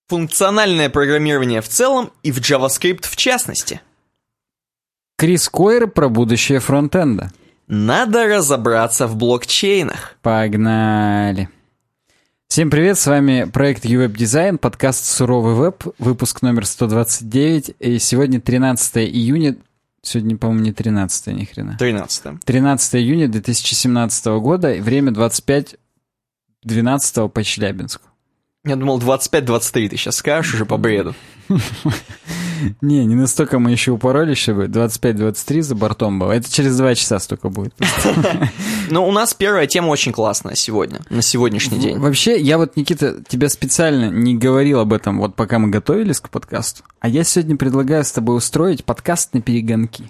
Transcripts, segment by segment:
Функциональное программирование в целом и в JavaScript в частности. Крис Койер про будущее фронтенда. Надо разобраться в блокчейнах. Погнали. Всем привет, с вами проект UWeb Design, подкаст «Суровый веб», выпуск номер 129, и сегодня 13 июня, сегодня, по-моему, не 13, ни хрена. 13 июня 2017 года, и время 25:12 по Челябинску. Я думал, 25-23 ты сейчас скажешь уже по бреду. Не настолько мы еще упоролись, чтобы 25-23 за бортом было. Это через 2 часа столько будет. Но у нас первая тема очень классная сегодня, на сегодняшний день. Вообще, я вот, Никита, тебя специально не говорил об этом, вот пока мы готовились к подкасту, а я сегодня предлагаю с тобой устроить подкаст на перегонки.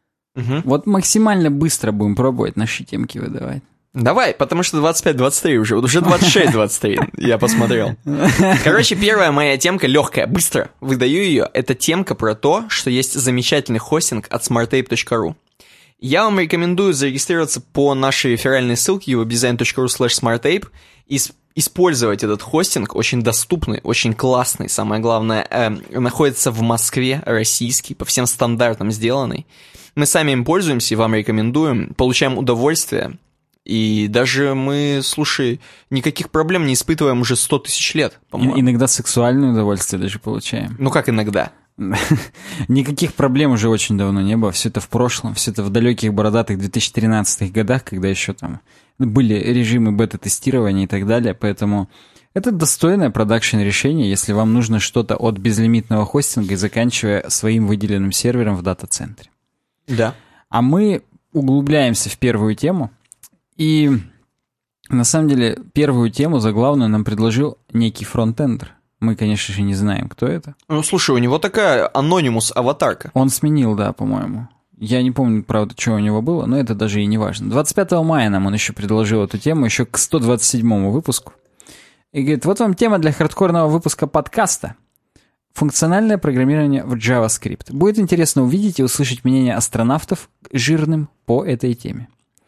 Вот максимально быстро будем пробовать наши темки выдавать. Давай, потому что 25-23 уже 26-23, я посмотрел. Короче, первая моя темка, легкая, быстро выдаю ее. Это темка про то, что есть замечательный хостинг от smartape.ru. Я вам рекомендую зарегистрироваться по нашей реферальной ссылке uwebdesign.ru/smartape и использовать этот хостинг, очень доступный, очень классный, самое главное, находится в Москве, российский, по всем стандартам сделанный. Мы сами им пользуемся и вам рекомендуем, получаем удовольствие. И даже мы, слушай, никаких проблем не испытываем уже 100 тысяч лет, по-моему. Иногда сексуальное удовольствие даже получаем. Ну как иногда? Никаких проблем уже очень давно не было. Все это в прошлом, все это в далеких бородатых 2013 годах, когда еще там были режимы бета-тестирования и так далее. Поэтому это достойное продакшн-решение, если вам нужно что-то от безлимитного хостинга и заканчивая своим выделенным сервером в дата-центре. Да. А мы углубляемся в первую тему. И на самом деле первую тему заглавную нам предложил некий фронтендер. Мы, конечно же, не знаем, кто это. Ну, слушай, у него такая анонимус-аватарка. Он сменил, да, по-моему. Я не помню, правда, что у него было, но это даже и не важно. 25 мая нам он еще предложил эту тему, еще к 127 выпуску. И говорит, вот вам тема для хардкорного выпуска подкаста. Функциональное программирование в JavaScript. Будет интересно увидеть и услышать мнение астронавтов жирным по этой теме.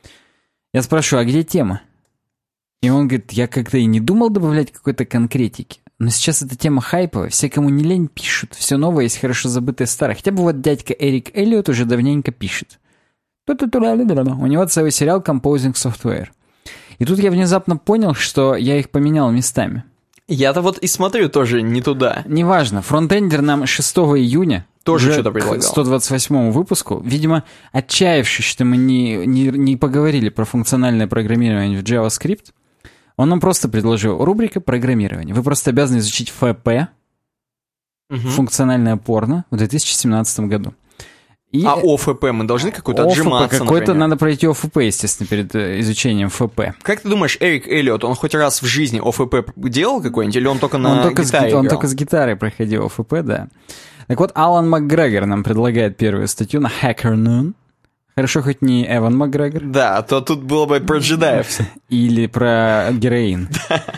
Я спрашиваю, а где тема? И он говорит, я как-то и не думал добавлять какой-то конкретики. Но сейчас эта тема хайповая, все, кому не лень, пишут. Все новое есть хорошо забытое старое. Хотя бы вот дядька Эрик Эллиот уже давненько пишет. У него целый сериал Composing Software. И тут я внезапно понял, что я их поменял местами. Я-то вот и смотрю тоже не туда. Неважно, фронтендер нам 6 июня тоже что-то предлагал. К 128 выпуску, видимо, отчаявшись, что мы не поговорили про функциональное программирование в JavaScript, он нам просто предложил рубрика программирования. Вы просто обязаны изучить ФП, функциональное порно, в 2017 году. А ОФП мы должны какую-то отжиматься, какой-то надо пройти ОФП, естественно, перед изучением ФП. Как ты думаешь, Эрик Эллиот, он хоть раз в жизни ОФП делал какой-нибудь, или он только на гитаре играл? Он только с гитарой проходил ОФП, да. Так вот, Алан Макгрегор нам предлагает первую статью на HackerNoon. Хорошо, хоть не Эван Макгрегор. Да, а то тут было бы про джедаев. Или про героин.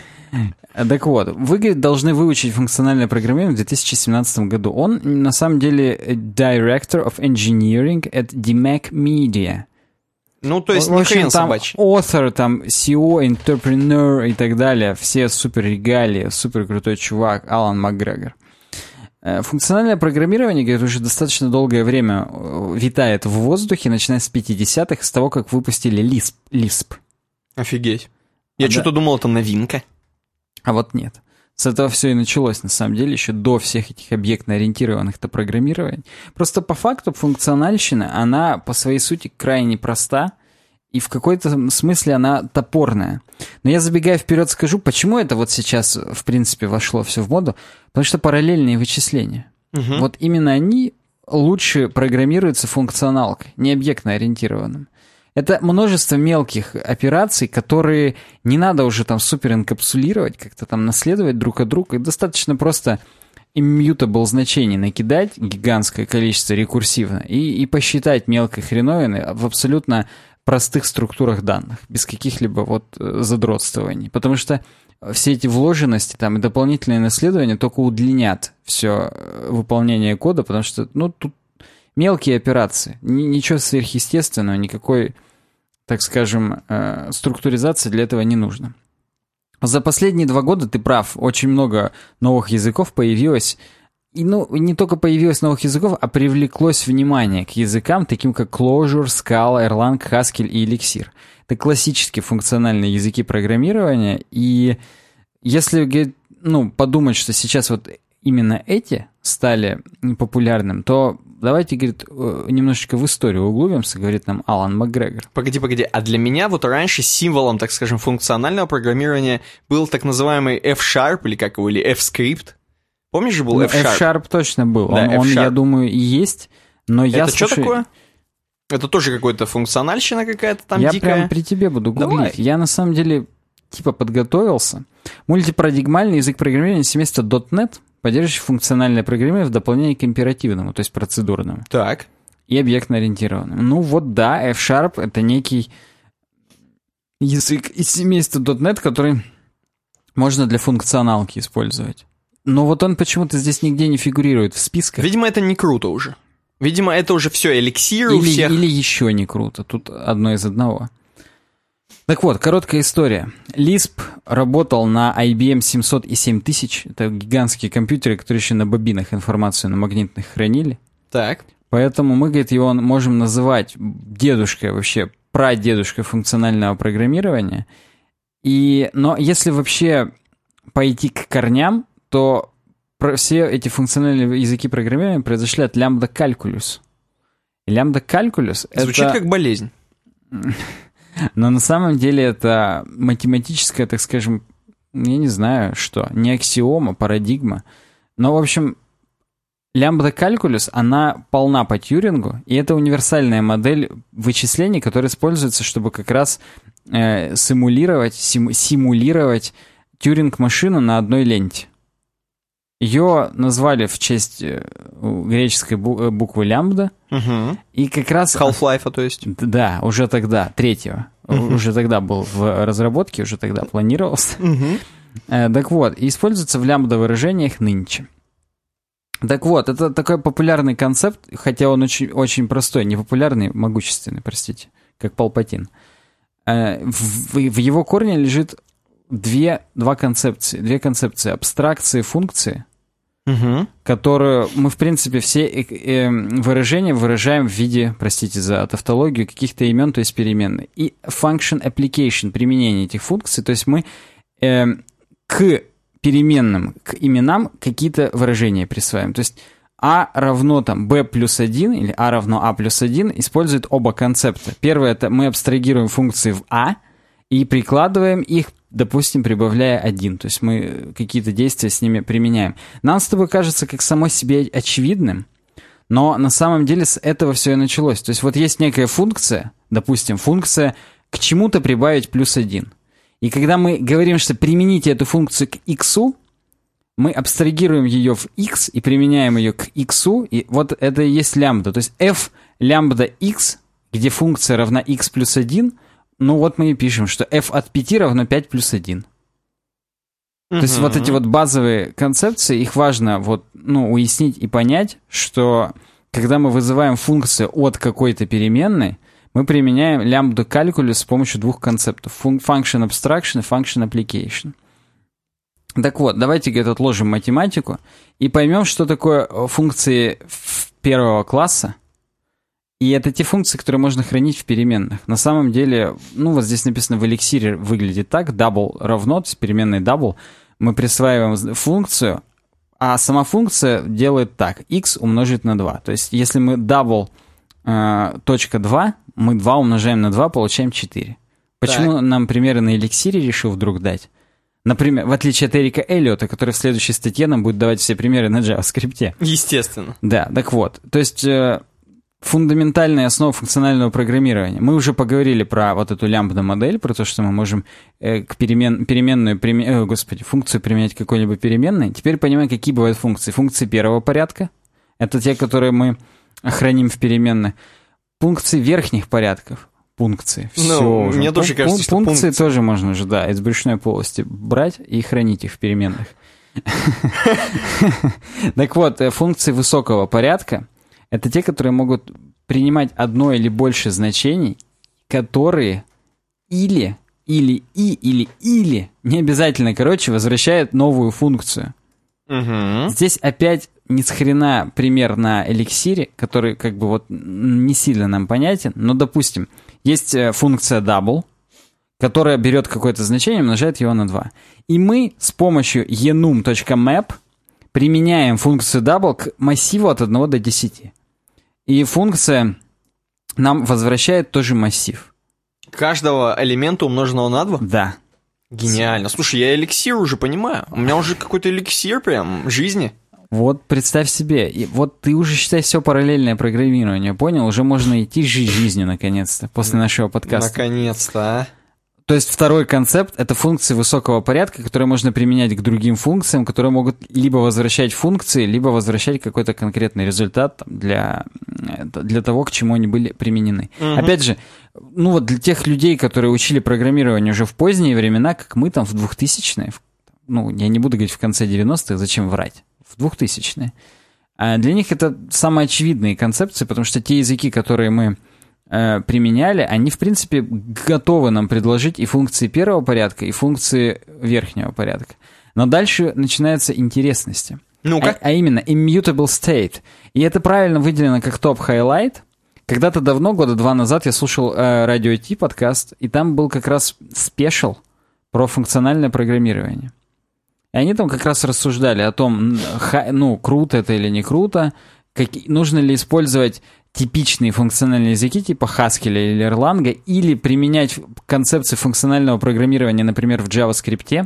Так вот, вы, говорит, должны выучить функциональное программирование в 2017 году. Он, на самом деле, Director of Engineering at DMAC Media. Ну, то есть, не хрен собачий. Author, там, CEO, Entrepreneur и так далее. Все супер регалии, супер крутой чувак, Алан Макгрегор. Функциональное программирование, говорит, уже достаточно долгое время витает в воздухе, начиная с 50-х, с того, как выпустили Lisp. Офигеть. Я что-то думал, это новинка. А вот нет. С этого все и началось, на самом деле, еще до всех этих объектно-ориентированных-то программирований. Просто по факту функциональщина, она по своей сути крайне проста, и в какой-то смысле она топорная. Но я, забегая вперед, скажу, почему это вот сейчас, в принципе, вошло все в моду. Потому что параллельные вычисления. Вот именно они лучше программируются функционалкой, не объектно-ориентированным. Это множество мелких операций, которые не надо уже там супер инкапсулировать, как-то там наследовать друг от друга. Достаточно просто immutable значений накидать, гигантское количество рекурсивно, и посчитать мелкой хреновины в абсолютно простых структурах данных, без каких-либо вот задротствований. Потому что все эти вложенности там и дополнительные наследования только удлинят все выполнение кода, потому что, ну, тут мелкие операции, ничего сверхъестественного, никакой, так скажем, структуризации для этого не нужно. За последние 2 года, ты прав, очень много новых языков появилось. И, не только появилось новых языков, а привлеклось внимание к языкам, таким как Clojure, Scala, Erlang, Haskell и Elixir. Это классические функциональные языки программирования, и если подумать, что сейчас вот именно эти стали популярным, то давайте, говорит, немножечко в историю углубимся, говорит нам Алан Макгрегор. Погоди, а для меня вот раньше символом, так скажем, функционального программирования был так называемый F-Sharp, или как его, или F-Script. Помнишь же был F-Sharp? F-Sharp точно был, да, он, я думаю, и есть, но это что такое? Это тоже какая-то функциональщина какая-то там я дикая? Я прям при тебе буду гуглить. Давай. Я на самом деле подготовился. Мультипарадигмальный язык программирования семейства .NET, поддерживающий функциональное программирование в дополнение к императивному, то есть процедурному. Так. И объектно-ориентированному. F-Sharp — это некий язык из семейства .NET, который можно для функционалки использовать. Но вот он почему-то здесь нигде не фигурирует в списках. Видимо, это не круто уже. Видимо, это уже все эликсир у всех. Или еще не круто. Тут одно из одного. Так вот, короткая история. Lisp работал на IBM 700 и 7000. Это гигантские компьютеры, которые еще на бобинах информацию на магнитных хранили. Так. Поэтому мы, говорит, его можем называть дедушкой, вообще прадедушкой функционального программирования. Но если вообще пойти к корням, то все эти функциональные языки программирования произошли от Lambda Calculus. И Lambda Calculus — звучит как болезнь. Но на самом деле это математическая, так скажем, я не знаю что, не аксиома, парадигма. Но, в общем, Lambda Calculus, она полна по Тьюрингу, и это универсальная модель вычислений, которая используется, чтобы как раз симулировать Тьюринг-машину на одной ленте. Ее назвали в честь греческой буквы лямбда. Угу. И как раз... Half-Life, то есть? Да, уже тогда, 3-го. Уже тогда был в разработке, уже тогда планировался. Так вот, и используется в лямбда-выражениях нынче. Так вот, это такой популярный концепт, хотя он очень, очень простой, не популярный, могущественный, простите, как Палпатин. В его корне лежит две концепции. Абстракции функции, которую мы, в принципе, все выражения выражаем в виде, простите за тавтологию, каких-то имен, то есть переменных. И function application, применение этих функций, то есть мы к переменным, к именам какие-то выражения присваиваем. То есть А равно b плюс 1 или А равно А плюс 1 использует оба концепта. Первое — это мы абстрагируем функции в А и прикладываем их, допустим, прибавляя 1. То есть мы какие-то действия с ними применяем. Нам с тобой кажется как само себе очевидным, но на самом деле с этого все и началось. То есть вот есть некая функция, допустим, функция к чему-то прибавить плюс 1. И когда мы говорим, что примените эту функцию к x, мы абстрагируем ее в x и применяем ее к x, и вот это и есть лямбда. То есть f лямбда x, где функция равна x плюс 1, ну вот мы и пишем, что f от 5 равно 5 плюс 1. То есть вот эти вот базовые концепции, их важно уяснить и понять, что когда мы вызываем функцию от какой-то переменной, мы применяем лямбда calculus с помощью двух концептов. Function abstraction и function application. Так вот, давайте, говорит, отложим математику и поймем, что такое функции первого класса. И это те функции, которые можно хранить в переменных. На самом деле, вот здесь написано в эликсире выглядит так. Double равно, то есть переменной double. Мы присваиваем функцию, а сама функция делает так. X умножить на 2. То есть если мы double точка 2, мы 2 умножаем на 2, получаем 4. Почему так. нам примеры на эликсире решил вдруг дать? Например, в отличие от Эрика Эллиота, который в следующей статье нам будет давать все примеры на JavaScript. Естественно. Да, так вот. То есть фундаментальная основа функционального программирования. Мы уже поговорили про вот эту лямбда-модель, про то, что мы можем к функцию применять к какой-либо переменной. Теперь понимаем, какие бывают функции. Функции первого порядка — это те, которые мы храним в переменных. Функции верхних порядков. Пункции. Все уже. Мне тоже кажется, что пункции тоже можно уже, да, из брюшной полости брать и хранить их в переменных. Так вот, функции высокого порядка — это те, которые могут принимать одно или больше значений, которые или или или, не обязательно, короче, возвращает новую функцию. Здесь опять ни с хрена пример на эликсире, который как бы вот не сильно нам понятен, но, допустим, есть функция double, которая берет какое-то значение и умножает его на 2. И мы с помощью enum.map применяем функцию double к массиву от 1 до 10. И функция нам возвращает тоже массив. Каждого элемента умноженного на 2? Да. Гениально. Слушай, я эликсир уже понимаю. У меня уже какой-то эликсир прям жизни. Вот представь себе, и вот ты уже, считай, все параллельное программирование, понял? Уже можно идти жить жизнью, наконец-то, после нашего подкаста. Наконец-то, а. То есть второй концепт — это функции высокого порядка, которые можно применять к другим функциям, которые могут либо возвращать функции, либо возвращать какой-то конкретный результат для того, к чему они были применены. Опять же, ну вот для тех людей, которые учили программирование уже в поздние времена, как мы там в 2000-е, ну, я не буду говорить в конце 90-х, зачем врать, в 2000-е. А для них это самые очевидные концепции, потому что те языки, которые мы применяли, они, в принципе, готовы нам предложить и функции первого порядка, и функции верхнего порядка. Но дальше начинаются интересности. Ну-ка. А именно, immutable state. И это правильно выделено как топ-хайлайт. Когда-то давно, года 2 назад, я слушал Radio T подкаст, и там был как раз спешл про функциональное программирование. И они там как раз рассуждали о том, ну, круто это или не круто, нужно ли использовать типичные функциональные языки типа Haskell или Erlang, или применять концепции функционального программирования, например, в JavaScript.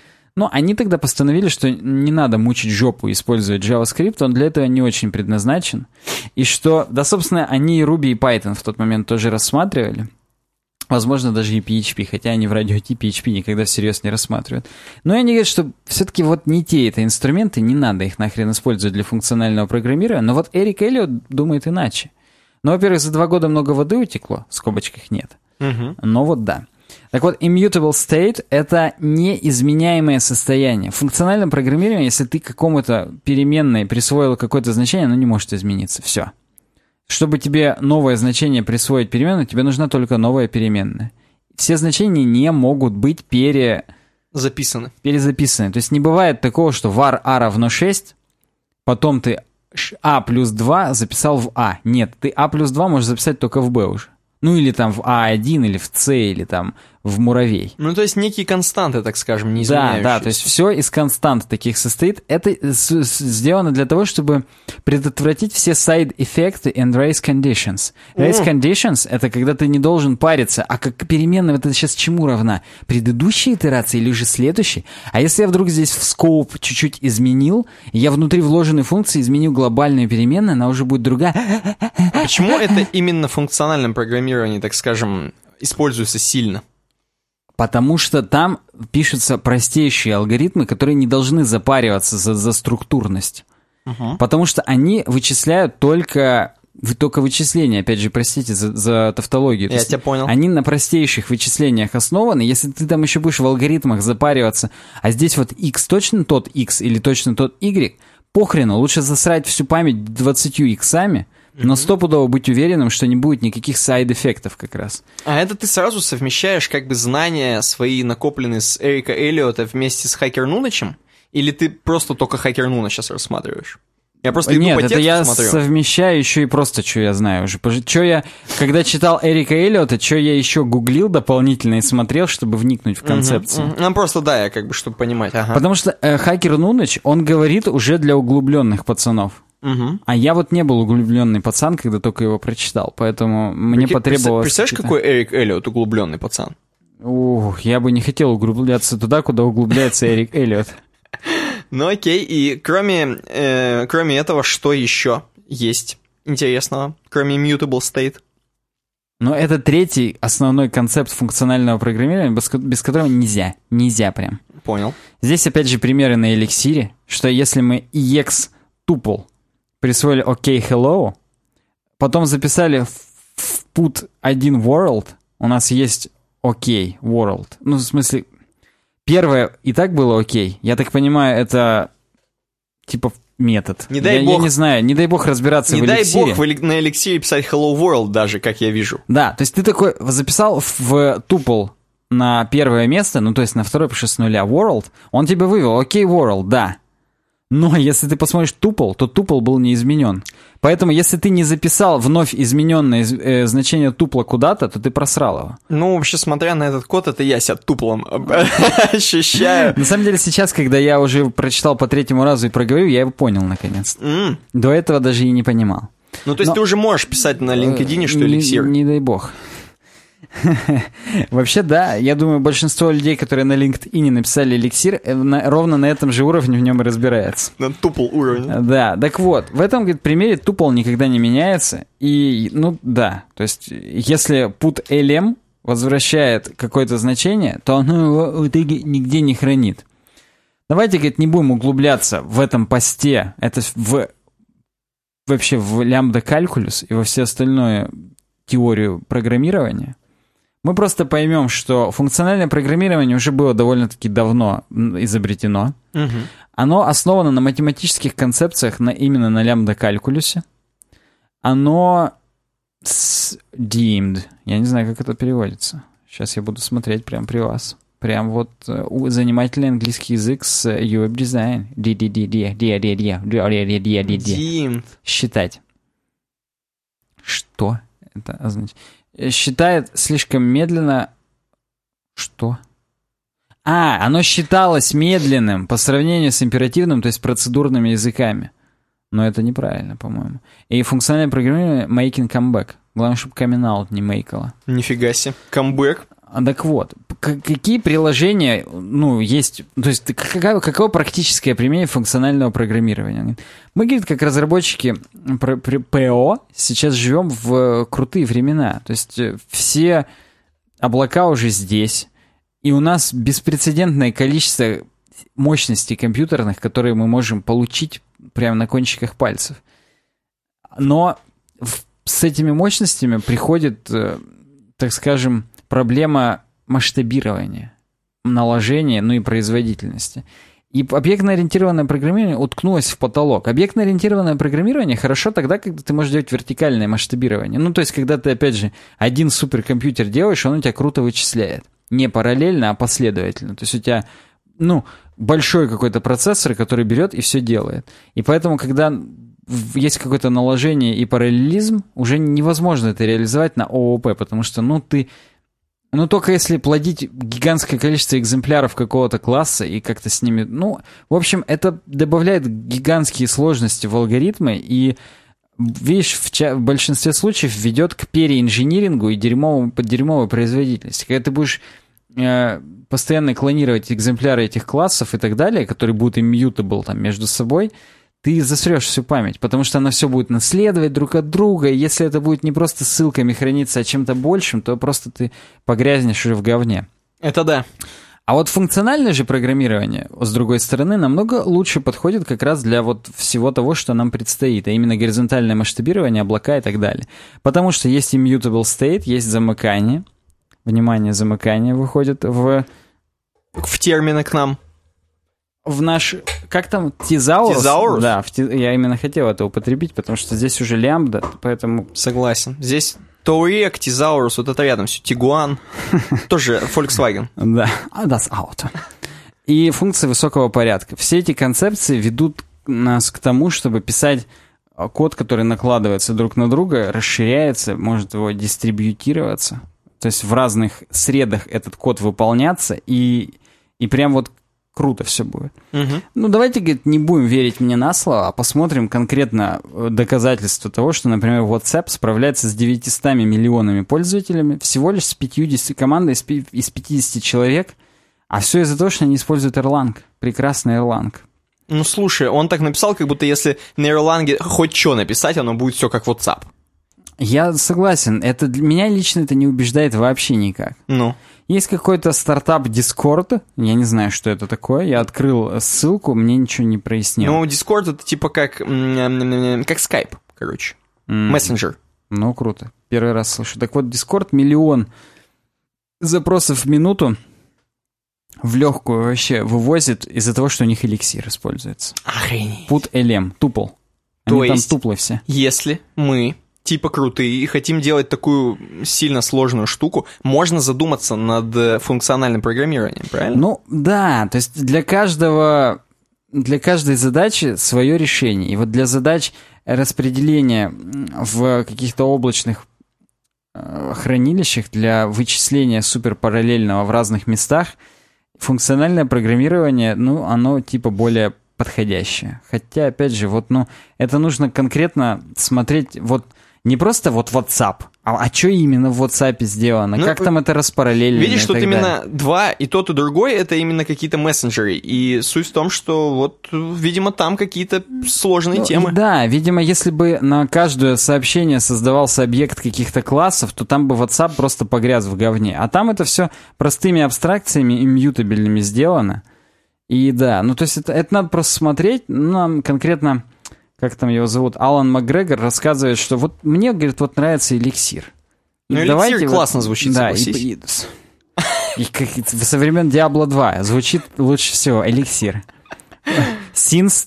Но они тогда постановили, что не надо мучить жопу использовать JavaScript, он для этого не очень предназначен. И что, да, собственно, они и Ruby, и Python в тот момент тоже рассматривали. Возможно, даже и PHP, хотя они в Radio T PHP никогда всерьез не рассматривают. Но они говорят, что все-таки вот не те это инструменты, не надо их нахрен использовать для функционального программирования. Но вот Эрик Эллиот думает иначе. Ну, во-первых, за 2 года много воды утекло, в скобочках нет. Но вот да. Так вот, immutable state — это неизменяемое состояние. В функциональном программировании, если ты какому-то переменной присвоил какое-то значение, оно не может измениться. Все. Чтобы тебе новое значение присвоить переменной, тебе нужна только новая переменная. Все значения не могут быть перезаписаны. То есть не бывает такого, что var a равно 6, потом ты a плюс 2 записал в a. Нет, ты a плюс 2 можешь записать только в b уже. Ну или там в a1, или в c, или там в муравей. Ну то есть некие константы, так скажем, не изменяющиеся. Да, то есть все из констант таких состоит. Это сделано для того, чтобы предотвратить все side-эффекты and race conditions. Race conditions — это когда ты не должен париться, а как переменная это сейчас чему равна? Предыдущей итерации или же следующей? А если я вдруг здесь в scope чуть-чуть изменил, я внутри вложенной функции изменил глобальную переменную, она уже будет другая. Почему это именно в функциональном программировании, так скажем, используется сильно? Потому что там пишутся простейшие алгоритмы, которые не должны запариваться за структурность. Потому что они вычисляют только вычисления. Опять же, простите за тавтологию. Я тебя понял. Они на простейших вычислениях основаны. Если ты там еще будешь в алгоритмах запариваться, а здесь вот x точно тот x или точно тот y, похрену, лучше засрать всю память 20 иксами, но стопудово быть уверенным, что не будет никаких сайд-эффектов как раз. А это ты сразу совмещаешь как бы знания свои, накопленные с Эрика Эллиота вместе с Хакер Нуначем? Или ты просто только Хакер Нуна сейчас рассматриваешь? Я просто иду по тексту смотрю. Нет, это я совмещаю еще и просто, что я знаю уже. Что я, когда читал Эрика Эллиота, что я еще гуглил дополнительно и смотрел, чтобы вникнуть в концепцию. Ну, просто да, я как бы, чтобы понимать. Ага. Потому что Хакер Нунач, он говорит уже для углубленных пацанов. А я вот не был углубленный пацан, когда только его прочитал, поэтому мне потребовалось... Представляешь, какой Эрик Эллиот углубленный пацан? Я бы не хотел углубляться туда, куда углубляется Эрик Эллиот. Ну окей, и кроме этого, что еще есть интересного, кроме Immutable State? Ну, это третий основной концепт функционального программирования, без которого нельзя прям. Понял. Здесь опять же примеры на эликсире, что если мы EX-tuple присвоили OK hello, потом записали в put 1 world, у нас есть OK world. Ну, в смысле, первое и так было OK. Я так понимаю, это типа метод. Не дай бог. Я не знаю, не дай бог разбираться в эликсире. Не дай бог на эликсире писать hello world даже, как я вижу. Да, то есть ты такой записал в tuple на первое место, ну, то есть на второе, потому что с нуля World, он тебе вывел, окей, World, да. Но если ты посмотришь tuple, то tuple был не изменен. Поэтому, если ты не записал вновь измененное значение тупла куда-то, то ты просрал его. Ну, вообще, смотря на этот код, это я себя туплом ощущаю. На самом деле, сейчас, когда я уже прочитал по третьему разу и проговорил, я его понял, наконец-то. До этого даже и не понимал. Ну, то есть ты уже можешь писать на LinkedIn, что эликсир. Не дай бог. Вообще, да, я думаю, большинство людей, которые на LinkedIn написали эликсир, ровно на этом же уровне в нем и разбирается. На тупл уровне. Да, так вот, в этом, говорит, примере тупл никогда не меняется. И, ну, да, то есть, если put lm возвращает какое-то значение, то оно его в итоге нигде не хранит. Давайте, говорит, не будем углубляться в этом посте, это вообще в лямбда-калькулюс и во все остальное теорию программирования. Мы просто поймем, что функциональное программирование уже было довольно-таки давно изобретено. Угу. Оно основано на математических концепциях именно на лямбда-калькулюсе. Оно deemed. Я не знаю, как это переводится. Сейчас я буду смотреть прямо при вас. Прям вот занимательный английский язык с UX design. Deemed. Считать. Что это означает? Считает слишком медленно... Что? Оно считалось медленным по сравнению с императивным, то есть процедурными языками. Но это неправильно, по-моему. И функциональное программирование making comeback. Главное, чтобы coming out не мейкало. Нифига себе. Comeback. Так вот, какие приложения, ну, есть... То есть каково практическое применение функционального программирования? Мы, говорит, как разработчики ПО сейчас живем в крутые времена. То есть все облака уже здесь, и у нас беспрецедентное количество мощностей компьютерных, которые мы можем получить прямо на кончиках пальцев. Но с этими мощностями приходит, так скажем, проблема масштабирования, наложения, ну и производительности. И объектно-ориентированное программирование уткнулось в потолок. Объектно-ориентированное программирование хорошо тогда, когда ты можешь делать вертикальное масштабирование. Ну, то есть, когда ты, опять же, один суперкомпьютер делаешь, он у тебя круто вычисляет. Не параллельно, а последовательно. То есть, у тебя, ну, большой какой-то процессор, который берет и все делает. И поэтому, когда есть какое-то наложение и параллелизм, уже невозможно это реализовать на ООП, потому что, ну, только если плодить гигантское количество экземпляров какого-то класса и как-то с ними... Ну, в общем, это добавляет гигантские сложности в алгоритмы и, видишь, в большинстве случаев ведет к переинжинирингу и дерьмовой производительности. Когда ты будешь постоянно клонировать экземпляры этих классов и так далее, которые будут immutable там между собой, ты засрешь всю память, потому что она все будет наследовать друг от друга, и если это будет не просто ссылками храниться, а чем-то большим, то просто ты погрязнешь уже в говне. Это да. А вот функциональное же программирование, с другой стороны, намного лучше подходит как раз для вот всего того, что нам предстоит, а именно горизонтальное масштабирование, облака и так далее. Потому что есть immutable state, есть замыкание. Внимание, замыкание выходит в термины к нам. В наш... Как там? Тезаурус? Тезаурус? Да, я именно хотел это употребить, потому что здесь уже лямбда, поэтому... Согласен. Здесь Touareg, Тезаурус, вот это рядом все. Тигуан. Тоже Volkswagen. Да. Das Auto. И функции высокого порядка. Все эти концепции ведут нас к тому, чтобы писать код, который накладывается друг на друга, расширяется, может его дистрибьютироваться. То есть в разных средах этот код выполняться, и прям вот круто все будет. Угу. Ну, давайте, говорит, не будем верить мне на слово, а посмотрим конкретно доказательства того, что, например, WhatsApp справляется с 900 миллионами пользователями, всего лишь с 50 командой из 50 человек, а все из-за того, что они используют Erlang. Прекрасный Erlang. Ну, слушай, он так написал, как будто если на Erlang хоть что написать, оно будет все как WhatsApp. Я согласен. Меня лично это не убеждает вообще никак. Ну. Есть какой-то стартап Discord, я не знаю, что это такое, я открыл ссылку, мне ничего не прояснило. Ну, Discord это типа как Skype, короче, мессенджер. Ну, круто, первый раз слышу. Так вот, Discord 1 миллион запросов в минуту в легкую вообще вывозит из-за того, что у них эликсир используется. Охренеть. Put LM, тупл. То Они есть, там туплы все. Если мы типа крутые и хотим делать такую сильно сложную штуку, можно задуматься над функциональным программированием, правильно? Ну, да, то есть для каждой задачи свое решение. И вот для задач распределения в каких-то облачных хранилищах для вычисления суперпараллельного в разных местах функциональное программирование, ну, оно типа более подходящее. Хотя, опять же, вот, ну, это нужно конкретно смотреть, вот, не просто вот WhatsApp, а что именно в WhatsApp сделано, ну, как там это распараллелено. Видишь, тут именно два, и тот, и другой, это именно какие-то мессенджеры. И суть в том, что вот, видимо, там какие-то сложные темы. Да, видимо, если бы на каждое сообщение создавался объект каких-то классов, то там бы WhatsApp просто погряз в говне. А там это все простыми абстракциями, иммьютабельными сделано. И да, ну то есть это надо просто смотреть, нам конкретно... Как там его зовут? Алан Макгрегор рассказывает, что вот мне, говорит, вот нравится эликсир. Ну, эликсир классно звучит, да, согласись. И со времен Diablo 2 звучит лучше всего эликсир. Since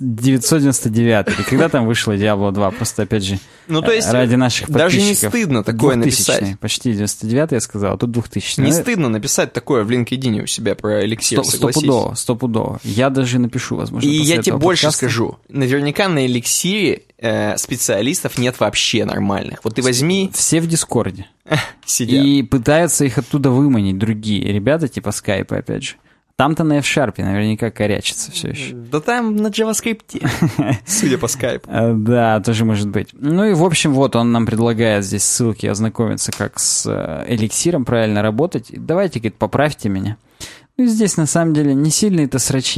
999. И когда там вышло Diablo 2? Просто, опять же, ну, то есть, ради наших подписчиков. Даже не стыдно такое написать. Почти 99 я сказал, а тут 2000. Не стыдно написать такое в LinkedIn у себя про эликсир, согласись. Стопудово. Я даже напишу, возможно, и я тебе больше подкаста скажу. Наверняка на эликсире специалистов нет вообще нормальных. Вот ты возьми... Все в Дискорде. Сидят. И пытаются их оттуда выманить другие ребята, типа Скайпа, опять же. Там-то на F-Sharp наверняка корячится все еще. Да там на JavaScript, судя по скайпу. Да, тоже может быть. Ну и, в общем, вот он нам предлагает здесь ссылки ознакомиться, как с эликсиром правильно работать. Давайте, говорит, поправьте меня. Ну и здесь, на самом деле, не сильные-то срачи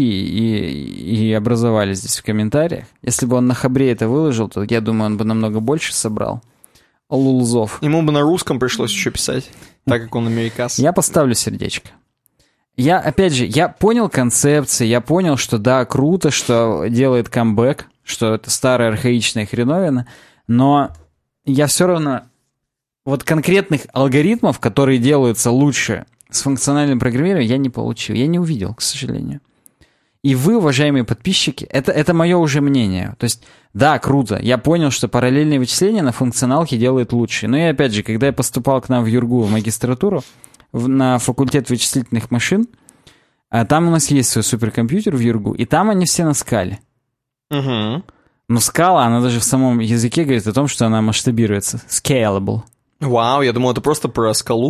и образовались здесь в комментариях. Если бы он на Хабре это выложил, то, я думаю, он бы намного больше собрал. Лулзов. Ему бы на русском пришлось еще писать, так как он американец. Я поставлю сердечко. Я понял концепции, я понял, что да, круто, что делает камбэк, что это старая архаичная хреновина, но я все равно... Вот конкретных алгоритмов, которые делаются лучше с функциональным программированием, я не получил, я не увидел, к сожалению. И вы, уважаемые подписчики, это мое уже мнение. То есть, да, круто, я понял, что параллельные вычисления на функционалке делают лучше. Но и опять же, когда я поступал к нам в ЮрГУ в магистратуру, на факультет вычислительных машин, там у нас есть свой суперкомпьютер в ЮрГУ, и там они все на скале. Угу. Но скала, она даже в самом языке говорит о том, что она масштабируется. Scalable. Вау, я думал, это просто про скалу.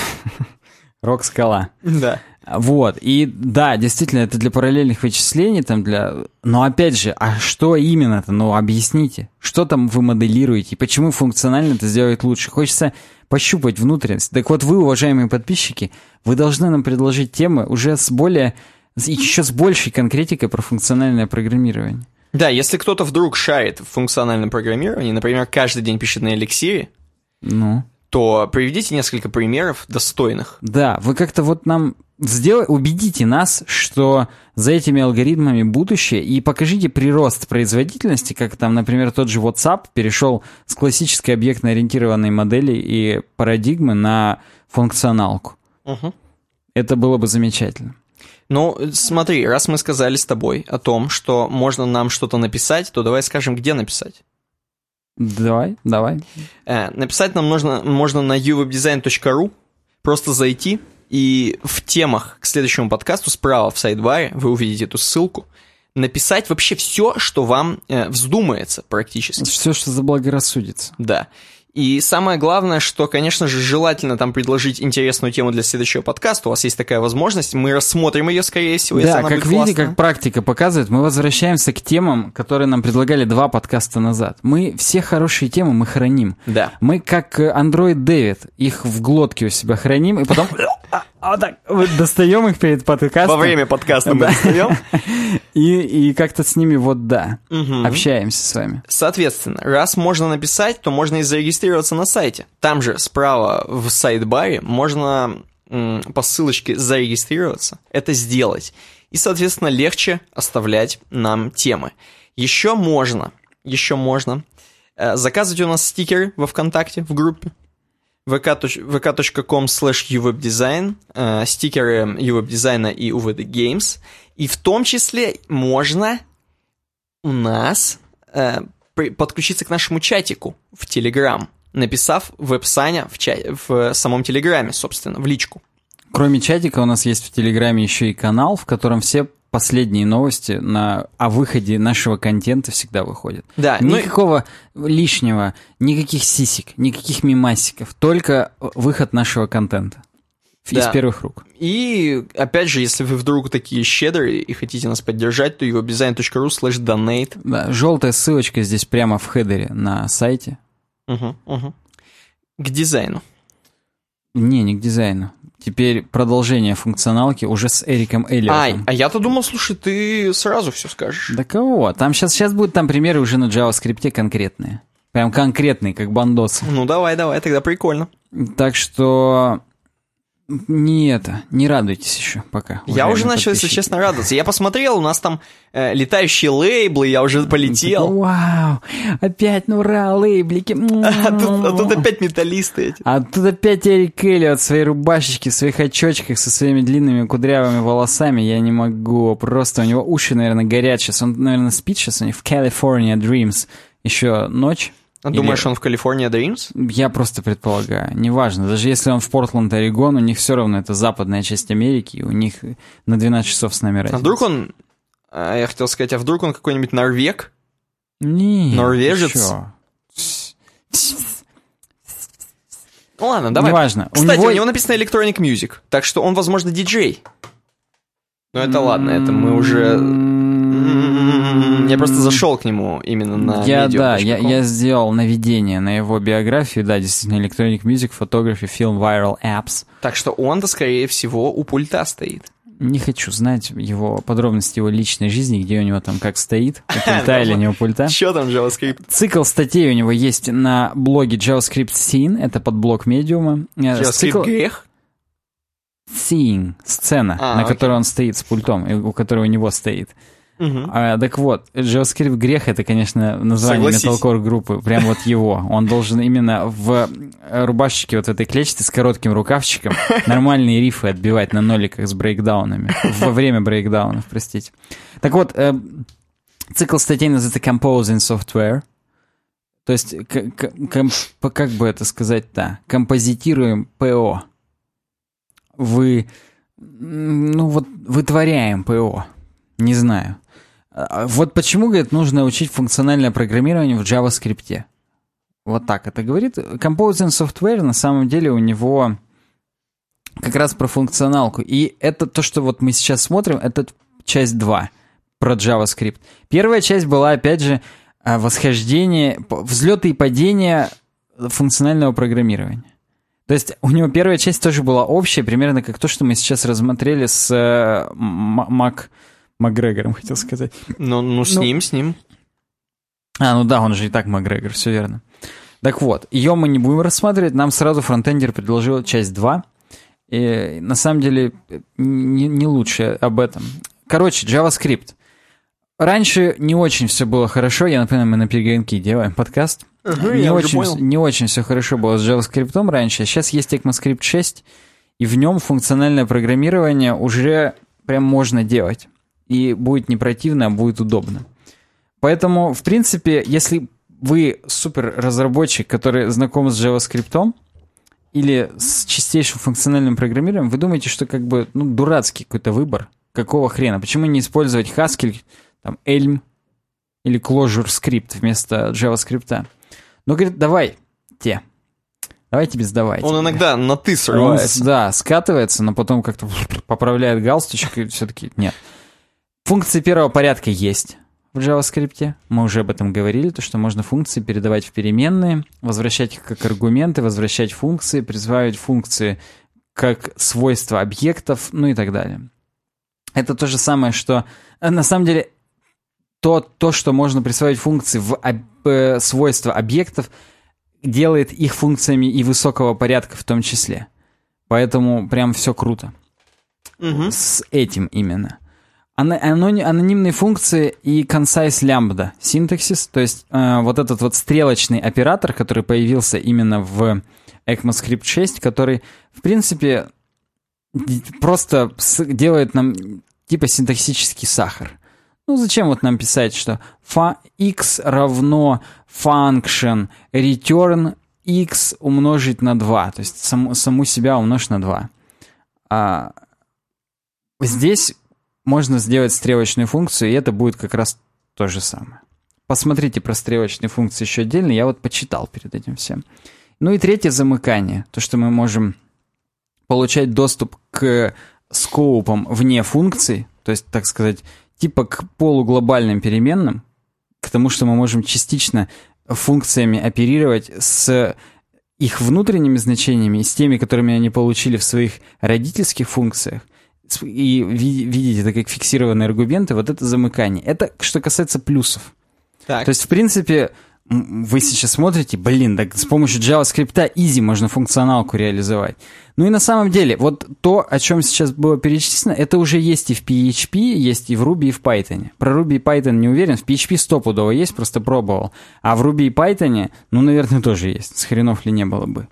Рок-скала. Да. Вот, и да, действительно, это для параллельных вычислений, там для... Но опять же, а что именно-то? Ну, объясните. Что там вы моделируете? Почему функционально это сделать лучше? Хочется пощупать внутренность. Так вот, вы, уважаемые подписчики, вы должны нам предложить темы уже еще с большей конкретикой про функциональное программирование. Да, если кто-то вдруг шарит в функциональном программировании, например, каждый день пишет на эликсире, то приведите несколько примеров достойных. Да, вы как-то вот нам убедите нас, что за этими алгоритмами будущее, и покажите прирост производительности, как там, например, тот же WhatsApp перешел с классической объектно-ориентированной модели и парадигмы на функционалку. Угу. Это было бы замечательно. Ну, смотри, раз мы сказали с тобой о том, что можно нам что-то написать, то давай скажем, где написать. Давай. Написать нам можно на uwebdesign.ru, просто зайти, и в темах к следующему подкасту справа в сайдбаре вы увидите эту ссылку. Написать вообще все, что вам вздумается практически. Все, что заблагорассудится. Да. И самое главное, что, конечно же, желательно там предложить интересную тему для следующего подкаста. У вас есть такая возможность, мы рассмотрим ее, скорее всего, если она будет классная. Да, как видите, как практика показывает, мы возвращаемся к темам, которые нам предлагали 2 подкаста назад. Мы все хорошие темы мы храним. Да. Мы как Android Дэвид, их в глотке у себя храним, и потом вот так достаем их перед подкастом. Во время подкаста мы достаем. И как-то с ними общаемся с вами. Соответственно, раз можно написать, то можно и зарегистрироваться на сайте. Там же справа в сайдбаре можно по ссылочке зарегистрироваться, это сделать. И, соответственно, легче оставлять нам темы. Еще можно заказывать у нас стикеры во ВКонтакте, в группе. vk.com/uwebdesign, стикеры uwebdesign и UWD Games. И в том числе можно у нас подключиться к нашему чатику в Telegram. написав веб-Саня в самом Телеграме, собственно, в личку. Кроме чатика у нас есть в Телеграме еще и канал, в котором все последние новости о выходе нашего контента всегда выходят. Да, никакого лишнего, никаких сисек, никаких мемасиков, только выход нашего контента. Из первых рук. И, опять же, если вы вдруг такие щедрые и хотите нас поддержать, то yourdesign.ru/donate. Да, желтая ссылочка здесь прямо в хедере на сайте. Угу. К дизайну. Не к дизайну. Теперь продолжение функционалки уже с Эриком Эллиотом. А я-то думал, слушай, ты сразу все скажешь. Да кого? Там сейчас будут там примеры уже на JavaScript конкретные. Прям конкретные, как бандосы. Ну давай, тогда прикольно. Так что... Не радуйтесь еще пока. Я уже начал, если честно, радоваться. Я посмотрел, у нас там летающие лейблы, я уже полетел. Вау, опять, ура, лейблики. А тут опять металлисты эти. А тут опять Эрик Эллиот в своей рубашечке, в своих очочках, со своими длинными кудрявыми волосами. Я не могу, просто у него уши, наверное, горят сейчас. Он, наверное, спит сейчас, у них в California Dreams еще ночь. Думаешь, он в California Dreams? Я просто предполагаю. Неважно. Даже если он в Портленд, Орегон, у них все равно это западная часть Америки, и у них на 12 часов с нами разница. А вдруг он... Я хотел сказать, а вдруг он какой-нибудь норвег? Нет. Норвежец? Ну ладно, давай. Неважно. Кстати, у него написано Electronic Music, так что он, возможно, диджей. Ну это ладно, это мы уже... Я просто зашел к нему именно на я сделал наведение на его биографию, да, действительно, Electronic Music, Photography, Film, Viral Apps. Так что он-то, скорее всего, у пульта стоит. Не хочу знать его подробности его личной жизни, где у него там как стоит, у пульта или не у пульта. Что там JavaScript? Цикл статей у него есть на блоге JavaScript Scene, это подблог Медиума. JavaScript грех? Scene, сцена, на которой он стоит с пультом, и у которой у него стоит. Так вот, JavaScript грех — это, конечно, название металкор группы, прям вот его. Он должен именно в рубашечке вот этой клетчатой с коротким рукавчиком нормальные рифы отбивать на ноликах с брейкдаунами. Во время брейкдаунов, простите. Так вот, цикл статей называется Composing Software. То есть, как бы это сказать-то? Композитируем ПО. Вытворяем ПО. Не знаю. Вот почему, говорит, нужно учить функциональное программирование в JavaScript. Вот так это говорит. Composing Software, на самом деле, у него как раз про функционалку. И это то, что вот мы сейчас смотрим, это часть 2 про JavaScript. Первая часть была, опять же, восхождение, взлеты и падения функционального программирования. То есть у него первая часть тоже была общая, примерно как то, что мы сейчас рассмотрели с Макгрегором, хотел сказать. С ним. Он же и так Макгрегор, все верно. Так вот, ее мы не будем рассматривать, нам сразу фронтендер предложил часть 2. И на самом деле не лучше об этом. Короче, JavaScript. Раньше не очень все было хорошо, я напоминаю, мы на перегонки делаем подкаст. Не очень все хорошо было с JavaScript раньше, а сейчас есть ECMAScript 6, и в нем функциональное программирование уже прям можно делать. И будет не противно, а будет удобно. Поэтому, в принципе, если вы супер-разработчик, который знаком с JavaScript или с чистейшим функциональным программированием, вы думаете, что как бы дурацкий какой-то выбор. Какого хрена? Почему не использовать Haskell, там, Elm или ClojureScript вместо JavaScript? Говорит, давайте тебе сдавайте. Он иногда на «ты» срывается. Да, скатывается, но потом как-то поправляет галстучек и все-таки нет. Функции первого порядка есть в JavaScript. Мы уже об этом говорили, то, что можно функции передавать в переменные, возвращать их как аргументы, возвращать функции, присваивать функции как свойства объектов, и так далее. Это то же самое, что... На самом деле, то, что можно присваивать функции в свойства объектов, делает их функциями и высокого порядка в том числе. Поэтому прям все круто. С этим именно. Анонимные функции и concise lambda синтаксис, то есть вот этот вот стрелочный оператор, который появился именно в ECMAScript 6, который, в принципе, просто делает нам типа синтаксический сахар. Зачем вот нам писать, что x равно function return x умножить на 2, то есть саму себя умножить на 2. Здесь можно сделать стрелочную функцию, и это будет как раз то же самое. Посмотрите про стрелочные функции еще отдельно, я вот почитал перед этим всем. Ну и третье замыкание, то, что мы можем получать доступ к скоупам вне функций, то есть, так сказать, типа к полуглобальным переменным, к тому, что мы можем частично функциями оперировать с их внутренними значениями и с теми, которыми они получили в своих родительских функциях, и видеть это как фиксированные аргументы, вот это замыкание. Это что касается плюсов. Так. То есть, в принципе, вы сейчас смотрите, так с помощью JavaScript easy можно функционалку реализовать. Ну и на самом деле, вот то, о чем сейчас было перечислено, это уже есть и в PHP, есть и в Ruby, и в Python. Про Ruby и Python не уверен, в PHP стопудово есть, просто пробовал. А в Ruby и Python, ну, наверное, тоже есть, с хренов ли не было бы.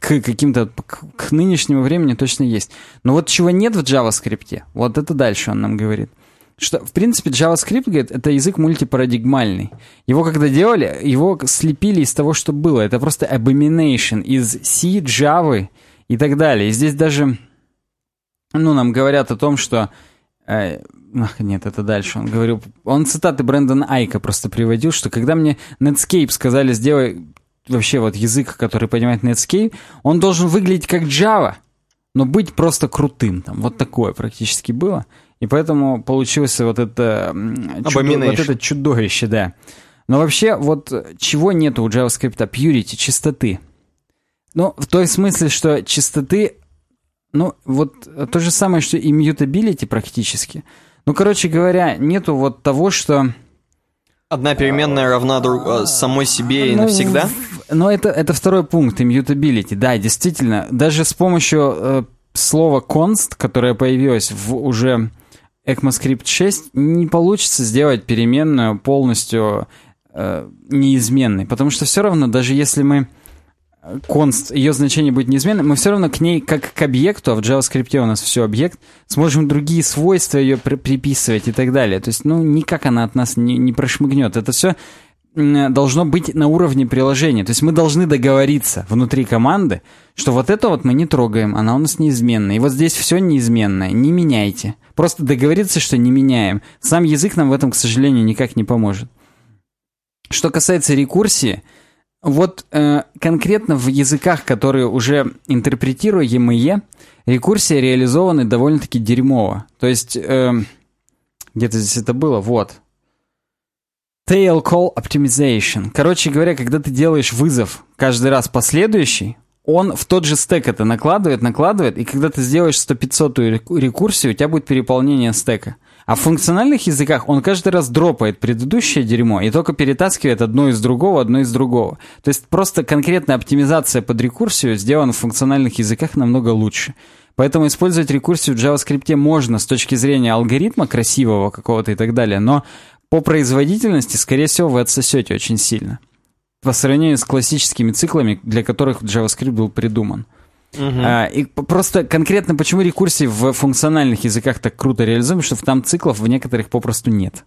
К нынешнему времени точно есть. Но вот чего нет в JavaScript, вот это дальше он нам говорит. Что, в принципе, JavaScript, говорит, это язык мультипарадигмальный. Его когда делали, его слепили из того, что было. Это просто abomination из C, Java и так далее. И здесь даже, нам говорят о том, что... нет, это дальше. Он цитаты Брэндона Айка просто приводил, что когда мне Netscape сказали, сделай вообще вот язык, который понимает Netscape, он должен выглядеть как Java, но быть просто крутым. Там, вот такое практически было. И поэтому получилось вот это чудовище, да. Но вообще, вот чего нету у JavaScript? Purity, чистоты. Ну, в том смысле, что чистоты, вот то же самое, что и mutability практически. Ну, короче говоря, нету вот того, что... Одна переменная равна самой себе и навсегда? Но это второй пункт, immutability. Да, действительно, даже с помощью слова const, которое появилось в уже ECMAScript 6, не получится сделать переменную полностью неизменной. Потому что все равно, даже если мы const, ее значение будет неизменным, мы все равно к ней, как к объекту, а в JavaScript у нас все объект, сможем другие свойства ее приписывать и так далее. То есть, никак она от нас не прошмыгнет. Это все должно быть на уровне приложения. То есть мы должны договориться внутри команды, что вот это вот мы не трогаем, она у нас неизменная. И вот здесь все неизменное, не меняйте. Просто договориться, что не меняем. Сам язык нам в этом, к сожалению, никак не поможет. Что касается рекурсии, вот конкретно в языках, которые уже интерпретируемые, рекурсия реализованы довольно-таки дерьмово. То есть, где-то здесь это было, вот. Tail Call Optimization. Короче говоря, когда ты делаешь вызов каждый раз последующий, он в тот же стэк это накладывает, и когда ты сделаешь 100-500 рекурсию, у тебя будет переполнение стэка. А в функциональных языках он каждый раз дропает предыдущее дерьмо и только перетаскивает одно из другого. То есть просто конкретная оптимизация под рекурсию сделана в функциональных языках намного лучше. Поэтому использовать рекурсию в JavaScript можно с точки зрения алгоритма красивого какого-то и так далее, но по производительности, скорее всего, вы отсосете очень сильно. По сравнению с классическими циклами, для которых JavaScript был придуман. И просто конкретно почему рекурсии в функциональных языках так круто реализуем, что там циклов в некоторых попросту нет.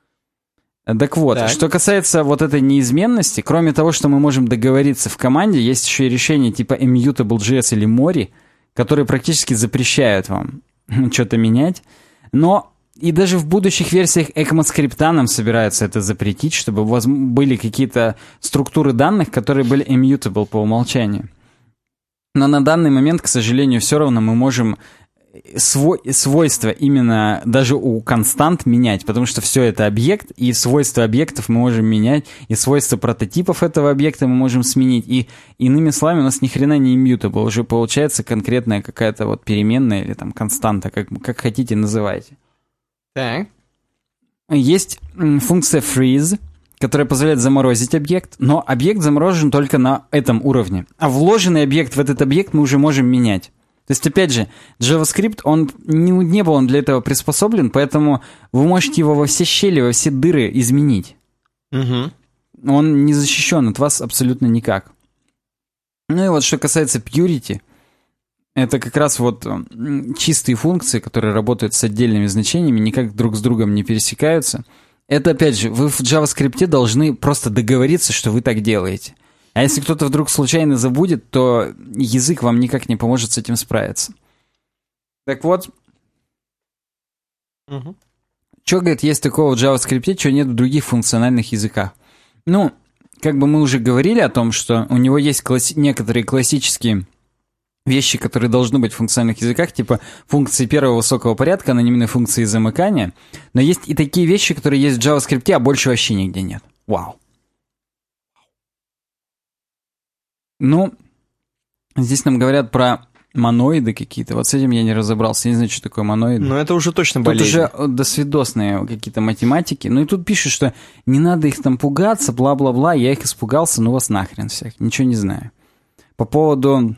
Так вот, что касается вот этой неизменности, кроме того, что мы можем договориться в команде, есть еще и решения типа Immutable.js или Mori, которые практически запрещают вам что-то менять. Но и даже в будущих версиях ECMAScript нам собираются это запретить, чтобы у вас были какие-то структуры данных, которые были immutable по умолчанию. Но на данный момент, к сожалению, все равно мы можем свойства именно даже у констант менять, потому что все это объект, и свойства объектов мы можем менять, и свойства прототипов этого объекта мы можем сменить, и иными словами у нас ни хрена не immutable, уже получается конкретная какая-то вот переменная или там константа, как хотите называйте. Так. Есть функция freeze, которая позволяет заморозить объект, но объект заморожен только на этом уровне. А вложенный объект в этот объект мы уже можем менять. То есть, опять же, JavaScript, он не был для этого приспособлен, поэтому вы можете его во все щели, во все дыры изменить. Он не защищен от вас абсолютно никак. Ну и вот что касается Purity, это как раз вот чистые функции, которые работают с отдельными значениями, никак друг с другом не пересекаются. Это, опять же, вы в JavaScript должны просто договориться, что вы так делаете. А если кто-то вдруг случайно забудет, то язык вам никак не поможет с этим справиться. Так вот, что, говорит, есть такого в JavaScript, чего нет в других функциональных языках? Ну, как бы мы уже говорили о том, что у него есть некоторые классические вещи, которые должны быть в функциональных языках, типа функции первого высокого порядка, анонимные функции замыкания. Но есть и такие вещи, которые есть в JavaScript, а больше вообще нигде нет. Вау. Ну, здесь нам говорят про моноиды какие-то. Вот с этим я не разобрался. Я не знаю, что такое моноиды. Но это уже точно болезнь. Тут уже досвидосные какие-то математики. Ну и тут пишут, что не надо их там пугаться, бла-бла-бла. Я их испугался, ну вас нахрен всех. Ничего не знаю. По поводу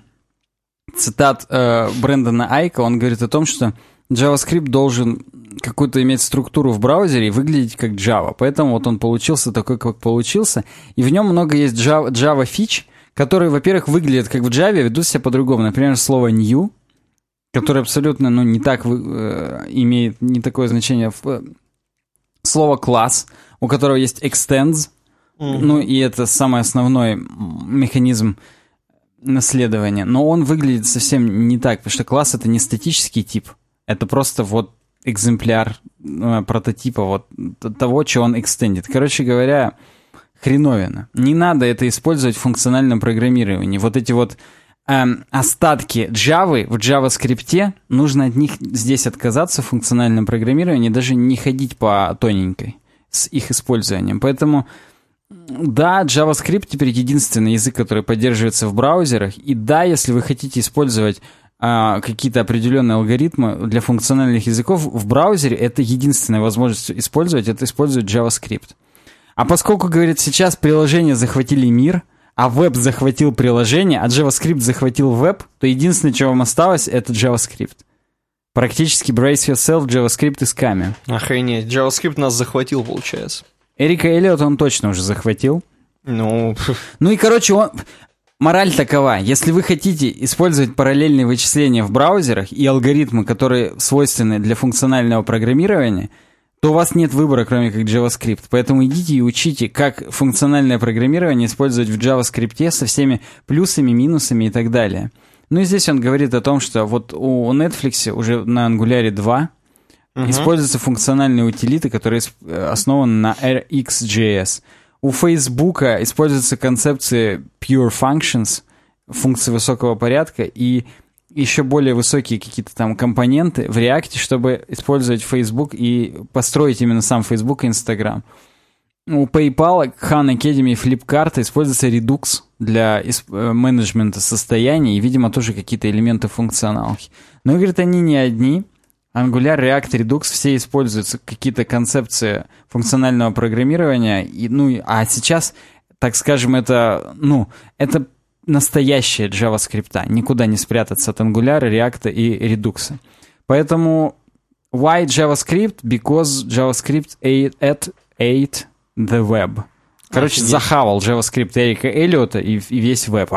цитат Брэндона Айка, он говорит о том, что JavaScript должен какую-то иметь структуру в браузере и выглядеть как Java. Поэтому вот он получился такой, как получился. И в нем много есть Java фич, которые, во-первых, выглядят как в Java, ведут себя по-другому. Например, слово new, которое абсолютно не так имеет не такое значение. Слово class, у которого есть extends, ну и это самый основной механизм наследования. Но он выглядит совсем не так, потому что класс — это не статический тип. Это просто вот экземпляр прототипа вот того, что он экстендит. Короче говоря, хреновина. Не надо это использовать в функциональном программировании. Вот эти вот остатки Java в JavaScript, нужно от них здесь отказаться в функциональном программировании, даже не ходить по тоненькой с их использованием. Поэтому да, JavaScript теперь единственный язык, который поддерживается в браузерах. И да, если вы хотите использовать какие-то определенные алгоритмы для функциональных языков в браузере, это единственная возможность использовать, это использовать JavaScript. А поскольку, говорит, сейчас приложения захватили мир, а веб захватил приложение, а JavaScript захватил веб, то единственное, что вам осталось, это JavaScript. Практически brace yourself, JavaScript is coming. Охренеть, JavaScript нас захватил, получается. Эрика Эллиота он точно уже захватил. Ну и, короче, мораль такова. Если вы хотите использовать параллельные вычисления в браузерах и алгоритмы, которые свойственны для функционального программирования, то у вас нет выбора, кроме как JavaScript. Поэтому идите и учите, как функциональное программирование использовать в JavaScript со всеми плюсами, минусами и так далее. Ну и здесь он говорит о том, что вот у Netflix уже на Angular 2 используются функциональные утилиты, которые основаны на RxJS. У Facebook используются концепции Pure Functions, функции высокого порядка, и еще более высокие какие-то там компоненты в React, чтобы использовать Facebook и построить именно сам Facebook и Instagram. У PayPal, Khan Academy и Flipkart используется Redux для менеджмента состояний и, видимо, тоже какие-то элементы функционалки. Но, говорит, они не одни. Angular, React, Redux, все используются какие-то концепции функционального программирования. А сейчас, так скажем, это настоящее JavaScript. Никуда не спрятаться от Angular, React и Redux. Поэтому why JavaScript? Because JavaScript ate the web. Короче, захавал JavaScript Эрика Эллиота и весь веб.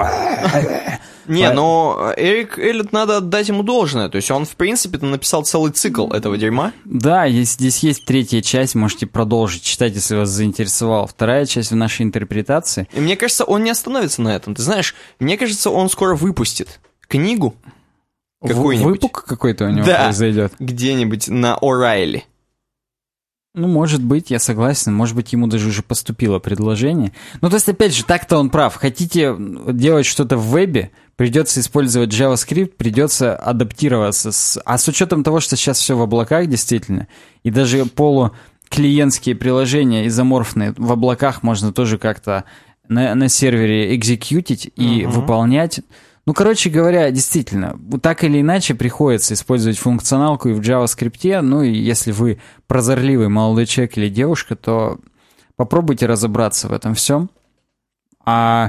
Но Эрик Эллиот, надо отдать ему должное. То есть он, в принципе, написал целый цикл этого дерьма. Да, здесь есть третья часть, можете продолжить читать, если вас заинтересовала вторая часть в нашей интерпретации. И мне кажется, он не остановится на этом. Ты знаешь, мне кажется, он скоро выпустит книгу какую-нибудь. Выпуск какой-то у него произойдет. Где-нибудь на О'Райли. Ну, может быть, я согласен. Может быть, ему даже уже поступило предложение. Ну, то есть, опять же, так-то он прав. Хотите делать что-то в вебе, придется использовать JavaScript, придется адаптироваться. А с учетом того, что сейчас все в облаках, действительно, и даже полуклиентские приложения изоморфные в облаках можно тоже как-то на сервере экзекьютить и выполнять. Ну, короче говоря, действительно, так или иначе приходится использовать функционалку и в JavaScript. Ну, и если вы прозорливый молодой человек или девушка, то попробуйте разобраться в этом всем. А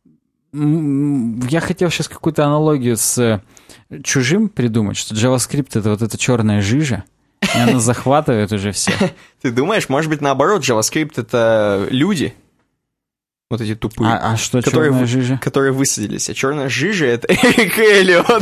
я хотел сейчас какую-то аналогию с чужим придумать, что JavaScript — это вот эта черная жижа, и она захватывает уже все. Ты думаешь, может быть, наоборот, JavaScript — это люди? Вот эти тупые. А что черная жижа? Которые высадились. А черная жижа — это Эрик Эллиот,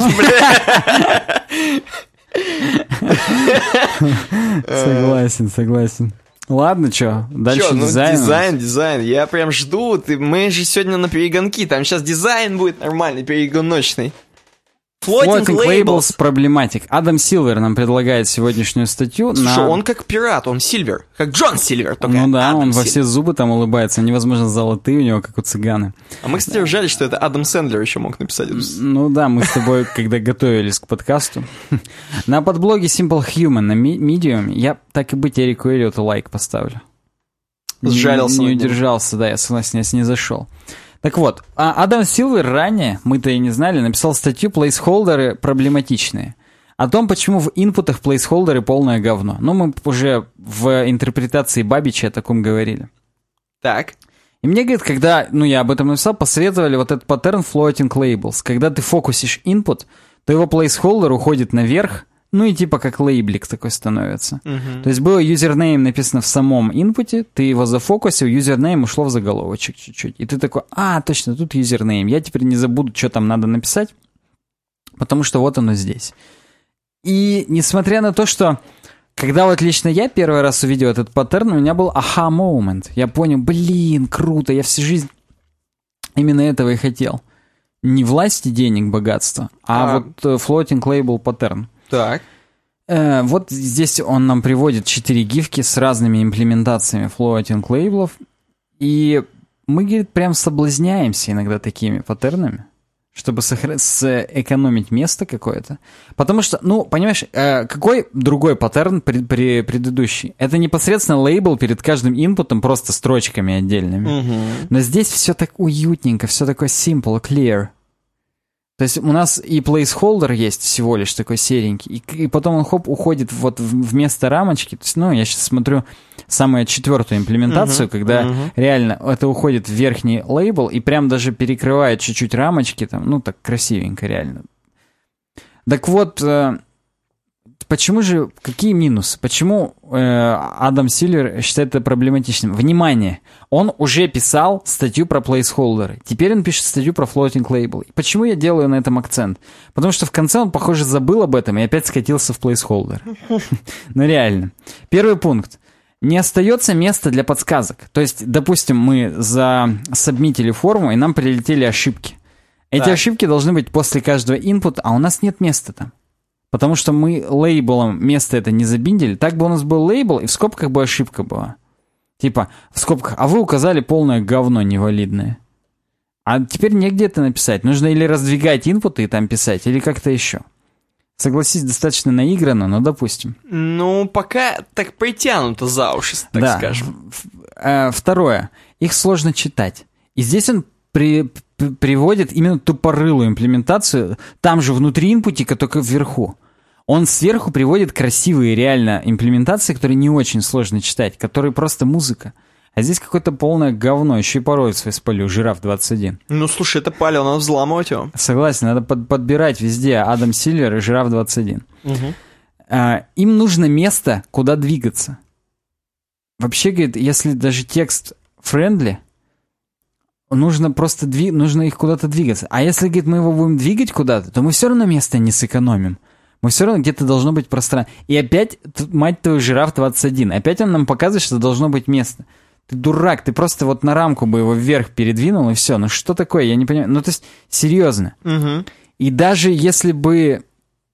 бля. Согласен. Ладно, что, дальше Чё, дизайн. Дизайн. Я прям жду. Мы же сегодня на перегонки. Там сейчас дизайн будет нормальный, перегоночный. Floating Labels Problematic. Адам Силвер нам предлагает сегодняшнюю статью. Слушай, он как пират, он Сильвер. Как Джон Сильвер, только Ну да, Адам он во Сильвер. все зубы там улыбается. Невозможно золотые у него, как у цыгана. А мы, кстати, ржали, что это Адам Сэндлер еще мог написать. Ну да, мы с тобой, когда готовились к подкасту. На подблоге Simple Human на Medium я, так и быть, Эрику Эллиоту лайк поставлю. Сжалился. Не удержался, да, я согласен, я с ней зашел. Так вот, Адам Силвер ранее, мы-то и не знали, написал статью «Плейсхолдеры проблематичные». О том, почему в инпутах плейсхолдеры полное говно. Ну, мы уже в интерпретации Бабича о таком говорили. Так. И мне, говорит, когда, я об этом написал, посоветовали вот этот паттерн floating labels. Когда ты фокусишь input, то его плейсхолдер уходит наверх, ну и типа как лейблик такой становится. То есть было username написано в самом инпуте, ты его зафокусил, username ушло в заголовочек чуть-чуть. И ты такой, точно, тут username. Я теперь не забуду, что там надо написать, потому что вот оно здесь. И несмотря на то, что когда вот лично я первый раз увидел этот паттерн, у меня был аха-момент. Я понял, круто, я всю жизнь именно этого и хотел. Не власти, денег, богатства, а вот floating label паттерн. Так. Вот здесь он нам приводит 4 гифки с разными имплементациями floating лейблов. И мы, говорит, прям соблазняемся иногда такими паттернами, чтобы сэкономить место какое-то. Потому что, понимаешь, какой другой паттерн предыдущий? Это непосредственно лейбл перед каждым инпутом просто строчками отдельными. Но здесь все так уютненько, все такое simple, clear. То есть у нас и placeholder есть всего лишь такой серенький, и потом он уходит вот вместо рамочки. То есть, я сейчас смотрю самую 4-ю имплементацию, когда реально это уходит в верхний лейбл и прям даже перекрывает чуть-чуть рамочки, там, так красивенько реально. Так вот, почему же, какие минусы? Почему Адам Сильвер считает это проблематичным? Внимание! Он уже писал статью про плейсхолдеры. Теперь он пишет статью про floating label. Почему я делаю на этом акцент? Потому что в конце он, похоже, забыл об этом и опять скатился в плейсхолдер. Ну реально. Первый пункт. Не остается места для подсказок. То есть, допустим, мы засабмитили форму, и нам прилетели ошибки. Эти ошибки должны быть после каждого инпута, а у нас нет места там. Потому что мы лейблом место это не забиндили. Так бы у нас был лейбл, и в скобках бы ошибка была. Типа, в скобках, а вы указали полное говно невалидное. А теперь негде это написать. Нужно или раздвигать инпуты и там писать, или как-то еще. Согласись, достаточно наигранно, но допустим. Пока так притянуто за уши, так скажем. Второе. Их сложно читать. И здесь он приводит именно тупорылую имплементацию, там же внутри инпутика, только вверху. Он сверху приводит красивые реально имплементации, которые не очень сложно читать, которые просто музыка. А здесь какое-то полное говно, еще и пароль свой спалю, жираф 21. Слушай, это палево, надо взламывать его. Согласен, надо подбирать везде Адам Сильвер и жираф 21. Им нужно место, куда двигаться. Вообще, говорит, если даже текст friendly, нужно просто нужно их куда-то двигаться. А если, говорит, мы его будем двигать куда-то, то мы все равно место не сэкономим. Мы все равно где-то должно быть пространство. И опять, мать твою, жираф 21. Опять он нам показывает, что должно быть место. Ты дурак, ты просто вот на рамку бы его вверх передвинул, и все. Что такое? Я не понимаю. То есть, серьезно. И даже если бы,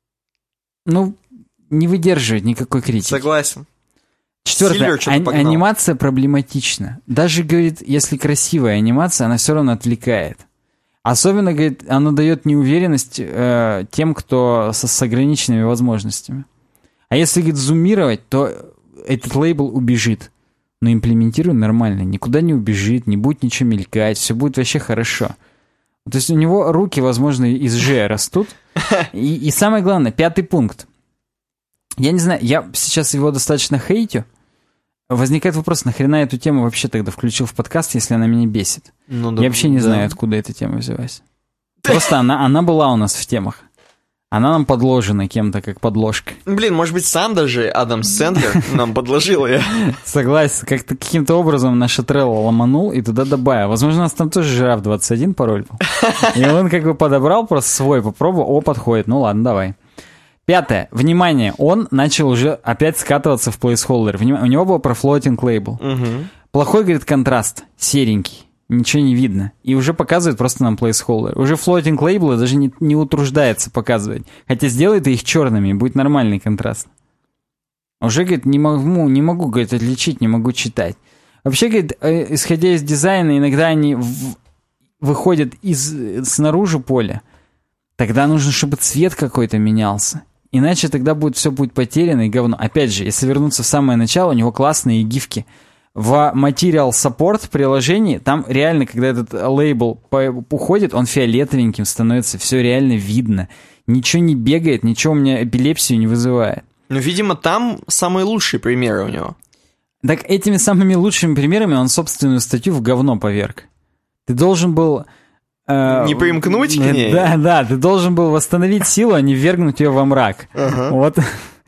не выдерживает никакой критики. Согласен. Четвертое. Анимация проблематична. Даже, говорит, если красивая анимация, она все равно отвлекает. Особенно, говорит, она дает неуверенность тем, кто с ограниченными возможностями. А если, говорит, зумировать, то этот лейбл убежит. Но имплементируй нормально. Никуда не убежит, не будет ничего мелькать, все будет вообще хорошо. То есть у него руки, возможно, из Ж растут. И самое главное, 5-й пункт. Я не знаю, я сейчас его достаточно хейтю. Возникает вопрос, нахрена эту тему вообще тогда включил в подкаст, если она меня бесит? Я вообще не знаю, откуда эта тема взялась. Просто она была у нас в темах. Она нам подложена кем-то, как подложка. Может быть, сам даже Адам Сэндлер нам подложил ее. Согласен. Как-то каким-то образом наша Трелло ломанул и туда добавил. Возможно, у нас там тоже жираф 21 пароль был. И он как бы подобрал, просто свой попробовал. Подходит. Ладно, давай. 5. Внимание, он начал уже опять скатываться в placeholder. У него был про floating label. Плохой, говорит, контраст, серенький. Ничего не видно. И уже показывает просто нам placeholder. Уже floating label даже не утруждается показывать. Хотя сделает их черными, будет нормальный контраст. Уже, говорит, не могу, говорит, отличить, не могу читать. Вообще, говорит, исходя из дизайна, иногда они выходят снаружи поля. Тогда нужно, чтобы цвет какой-то менялся. Иначе тогда все будет потеряно и говно. Опять же, если вернуться в самое начало, у него классные гифки. В Material Support приложении, там реально, когда этот лейбл уходит, он фиолетовеньким становится, все реально видно. Ничего не бегает, ничего у меня эпилепсию не вызывает. Ну, видимо, там самые лучшие примеры у него. Так этими самыми лучшими примерами он собственную статью в говно поверг. Ты должен был... не примкнуть к ней? Да, ты должен был восстановить силу, а не ввергнуть ее во мрак. Вот.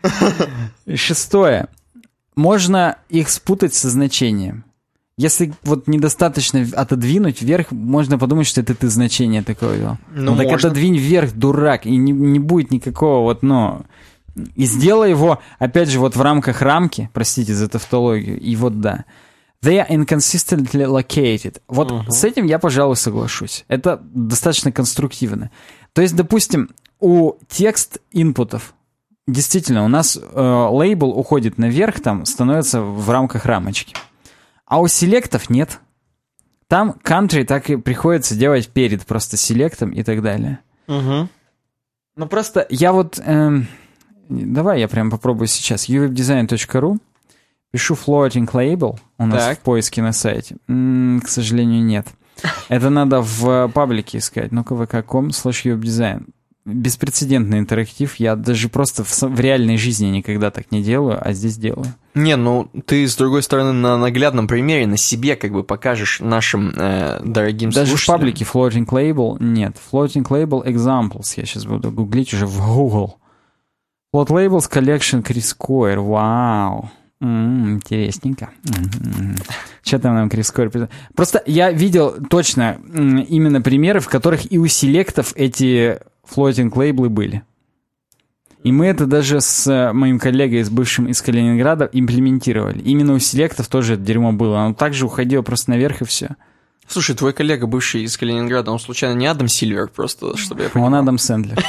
6. Можно их спутать со значением. Если вот недостаточно отодвинуть вверх, можно подумать, что это ты значение такое вел. Ну, так отодвинь вверх, дурак, и не будет никакого вот, и сделай его, опять же, вот в рамках рамки, простите за тавтологию, и вот да. They are inconsistently located. Вот с этим я, пожалуй, соглашусь. Это достаточно конструктивно. То есть, допустим, у текст-инпутов действительно у нас лейбл уходит наверх, там становится в рамках рамочки. А у селектов нет. Там country так и приходится делать перед просто селектом и так далее. Ну просто я вот... давай я прям попробую сейчас. uwebdesign.ru. Пишу floating label у нас в поиске на сайте. К сожалению, нет. Это надо в паблике искать. Ну-ка, vk.com/uwebdesign. Беспрецедентный интерактив. Я даже просто в реальной жизни никогда так не делаю, а здесь делаю. Не, ты, с другой стороны, на наглядном примере, на себе как бы покажешь нашим дорогим даже слушателям. Даже в паблике floating label нет. Floating label examples. Я сейчас буду гуглить уже в Google. Float labels collection Chris Coyer. Вау. Интересненько. Что там нам Крис Койер? Просто я видел точно именно примеры, в которых и у селектов эти флотинг лейблы были. И мы это даже с моим коллегой, бывшим из Калининграда, имплементировали. Именно у селектов тоже это дерьмо было. Оно также уходило просто наверх и все. Слушай, твой коллега, бывший из Калининграда, он случайно не Адам Сильвер, просто, чтобы я понимал? Он Адам Сэндлер.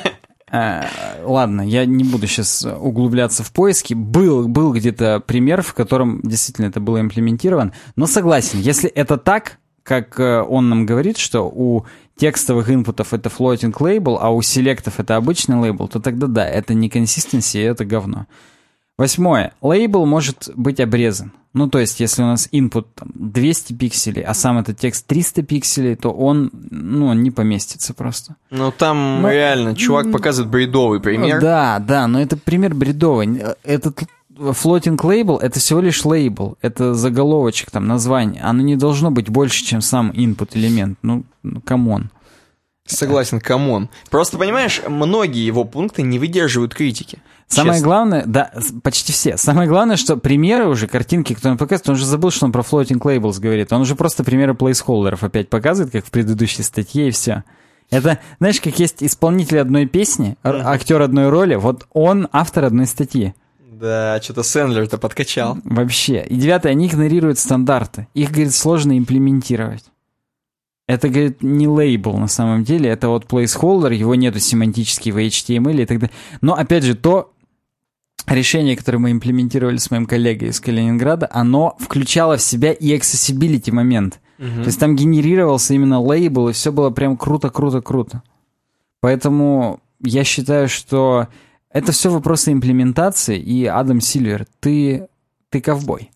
Ладно, я не буду сейчас углубляться в поиски. Был где-то пример, в котором действительно это было имплементировано. Но согласен, если это так, как он нам говорит, что у текстовых инпутов это floating label, а у селектов это обычный лейбл, то тогда да, это не consistency, это говно. 8. Лейбл может быть обрезан. Ну, то есть, если у нас input 200 пикселей, а сам этот текст 300 пикселей, то он не поместится просто. Ну, там реально чувак показывает бредовый пример. Да, но это пример бредовый. Этот floating label — это всего лишь лейбл, это заголовочек, там, название. Оно не должно быть больше, чем сам input элемент. Ну камон. Согласен, камон. Просто, понимаешь, многие его пункты не выдерживают критики. Самое главное, да, почти все. Самое главное, что примеры уже, картинки, кто нам показывает, он уже забыл, что он про floating labels говорит. Он уже просто примеры плейсхолдеров опять показывает, как в предыдущей статье, и все. Это, знаешь, как есть исполнитель одной песни, актер одной роли, вот он автор одной статьи. Да, что-то Сэндлер-то подкачал. Вообще. И 9. Они игнорируют стандарты. Их, говорит, сложно имплементировать. Это, говорит, не лейбл на самом деле, это вот placeholder, его нету семантически в HTML и так далее. Но, опять же, то решение, которое мы имплементировали с моим коллегой из Калининграда, оно включало в себя и accessibility момент. То есть там генерировался именно лейбл, и все было прям круто. Поэтому я считаю, что это все вопросы имплементации, и Адам Сильвер, ты ковбой.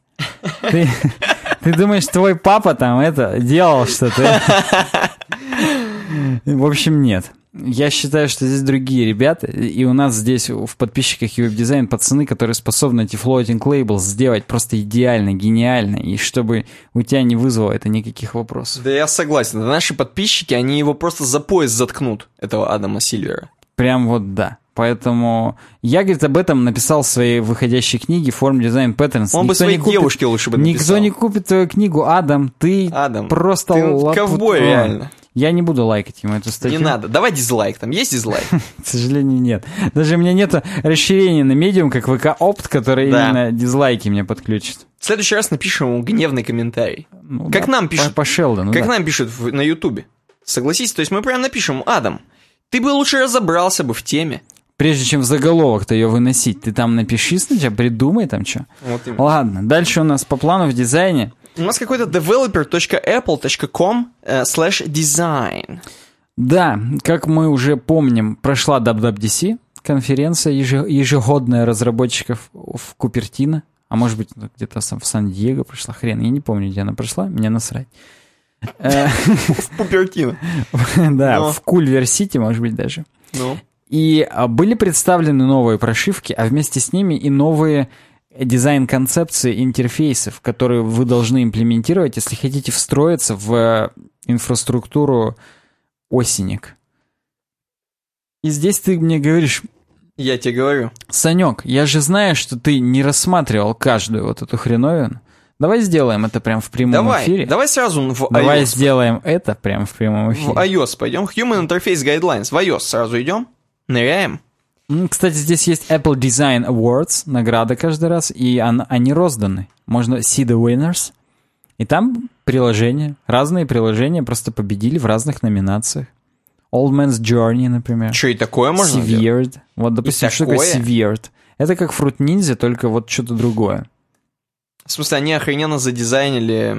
Ты думаешь, твой папа там это делал что-то? В общем, нет. Я считаю, что здесь другие ребята, и у нас здесь в подписчиках веб-дизайн пацаны, которые способны эти floating labels сделать просто идеально, гениально, и чтобы у тебя не вызвало это никаких вопросов. Да я согласен. Наши подписчики, они его просто за пояс заткнут, этого Адама Сильвера. Прям вот да. Поэтому я, говорит, об этом написал в своей выходящей книге Form Design Patterns. Он бы своей девушке лучше бы написал. Никто не купит твою книгу, Адам. Ты просто ковбой реально. Я не буду лайкать ему эту статью. Не надо. Давай дизлайк. Там есть дизлайк? К сожалению, нет. Даже у меня нет расширения на Medium, как ВК-опт, который именно дизлайки мне подключит. В следующий раз напишем ему гневный комментарий. Ну, как нам пишут. По Шелдону, как нам пишут на Ютубе. Согласись? То есть мы прям напишем: Адам, ты бы лучше разобрался бы в теме. Прежде чем в заголовок-то ее выносить, ты там напиши сначала, придумай там что. Вот ладно, дальше у нас по плану в дизайне. У нас какой-то developer.apple.com/design. Да, как мы уже помним, прошла WWDC, конференция ежегодная разработчиков в Купертино. А может быть, где-то в Сан-Диего прошла, хрен, я не помню, где она прошла, мне насрать. В Купертино. Да, в Кульвер-Сити, может быть, даже. И были представлены новые прошивки, а вместе с ними и новые дизайн-концепции интерфейсов, которые вы должны имплементировать, если хотите встроиться в инфраструктуру осенек. И здесь ты мне говоришь... Я тебе говорю. Санек, я же знаю, что ты не рассматривал каждую вот эту хреновину. Давай сделаем это прямо в прямом эфире. Давай сразу в iOS. Давай сделаем это прямо в прямом эфире. В iOS пойдем. Human Interface Guidelines. В iOS сразу идем. Ныряем. Кстати, здесь есть Apple Design Awards, награды каждый раз, и они розданы. Можно see the winners. И там приложения, разные приложения просто победили в разных номинациях. Old Man's Journey, например. Что, и такое можно Severed. делать? Вот, допустим, что такое Severed? Это как Fruit Ninja, только вот что-то другое. В смысле, они охрененно задизайнили,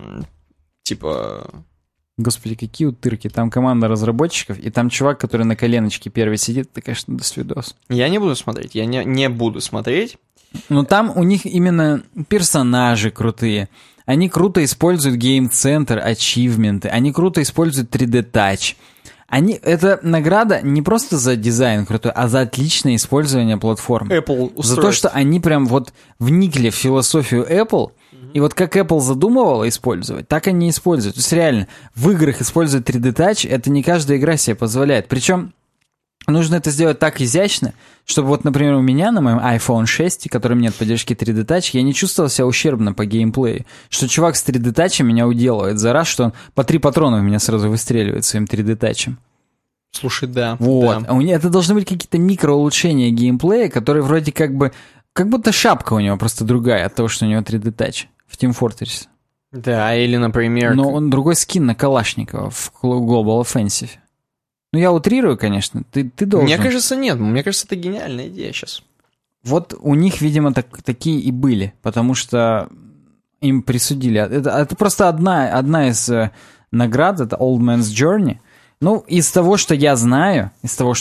типа... Господи, какие утырки. Там команда разработчиков, и там чувак, который на коленочке первый сидит, это, конечно, досвидос. Я не буду смотреть, я не буду смотреть. Но там у них именно персонажи крутые. Они круто используют Game Center, ачивменты, они круто используют 3D Touch. Это награда не просто за дизайн крутой, а за отличное использование платформы. Apple устройств. За то, что они прям вот вникли в философию Apple, и вот как Apple задумывала использовать, так они используют. То есть реально, в играх использовать 3D Touch, это не каждая игра себе позволяет. Причем нужно это сделать так изящно, чтобы вот, например, у меня на моем iPhone 6, которым нет поддержки 3D Touch, я не чувствовал себя ущербно по геймплею. Что чувак с 3D Touch меня уделывает за раз, что он по 3 патрона в меня сразу выстреливает своим 3D Touch. Слушай, да. Вот. Да. Это должны быть какие-то микроулучшения геймплея, которые вроде как будто шапка у него просто другая от того, что у него 3D Touch в Team Fortress. Да, или, например... Но он другой скин на Калашникова в Global Offensive. Ну, я утрирую, конечно, ты должен... Мне кажется, нет. Мне кажется, это гениальная идея сейчас. Вот у них, видимо, такие и были, потому что им присудили... Это просто одна из наград, это Old Man's Journey. Ну, из того, что я знаю,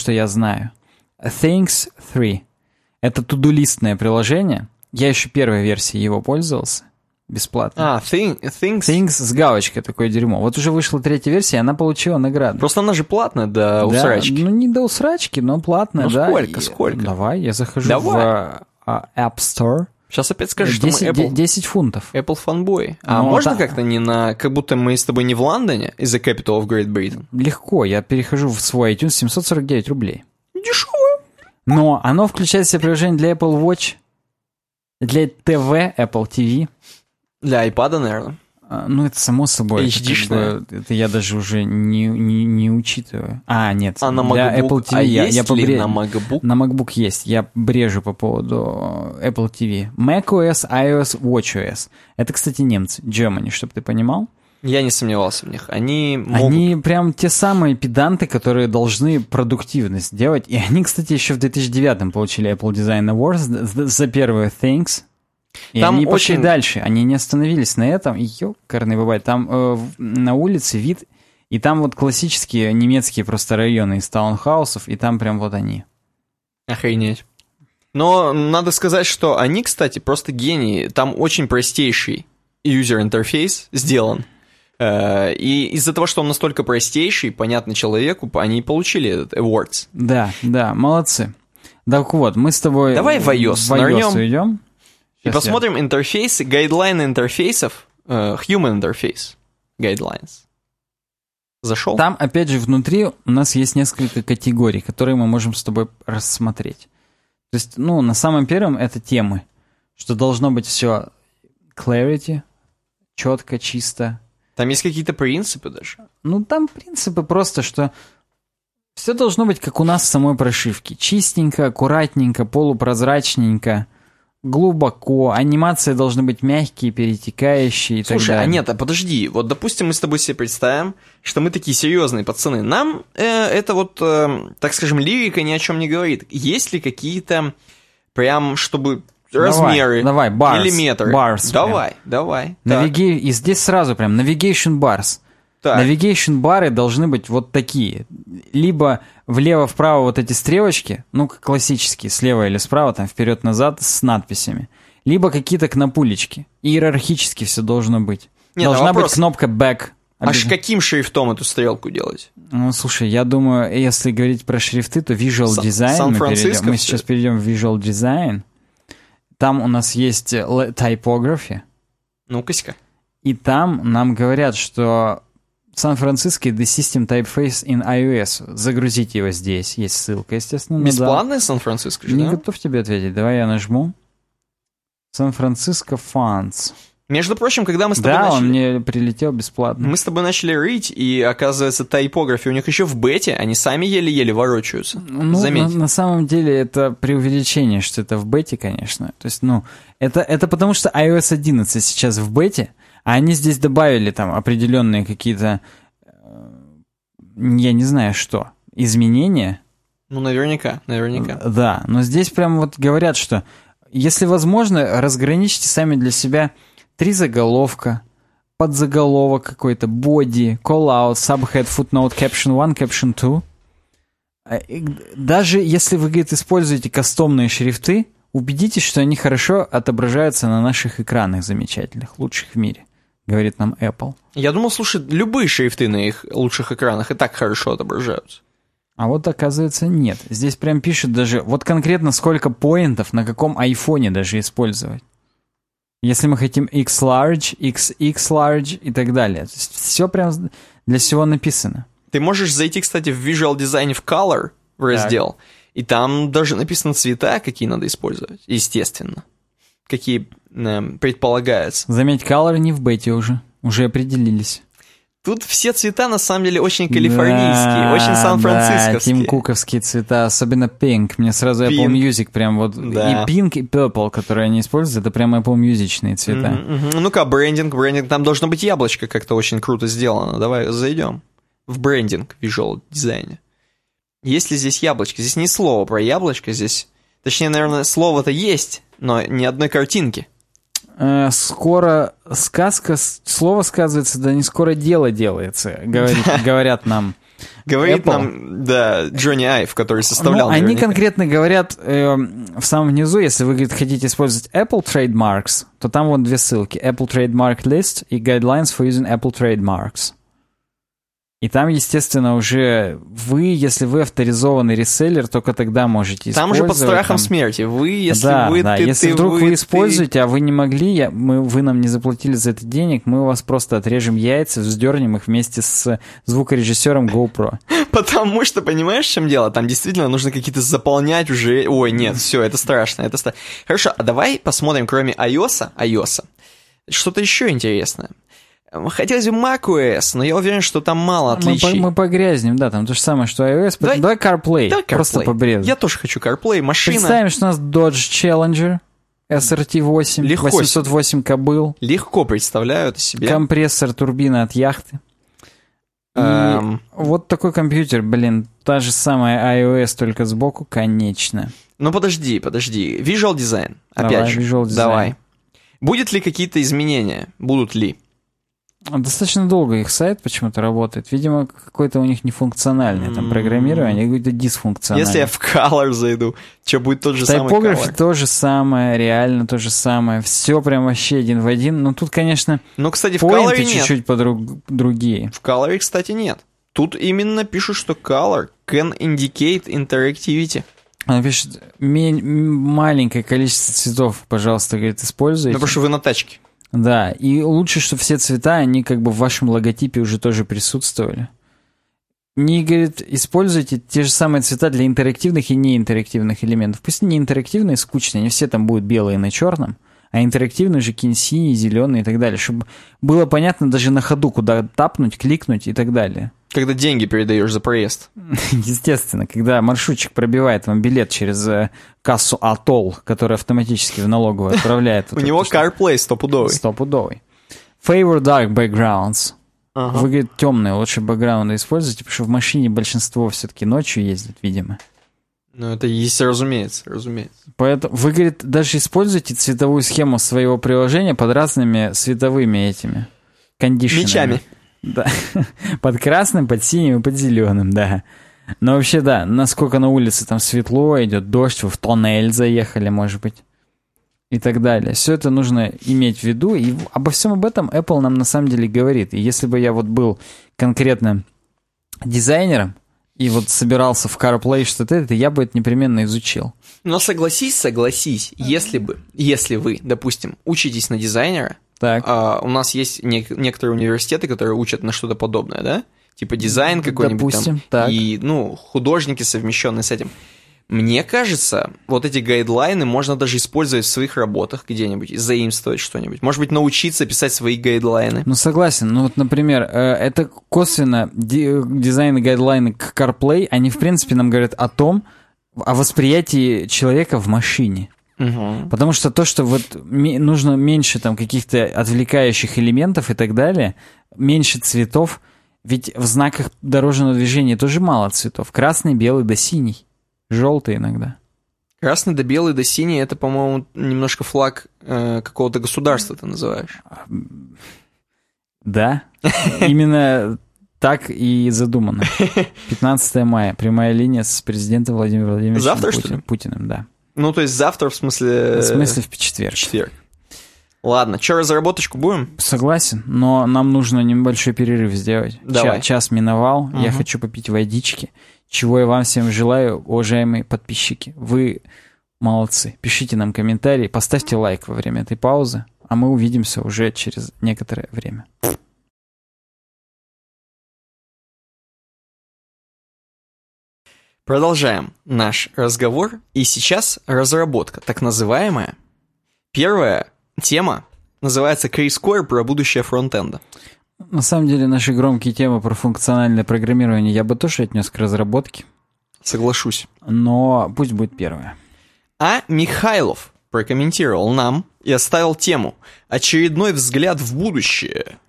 Things 3. Это тудулистное приложение. Я еще первой версии его пользовался. Бесплатно. Things с галочкой, такое дерьмо. Вот уже вышла 3-я версия, она получила награду. Просто она же платная до усрачки. Ну, не до усрачки, но платная, ну, да. Сколько? Давай, я захожу в App Store. Сейчас опять скажешь, что мы Apple... 10 фунтов. Apple фанбой. А можно как-то не на... Как будто мы с тобой не в Лондоне, из the capital of Great Britain? Легко, я перехожу в свой iTunes, 749 рублей. Дешево. Но оно включает в себя приложение для Apple Watch, для ТВ, Apple TV. Для iPad, наверное. Ну, это само собой. HD-шное. Это я даже уже не учитываю. Нет. А на для MacBook? Apple TV есть ли на MacBook? На MacBook есть. Я брежу по поводу Apple TV. macOS, iOS, watchOS. Это, кстати, немцы. Germany, чтобы ты понимал. Я не сомневался в них. Они прям те самые педанты, которые должны продуктивность делать. И они, кстати, еще в 2009 получили Apple Design Awards за первую Things. И там они пошли дальше, они не остановились на этом, и ёкарный бывает, там на улице вид, и там вот классические немецкие просто районы из таунхаусов, и там прям вот они. Охренеть. Но надо сказать, что они, кстати, просто гении, там очень простейший юзер-интерфейс сделан, и из-за того, что он настолько простейший, понятный человеку, они получили этот awards. Да, молодцы. Так вот, мы с тобой давай в iOS идем. И посмотрим интерфейсы, гайдлайны интерфейсов, Human Interface Guidelines. Зашел? Там, опять же, внутри у нас есть несколько категорий, которые мы можем с тобой рассмотреть. То есть, на самом первом это темы, что должно быть все clarity, четко, чисто, Там есть какие-то принципы даже. Ну, там принципы просто, что все должно быть как у нас в самой прошивке. Чистенько, аккуратненько, полупрозрачненько, глубоко. Анимации должны быть мягкие, перетекающие и так далее. Слушай, а нет, подожди. Вот, допустим, мы с тобой себе представим, что мы такие серьезные пацаны. Нам это вот, так скажем, лирика ни о чем не говорит. Есть ли какие-то прям, чтобы... размеры, давай, bars, миллиметры. Bars Давай. И здесь сразу прям navigation bars. Так. Navigation бары должны быть вот такие. Либо влево-вправо вот эти стрелочки, ну, как классические, слева или справа, там, вперед-назад с надписями. Либо какие-то кнопулечки. Иерархически все должно быть. Нет, должна быть кнопка back. Аж каким шрифтом эту стрелку делать? Ну, слушай, я думаю, если говорить про шрифты, то Visual Design мы сейчас перейдем в Visual Design. Там у нас есть typography. Ну-ка-ка. И там нам говорят, что Сан-Франциско The System Typeface in iOS. Загрузите его здесь. Есть ссылка, естественно. Бесплатный Сан-Франциско же, Не да? готов тебе ответить. Давай я нажму. Сан-Франциско Fonts. Между прочим, когда мы с тобой начали... Да, он мне прилетел бесплатно. Мы с тобой начали рыть, и, оказывается, тайпография у них еще в бете, они сами еле-еле ворочаются. Ну, заметь. на самом деле это преувеличение, что это в бете, конечно. То есть, ну, это потому что iOS 11 сейчас в бете, а они здесь добавили там определенные какие-то, я не знаю что, изменения. Ну, наверняка. Да, но здесь прям вот говорят, что если возможно, разграничьте сами для себя 3 заголовка, подзаголовок какой-то, body, call-out, subhead, footnote, caption 1, caption 2. Даже если вы, говорит, используете кастомные шрифты, убедитесь, что они хорошо отображаются на наших экранах замечательных, лучших в мире, говорит нам Apple. Я думал, слушай, любые шрифты на их лучших экранах и так хорошо отображаются. А вот, оказывается, нет. Здесь прям пишет даже, вот конкретно сколько поинтов на каком айфоне даже использовать. Если мы хотим X-Large, XX-Large и так далее. То есть все прям для всего написано. Ты можешь зайти, кстати, в Visual Design в Color в раздел, так. И там даже написано цвета, какие надо использовать, естественно. Какие предполагаются. Заметь, Color не в бете уже определились. Тут все цвета, на самом деле, очень калифорнийские, да, очень сан-францисковские. Да, Тим Куковские цвета, особенно Pink. Мне сразу Apple Music прям вот... Да. И Pink, и Purple, которые они используют, это прям Apple Music-ные цвета. Ну-ка, брендинг. Там должно быть яблочко как-то очень круто сделано. Давай зайдем в брендинг Visual Design. Есть ли здесь яблочко? Здесь ни слова про яблочко, здесь... Точнее, наверное, слово-то есть, но ни одной картинки. Скоро слово сказывается, да не скоро дело делается, говорят нам. Говорит Apple. нам, да, Джонни Айв, который составлял. Ну, они конкретно говорят в самом низу, если вы, говорит, хотите использовать Apple Trademarks, то там вот 2 ссылки. Apple Trademark List и Guidelines for using Apple Trademarks. И там, естественно, уже вы, если вы авторизованный реселлер, только тогда можете там использовать. Там уже под страхом смерти. Вы, если да, вы... Да, если вдруг вы используете, а вы не могли, вы нам не заплатили за это денег, мы у вас просто отрежем яйца, вздернем их вместе с звукорежиссером GoPro. Потому что, понимаешь, в чем дело? Там действительно нужно какие-то заполнять уже... Ой, нет, все, это страшно. Хорошо, а давай посмотрим, кроме iOS, что-то еще интересное. Хотелось бы macOS, но я уверен, что там мало отличий. Мы погрязнем, да, там то же самое, что iOS. Давай CarPlay, просто побрезать. Я тоже хочу CarPlay, машина. Представим, что у нас Dodge Challenger SRT8, легко 808 кобыл. Легко представляю это себе. Компрессор, турбина от яхты. И вот такой компьютер, блин, та же самая iOS, только сбоку, конечно. Ну подожди. Visual Design, опять же. Visual Design. Давай. Будет ли какие-то изменения? Будут ли? Достаточно долго их сайт почему-то работает. Видимо, какое-то у них нефункциональное там программирование, какое-то дисфункциональное. Если я в Color зайду, что будет тот же самый Color? Typography то же самое, реально то же самое. Все прям вообще один в один. Но тут, конечно, кстати, в Color нет. чуть-чуть другие. В Color, кстати, нет. Тут именно пишут, что Color can indicate interactivity. Она пишет, маленькое количество цветов, пожалуйста, говорит, используйте. Ну, потому что вы на тачке. Да, и лучше, чтобы все цвета, они как бы в вашем логотипе уже тоже присутствовали. Не, говорит, используйте те же самые цвета для интерактивных и неинтерактивных элементов. Пусть они интерактивные, скучные, не все там будут белые на черном, А интерактивный же кинь синий, зеленый и так далее, чтобы было понятно даже на ходу, куда тапнуть, кликнуть и так далее. Когда деньги передаешь за проезд. Естественно, когда маршрутчик пробивает вам билет через кассу Атолл, которая автоматически в налоговую отправляет. У него CarPlay стопудовый. Стопудовый. Favor dark backgrounds. Вы, говорит, темные лучше бэкграунды используйте, потому что в машине большинство все-таки ночью ездит, видимо. Ну, это есть, разумеется. Поэтому вы, говорит, даже используйте цветовую схему своего приложения под разными световыми этими кондишенами. Мечами. Да. Под красным, под синим и под зеленым, да. Но вообще, да, насколько на улице там светло, идет дождь, вы в тоннель заехали, может быть, и так далее. Все это нужно иметь в виду, и обо всем об этом Apple нам на самом деле говорит. И если бы я вот был конкретно дизайнером, и вот собирался в CarPlay что-то это, я бы это непременно изучил. Но согласись, если вы, допустим, учитесь на дизайнера, так. У нас есть некоторые университеты, которые учат на что-то подобное, да? Типа дизайн какой-нибудь, допустим, там, так. И, художники, совмещенные с этим. Мне кажется, вот эти гайдлайны можно даже использовать в своих работах где-нибудь, заимствовать что-нибудь. Может быть, научиться писать свои гайдлайны. Ну, согласен. Ну, вот, например, это косвенно дизайн и гайдлайны к CarPlay, они, в принципе, нам говорят о восприятии человека в машине. Угу. Потому что то, что вот нужно меньше там каких-то отвлекающих элементов и так далее, меньше цветов, ведь в знаках дорожного движения тоже мало цветов. Красный, белый да синий. Желтый иногда. Красный да белый да синий — это, по-моему, немножко флаг какого-то государства ты называешь. Да, именно так и задумано. 15 мая. Прямая линия с президентом Владимиром Владимировичем завтра, что ли? Путиным, да. Ну, то есть завтра, в смысле... В смысле в четверг. Четверг. Ладно, что, разработочку будем? Согласен, но нам нужно небольшой перерыв сделать. Давай. Час миновал, я хочу попить водички, чего я вам всем желаю, уважаемые подписчики. Вы молодцы. Пишите нам комментарии, поставьте лайк во время этой паузы, а мы увидимся уже через некоторое время. Продолжаем наш разговор, и сейчас разработка, так называемая. Первая тема называется Крис-Койер про будущее фронтенда. На самом деле, наши громкие темы про функциональное программирование я бы тоже отнес к разработке. Соглашусь. Но пусть будет первая. А Михайлов прокомментировал нам и оставил тему «Очередной взгляд в будущее».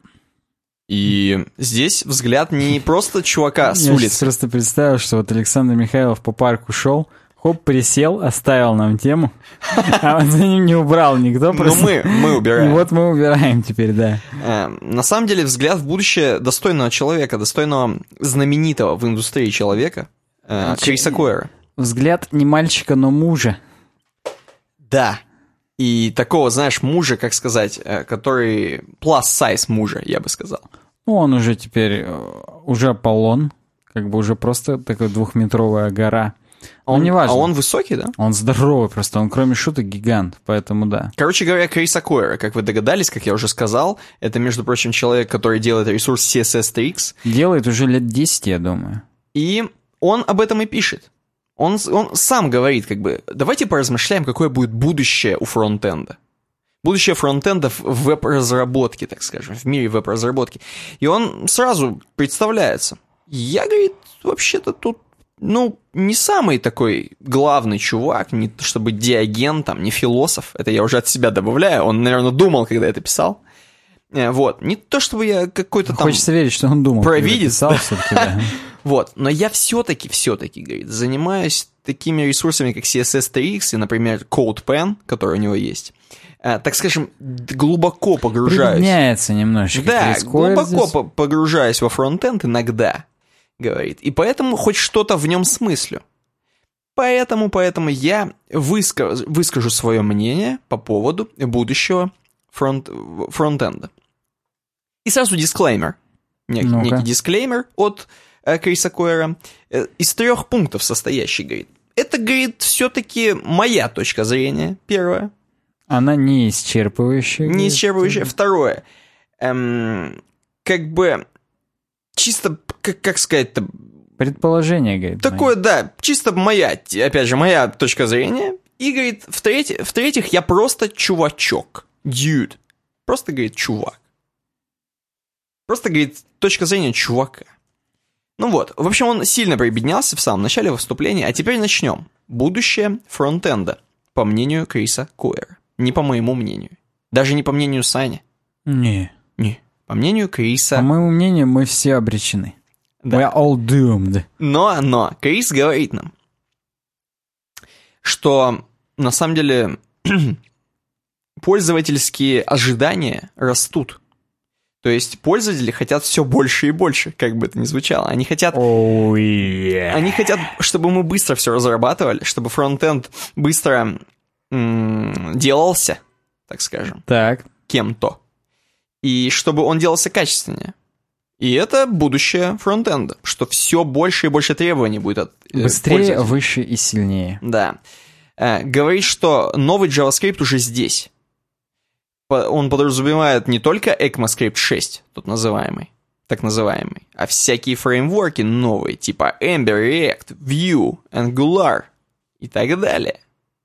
И здесь взгляд не просто чувака с улицы. Я просто представил, что вот Александр Михайлов по парку шел, хоп, присел, оставил нам тему, а он за ним не убрал никто. Ну, мы убираем. И вот мы убираем теперь, да. На самом деле, взгляд в будущее достойного человека, достойного знаменитого в индустрии человека, Криса Койера. Взгляд не мальчика, но мужа. Да. И такого, знаешь, мужа, как сказать, который plus size мужа, я бы сказал. Ну, он уже теперь, уже Аполлон, как бы уже просто такая 2-метровая гора. Неважно. А он высокий, да? Он здоровый просто, он кроме шуток гигант, поэтому да. Короче говоря, Криса Койера, как вы догадались, как я уже сказал, это, между прочим, человек, который делает ресурс CSS3X. Делает уже лет 10, я думаю. И он об этом и пишет. Он сам говорит, как бы, давайте поразмышляем, какое будет будущее у фронтенда. Будущее фронтенда в веб-разработке, так скажем, в мире веб-разработки. И он сразу представляется. Я, говорит, вообще-то тут, не самый такой главный чувак, не чтобы Диоген, там, не философ, это я уже от себя добавляю, он, наверное, думал, когда это писал. Вот, не то чтобы я какой-то там... Хочется верить, что он думал, провидец, когда писал все-таки, да. Вот, но я все-таки, говорит, занимаюсь такими ресурсами, как CSS3X и, например, CodePen, который у него есть. Так скажем, глубоко погружаюсь. Прибедняется немножечко. Да, глубоко погружаюсь во фронтенд иногда, говорит. И поэтому хоть что-то в нем смыслю. Поэтому я выскажу свое мнение по поводу будущего фронтенда. И сразу дисклеймер. Некий дисклеймер от Криса Койера. Из 3 пунктов состоящий, говорит. Это, говорит, все-таки моя точка зрения, первая. Она не исчерпывающая. Не исчерпывающая. Второе. Как бы чисто, как сказать-то... Предположение, говорит. Такое, да, чисто моя, опять же, моя точка зрения. И, говорит, в-третьих, я просто чувачок. Dude. Просто, говорит, чувак. Просто, говорит, точка зрения чувака. Ну вот, в общем, он сильно прибеднялся в самом начале выступления, а теперь начнем. Будущее фронтенда, по мнению Криса Койера. Не по моему мнению. Даже не по мнению Сани. Не. По мнению Криса... По моему мнению, мы все обречены. Да. We're all doomed. Но Крис говорит нам, что на самом деле пользовательские ожидания растут. То есть пользователи хотят все больше и больше, как бы это ни звучало. Они хотят, они хотят, чтобы мы быстро все разрабатывали, чтобы фронтенд быстро делался, так скажем, кем-то. И чтобы он делался качественнее. И это будущее фронтенда, что все больше и больше требований будет от быстрее, выше и сильнее. Да. Говорит, что новый JavaScript уже здесь. Он подразумевает не только ECMAScript 6, так называемый, а всякие фреймворки новые, типа Ember, React, Vue, Angular и так далее.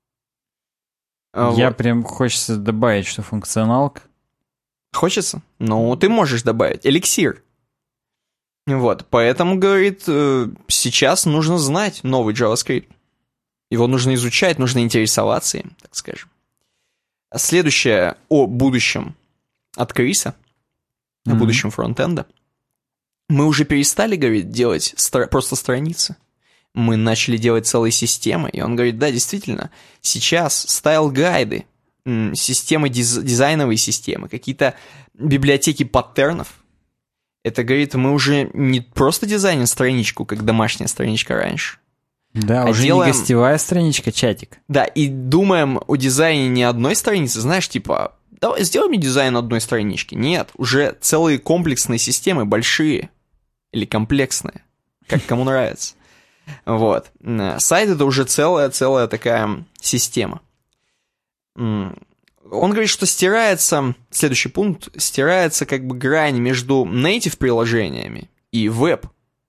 Я прям хочется добавить, что функционалка. Хочется? Ну, ты можешь добавить. Эликсир. Вот, поэтому, говорит, сейчас нужно знать новый JavaScript. Его нужно изучать, нужно интересоваться им, так скажем. Следующее о будущем от Криса, о будущем фронтенда. Мы уже перестали, говорит, делать просто страницы. Мы начали делать целые системы. И он говорит, да, действительно, сейчас стайл-гайды, системы, дизайновые системы, какие-то библиотеки паттернов. Это, говорит, мы уже не просто дизайним страничку, как домашняя страничка раньше. Да, уже делаем... не гостевая страничка, чатик. Да, и думаем о дизайне не одной страницы, знаешь, типа, давай сделай мне дизайн одной странички. Нет, уже целые комплексные системы, большие или комплексные, как кому нравится. Вот. Сайт — это уже целая такая система. Он говорит, что стирается, следующий пункт, стирается как бы грань между native-приложениями и веб.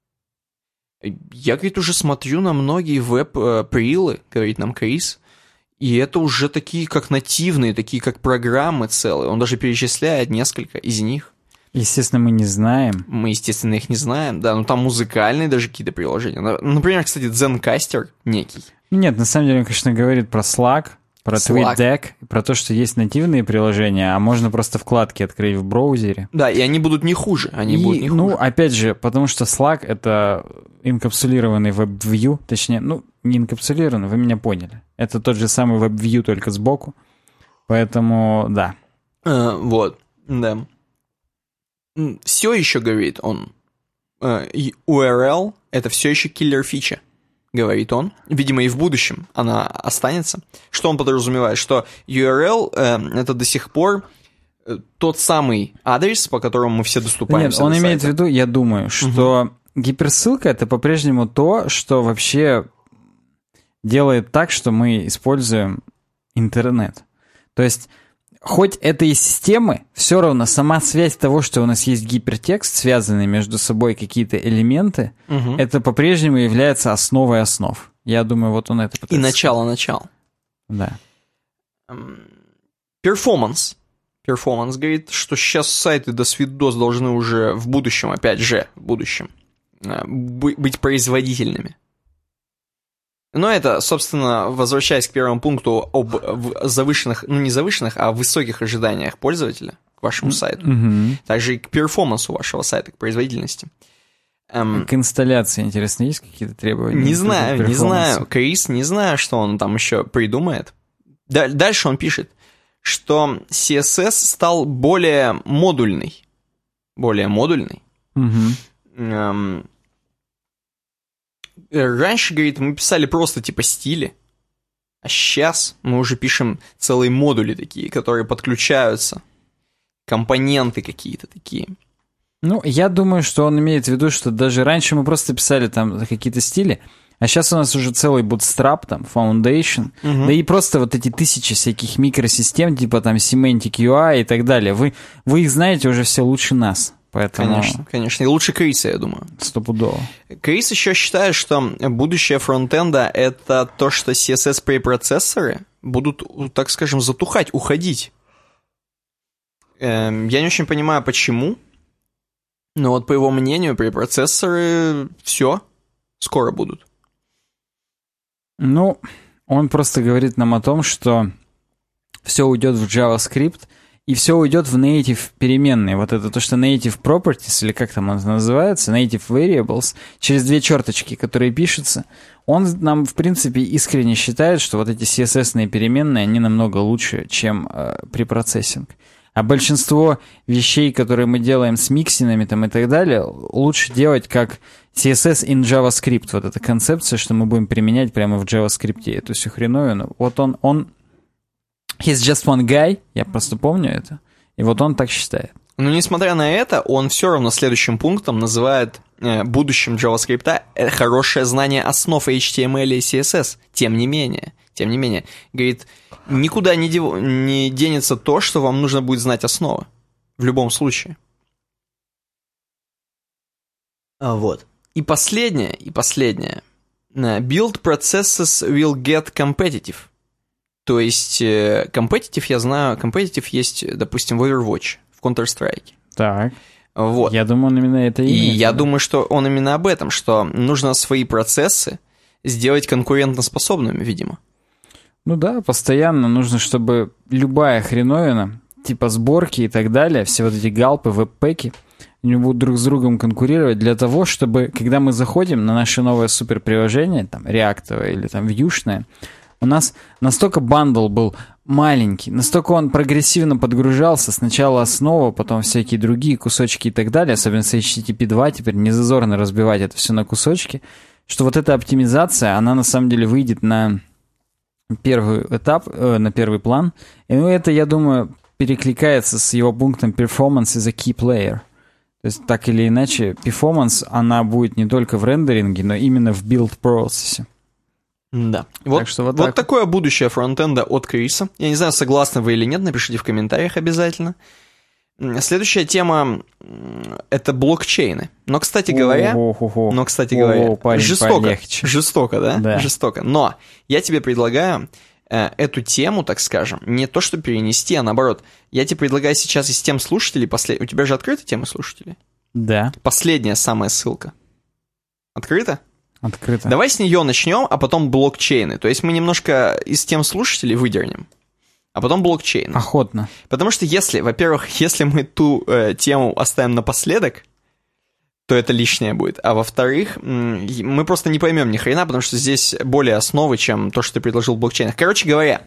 Я, говорит, уже смотрю на многие веб-прилы, говорит нам Крис, и это уже такие как нативные, такие как программы целые. Он даже перечисляет несколько из них. Естественно, мы не знаем. Мы, естественно, их не знаем, да, но там музыкальные даже какие-то приложения. Например, кстати, Zencastr некий. Нет, на самом деле он, конечно, говорит про Slack, про TweetDeck, про то, что есть нативные приложения, а можно просто вкладки открыть в браузере. Да, и они будут не хуже. Будут не хуже. Ну, опять же, потому что Slack — это инкапсулированный WebView, точнее, не инкапсулированный, вы меня поняли. Это тот же самый WebView, только сбоку. Поэтому, да. Вот, да. Все еще, говорит он, URL — это все еще киллер-фича. Говорит он. Видимо, и в будущем она останется. Что он подразумевает? Что URL это до сих пор тот самый адрес, по которому мы все доступаемся. Нет, он имеет в виду, я думаю, что гиперссылка — это по-прежнему то, что вообще делает так, что мы используем интернет. То есть, хоть это и системы, все равно сама связь того, что у нас есть гипертекст, связанные между собой какие-то элементы, это по-прежнему является основой основ. Я думаю, вот он это пытается. И начало. Да. Перформанс. Перформанс говорит, что сейчас сайты до свидос должны уже в будущем, опять же, в будущем, быть производительными. Но это, собственно, возвращаясь к первому пункту об завышенных, не завышенных, а высоких ожиданиях пользователя к вашему сайту. Также и к перформансу вашего сайта, к производительности. К инсталляции, интересно, есть какие-то требования? Не знаю. Крис, не знаю, что он там еще придумает. Дальше он пишет, что CSS стал более модульный. Раньше, говорит, мы писали просто типа стили, а сейчас мы уже пишем целые модули такие, которые подключаются, компоненты какие-то такие. Ну, я думаю, что он имеет в виду, что даже раньше мы просто писали там какие-то стили, а сейчас у нас уже целый Bootstrap, там, Foundation, да и просто вот эти тысячи всяких микросистем, типа там Semantic UI и так далее. Вы их знаете уже все лучше нас. Поэтому... Конечно, конечно. И лучше Криса, я думаю. Стопудово. Крис еще считает, что будущее фронтенда — это то, что CSS-препроцессоры будут, так скажем, затухать, уходить. Я не очень понимаю, почему. Но вот по его мнению, препроцессоры все скоро будут. Ну, он просто говорит нам о том, что все уйдет в JavaScript, и все уйдет в native переменные. Вот это то, что native properties, или как там это называется, native variables, через две черточки, которые пишутся. Он нам, в принципе, искренне считает, что вот эти CSS-ные переменные, они намного лучше, чем препроцессинг. А большинство вещей, которые мы делаем с миксинами там, и так далее, лучше делать как CSS in JavaScript. Вот эта концепция, что мы будем применять прямо в JavaScript. Эту всю хреновину. Вот он he's just one guy, я просто помню это. И вот он так считает. Но несмотря на это, он все равно следующим пунктом называет будущим JavaScript хорошее знание основ HTML и CSS. Тем не менее, говорит, никуда не денется то, что вам нужно будет знать основы. В любом случае. Вот. И последнее. Build processes will get competitive. То есть, competitive, я знаю, competitive есть, допустим, в Overwatch, в Counter-Strike. Так. Вот. Я думаю, он именно это и имеет. И я думаю, что он именно об этом, что нужно свои процессы сделать конкурентоспособными, видимо. Ну да, постоянно нужно, чтобы любая хреновина, типа сборки и так далее, все вот эти галпы, веб-пэки, они будут друг с другом конкурировать для того, чтобы, когда мы заходим на наше новое суперприложение, там, реактовое или там вьюшное, у нас настолько бандл был маленький, настолько он прогрессивно подгружался, сначала основа, потом всякие другие кусочки и так далее, особенно с HTTP 2, теперь не зазорно разбивать это все на кусочки, что вот эта оптимизация, она на самом деле выйдет на первый этап, на первый план. И это, я думаю, перекликается с его пунктом performance is a key player. То есть, так или иначе, performance, она будет не только в рендеринге, но именно в билд-процессе. Да. Вот такое будущее фронтенда от Криса. Я не знаю, согласны вы или нет, напишите в комментариях обязательно. Следующая тема — это блокчейны. Но, кстати говоря, жестоко, да? Да. Жестоко. Но я тебе предлагаю эту тему, так скажем, не то что перенести, а наоборот. Я тебе предлагаю сейчас из тем слушателей, у тебя же открыта тема слушателей? Да. Последняя самая ссылка. Открыта? Открыто. Давай с нее начнем, а потом блокчейны. То есть мы немножко из тем слушателей выдернем, а потом блокчейн. Охотно. Потому что во-первых, если мы ту тему оставим напоследок, то это лишнее будет. А во-вторых, мы просто не поймем ни хрена, потому что здесь более основы, чем то, что ты предложил в блокчейнах. Короче говоря,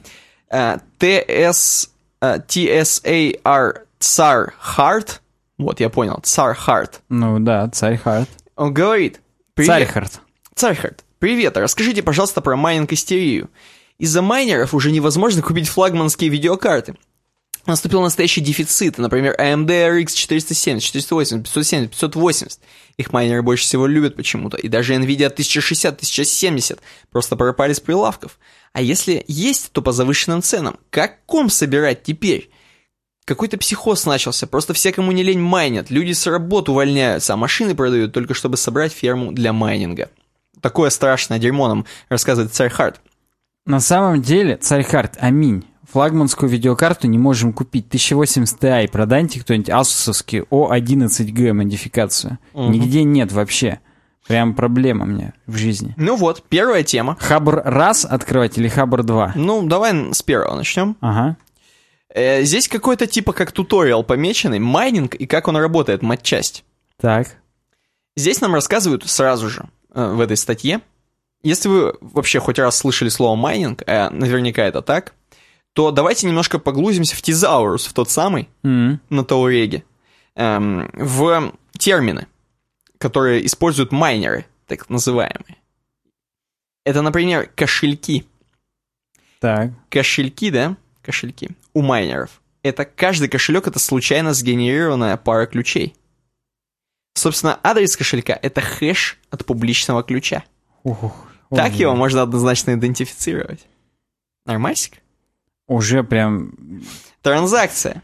TSAR Tsar Hart, вот я понял, Tsar Hart. Ну да, Царь Харт. Он говорит: Царь Харт, привет, расскажите, пожалуйста, про майнинг-истерию. Из-за майнеров уже невозможно купить флагманские видеокарты. Наступил настоящий дефицит. Например, AMD RX 470, 480, 570, 580. Их майнеры больше всего любят почему-то. И даже NVIDIA 1060, 1070 просто пропали с прилавков. А если есть, то по завышенным ценам. Как комп собирать теперь? Какой-то психоз начался. Просто все, кому не лень, майнят. Люди с работы увольняются, а машины продают только чтобы собрать ферму для майнинга. Такое страшное дерьмо нам рассказывает Царь Харт. На самом деле, Царь Харт, аминь. Флагманскую видеокарту не можем купить. 1080 Ti, продайте кто-нибудь асусовский O11G модификацию. Нигде нет вообще. Прям проблема мне в жизни. Ну вот, первая тема. Хабр раз открывать или Хабр 2? Ну, давай с первого начнем. Ага. Здесь какой-то типа как туториал помеченный, майнинг и как он работает, матчасть. Так. Здесь нам рассказывают сразу же в этой статье. Если вы вообще хоть раз слышали слово майнинг, наверняка это так, то давайте немножко поглубимся в тезаурус, в тот самый, на Тауреге, в термины, которые используют майнеры, так называемые. Это, например, кошельки. Так. Кошельки, да? Кошельки у майнеров. Каждый кошелек — это случайно сгенерированная пара ключей. Собственно, адрес кошелька — это хэш от публичного ключа. Так его можно однозначно идентифицировать. Нормасик? Уже прям... Транзакция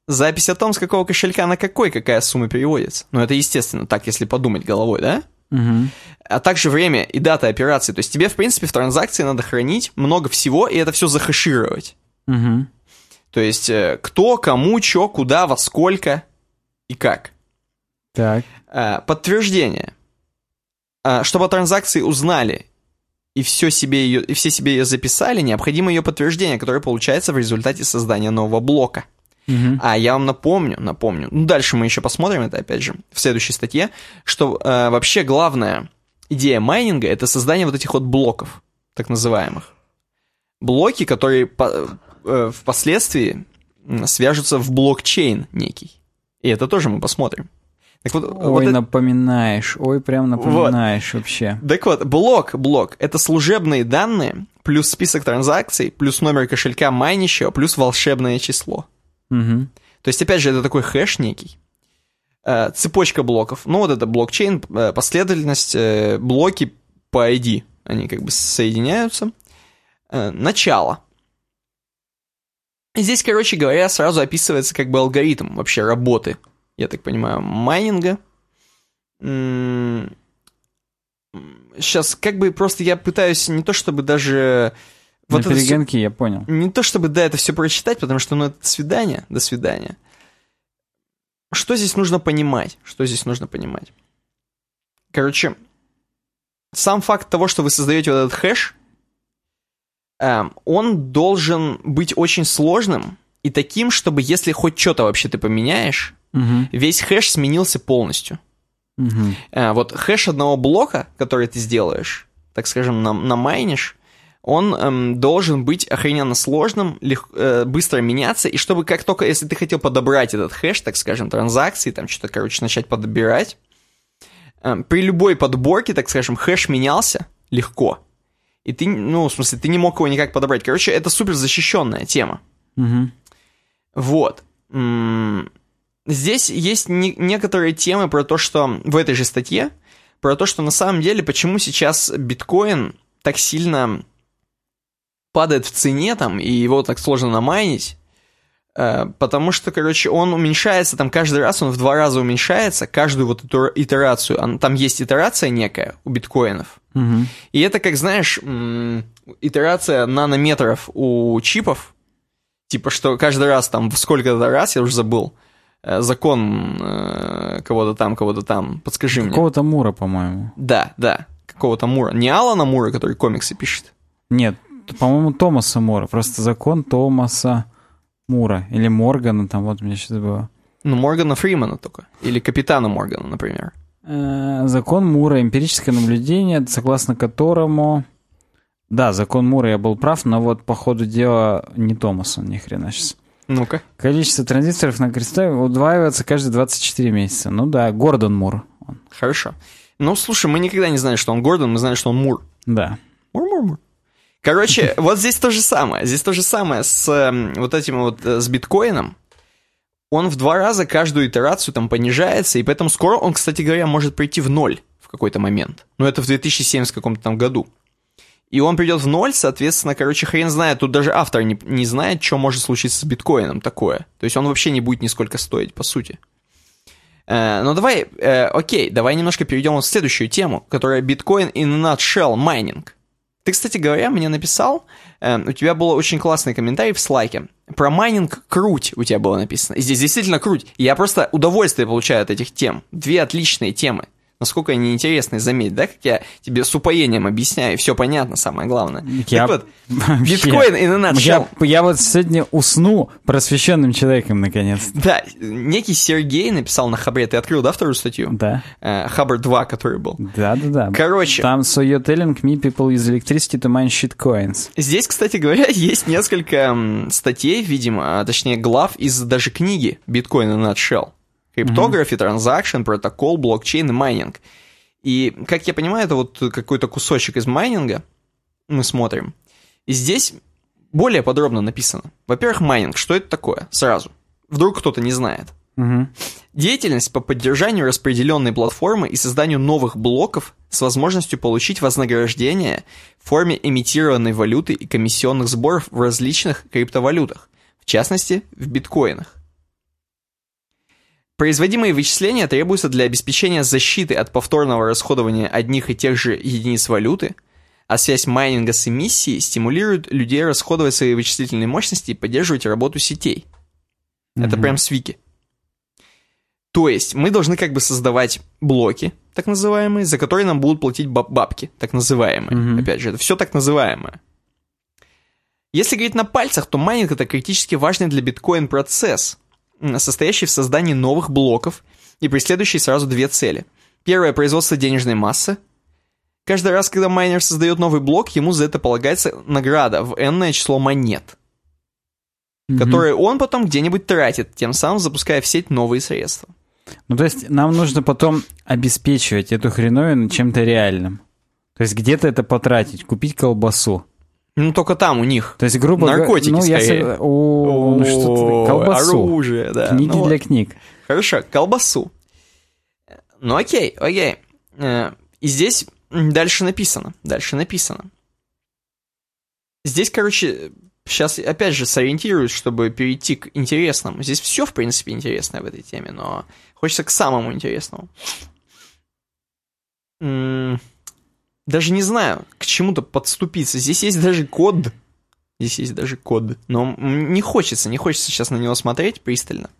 запись о том, с какого кошелька на какая сумма переводится. Ну, это естественно, так, если подумать головой, да? Угу. А также время и дата операции. То есть тебе, в принципе, в транзакции надо хранить много всего, и это все захэшировать. Угу. То есть кто, кому, чё, куда, во сколько и как. Так. Подтверждение. Чтобы о транзакции узнали и все себе ее записали, необходимо ее подтверждение, которое получается в результате создания нового блока. А я вам напомню, ну дальше мы еще посмотрим это опять же в следующей статье, что вообще главная идея майнинга — это создание вот этих вот блоков, так называемых. Блоки, которые впоследствии свяжутся в блокчейн некий. И это тоже мы посмотрим. Так вот, ой, вот напоминаешь, прям напоминаешь вот. Вообще. Так вот, блок — это служебные данные, плюс список транзакций, плюс номер кошелька майнящего, плюс волшебное число. Угу. То есть, опять же, это такой хэш некий. Цепочка блоков. Ну, вот это блокчейн, последовательность, блоки по ID. Они как бы соединяются. Начало. И здесь, короче говоря, сразу описывается как бы алгоритм вообще работы, я так понимаю, майнинга. Сейчас как бы просто я пытаюсь не то чтобы даже... Вот на перегонки, я понял. Не то чтобы, да, это все прочитать, потому что, ну, это до свидания. Что здесь нужно понимать? Короче, сам факт того, что вы создаете вот этот хэш, он должен быть очень сложным и таким, чтобы если хоть что-то вообще ты поменяешь, весь хэш сменился полностью. Вот хэш одного блока, который ты сделаешь, так скажем, намайнишь, он должен быть охрененно сложным, быстро меняться, и чтобы как только, если ты хотел подобрать этот хэш, так скажем, транзакции, там что-то, короче, начать подбирать, при любой подборке, так скажем, хэш менялся легко. И ты, ну, в смысле, ты не мог его никак подобрать. Короче, это супер защищенная тема. Вот. Здесь есть некоторые темы про то, что в этой же статье, про то, что на самом деле, почему сейчас биткоин так сильно падает в цене, там, и его так сложно намайнить, потому что, короче, он уменьшается, там, каждый раз он в 2 раза уменьшается, каждую вот эту итерацию, там есть итерация некая у биткоинов, и это, как знаешь, итерация нанометров у чипов, типа, что каждый раз, там, в сколько-то раз, я уже забыл, закон кого-то там, подскажи мне. Какого-то Мура, по-моему. Да, какого-то Мура. Не Алана Мура, который комиксы пишет? Нет, по-моему, Томаса Мура. Просто закон Томаса Мура. Или Моргана, там, вот мне сейчас было. Ну, Моргана Фримана только. Или Капитана Моргана, например. Закон Мура, эмпирическое наблюдение, согласно которому... Да, закон Мура, я был прав, но вот по ходу дела не Томаса, ни хрена сейчас. Ну-ка. Количество транзисторов на кристалле удваивается каждые 24 месяца. Ну да, Гордон Мур. Хорошо. Ну, слушай, мы никогда не знали, что он Гордон, мы знали, что он Мур. Да. Мур. Короче, вот здесь то же самое. Здесь то же самое с вот этим вот, с биткоином. Он в 2 раза каждую итерацию там понижается, и поэтому скоро он, кстати говоря, может прийти в 0 в какой-то момент. Но это в 2070 каком-то там году. И он придет в 0, соответственно, короче, хрен знает, тут даже автор не знает, что может случиться с биткоином такое. То есть он вообще не будет нисколько стоить, по сути. Но давай, давай немножко перейдем в следующую тему, которая биткоин in a nutshell, майнинг. Ты, кстати говоря, мне написал, у тебя был очень классный комментарий в слайке, про майнинг круть у тебя было написано. И здесь действительно круть. Я просто удовольствие получаю от этих тем. 2 отличные темы. Насколько они интересные, заметь, да, как я тебе с упоением объясняю, все понятно, самое главное. Так вот, биткоин in a nutshell. Я вот сегодня усну просвещенным человеком, наконец-то. Да, некий Сергей написал на Хабре, ты открыл, да, вторую статью? Да. Хабр 2, который был. Да. Короче. Там, so you're telling me people use electricity to mine shitcoins. Здесь, кстати говоря, есть несколько статей, видимо, точнее глав из даже книги «Биткоин in a nutshell». Криптография, транзакшн, протокол, блокчейн и майнинг. И, как я понимаю, это вот какой-то кусочек из майнинга мы смотрим. И здесь более подробно написано. Во-первых, майнинг. Что это такое? Сразу. Вдруг кто-то не знает. Деятельность по поддержанию распределенной платформы и созданию новых блоков с возможностью получить вознаграждение в форме эмитированной валюты и комиссионных сборов в различных криптовалютах. В частности, в биткоинах. Производимые вычисления требуются для обеспечения защиты от повторного расходования одних и тех же единиц валюты, а связь майнинга с эмиссией стимулирует людей расходовать свои вычислительные мощности и поддерживать работу сетей. Это прям с вики. То есть мы должны как бы создавать блоки, так называемые, за которые нам будут платить бабки, так называемые. Опять же, это все так называемое. Если говорить на пальцах, то майнинг — это критически важный для биткоин процесс, состоящий в создании новых блоков и преследующий сразу две цели. Первое — производство денежной массы. Каждый раз, когда майнер создает новый блок, ему за это полагается награда в n-ное число монет, которые он потом где-нибудь тратит, тем самым запуская в сеть новые средства. Ну, то есть нам нужно потом обеспечивать эту хреновину чем-то реальным. То есть где-то это потратить, купить колбасу. Ну, только там у них. То есть, грубо говоря... Наркотики, скорее. Ну, что-то... Колбасу. Оружие, да. Книги для книг. Хорошо, колбасу. Ну, окей. И здесь дальше написано. Здесь, короче, сейчас, опять же, сориентируюсь, чтобы перейти к интересному. Здесь все, в принципе, интересное в этой теме, но хочется к самому интересному. Даже не знаю, к чему-то подступиться. Здесь есть даже код. Но не хочется сейчас на него смотреть пристально.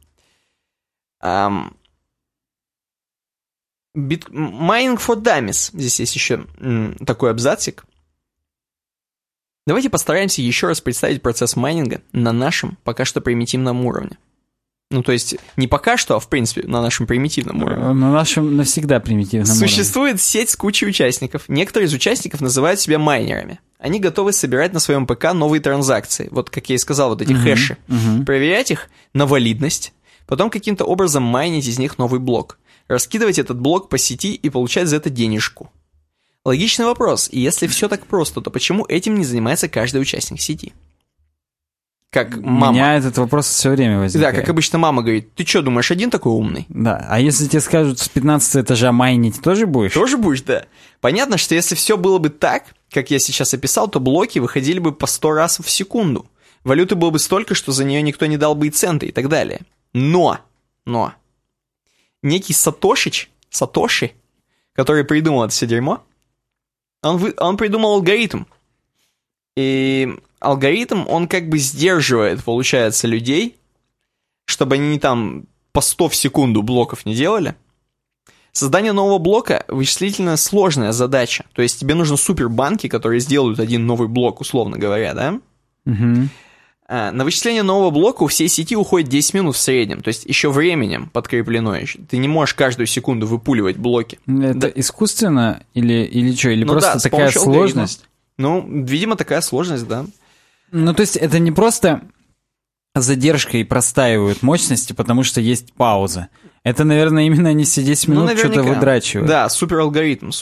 Mining for Dummies. Здесь есть еще такой абзацик. Давайте постараемся еще раз представить процесс майнинга на нашем пока что примитивном уровне. Ну, то есть, не пока что, а в принципе на нашем примитивном уровне. На нашем навсегда примитивном уровне. Существует сеть с кучей участников. Некоторые из участников называют себя майнерами. Они готовы собирать на своем ПК новые транзакции. Вот, как я и сказал, вот эти хэши. Проверять их на валидность. Потом каким-то образом майнить из них новый блок. Раскидывать этот блок по сети и получать за это денежку. Логичный вопрос. И если все так просто, то почему этим не занимается каждый участник сети? Как мама. У меня этот вопрос все время возникает. Да, как обычно мама говорит, ты что, думаешь, один такой умный? Да, а если тебе скажут, с 15 этажа майнить, тоже будешь? Тоже будешь, да. Понятно, что если все было бы так, как я сейчас описал, то блоки выходили бы по 100 раз в секунду. Валюты было бы столько, что за нее никто не дал бы и цента и так далее. Но, некий Сатоши, который придумал это все дерьмо, он придумал алгоритм. И алгоритм, он как бы сдерживает, получается, людей, чтобы они там по 100 в секунду блоков не делали. Создание нового блока — вычислительно сложная задача. То есть тебе нужны супербанки, которые сделают один новый блок, условно говоря, да? На вычисление нового блока у всей сети уходит 10 минут в среднем. То есть еще временем подкреплено. Ты не можешь каждую секунду выпуливать блоки. Это искусственно или что? Или просто такая сложность? Ну, видимо, такая сложность, да. Ну, то есть это не просто задержкой простаивают мощности, потому что есть пауза. Это, наверное, именно они все 10 минут что-то выдрачивают. Да, супералгоритм.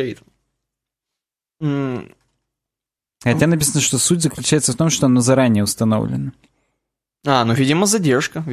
Хотя написано, что суть заключается в том, что оно заранее установлено. Ну, видимо, задержка.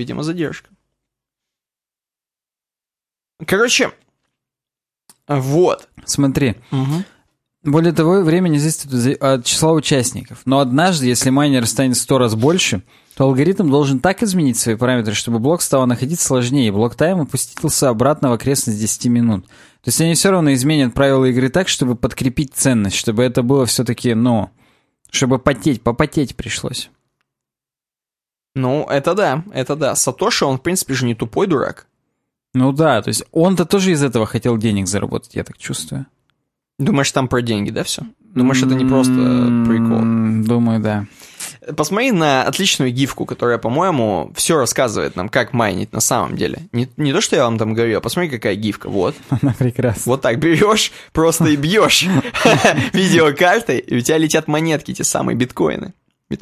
Короче, вот. Смотри. Более того, время не зависит от числа участников. Но однажды, если майнер станет 100 раз больше, то алгоритм должен так изменить свои параметры, чтобы блок стал находиться сложнее, и блок-тайм опустился обратно в окрестность 10 минут. То есть они все равно изменят правила игры так, чтобы подкрепить ценность, чтобы это было все-таки, чтобы попотеть пришлось. Ну, это да. Сатоши, он, в принципе, же не тупой дурак. Ну да, то есть он-то тоже из этого хотел денег заработать, я так чувствую. Думаешь, там про деньги, да, все? Думаешь, это не просто прикол? Думаю, да. Посмотри на отличную гифку, которая, по-моему, все рассказывает нам, как майнить на самом деле. Не то, что я вам там говорю, а посмотри, какая гифка. Вот. Она прекрасна. Вот так берешь, просто и бьешь видеокартой, и у тебя летят монетки, те самые биткоины.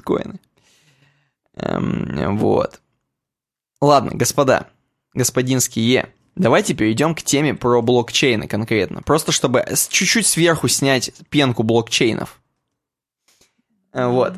Вот. Ладно, господинские, давайте перейдем к теме про блокчейны конкретно. Просто чтобы чуть-чуть сверху снять пенку блокчейнов. Вот.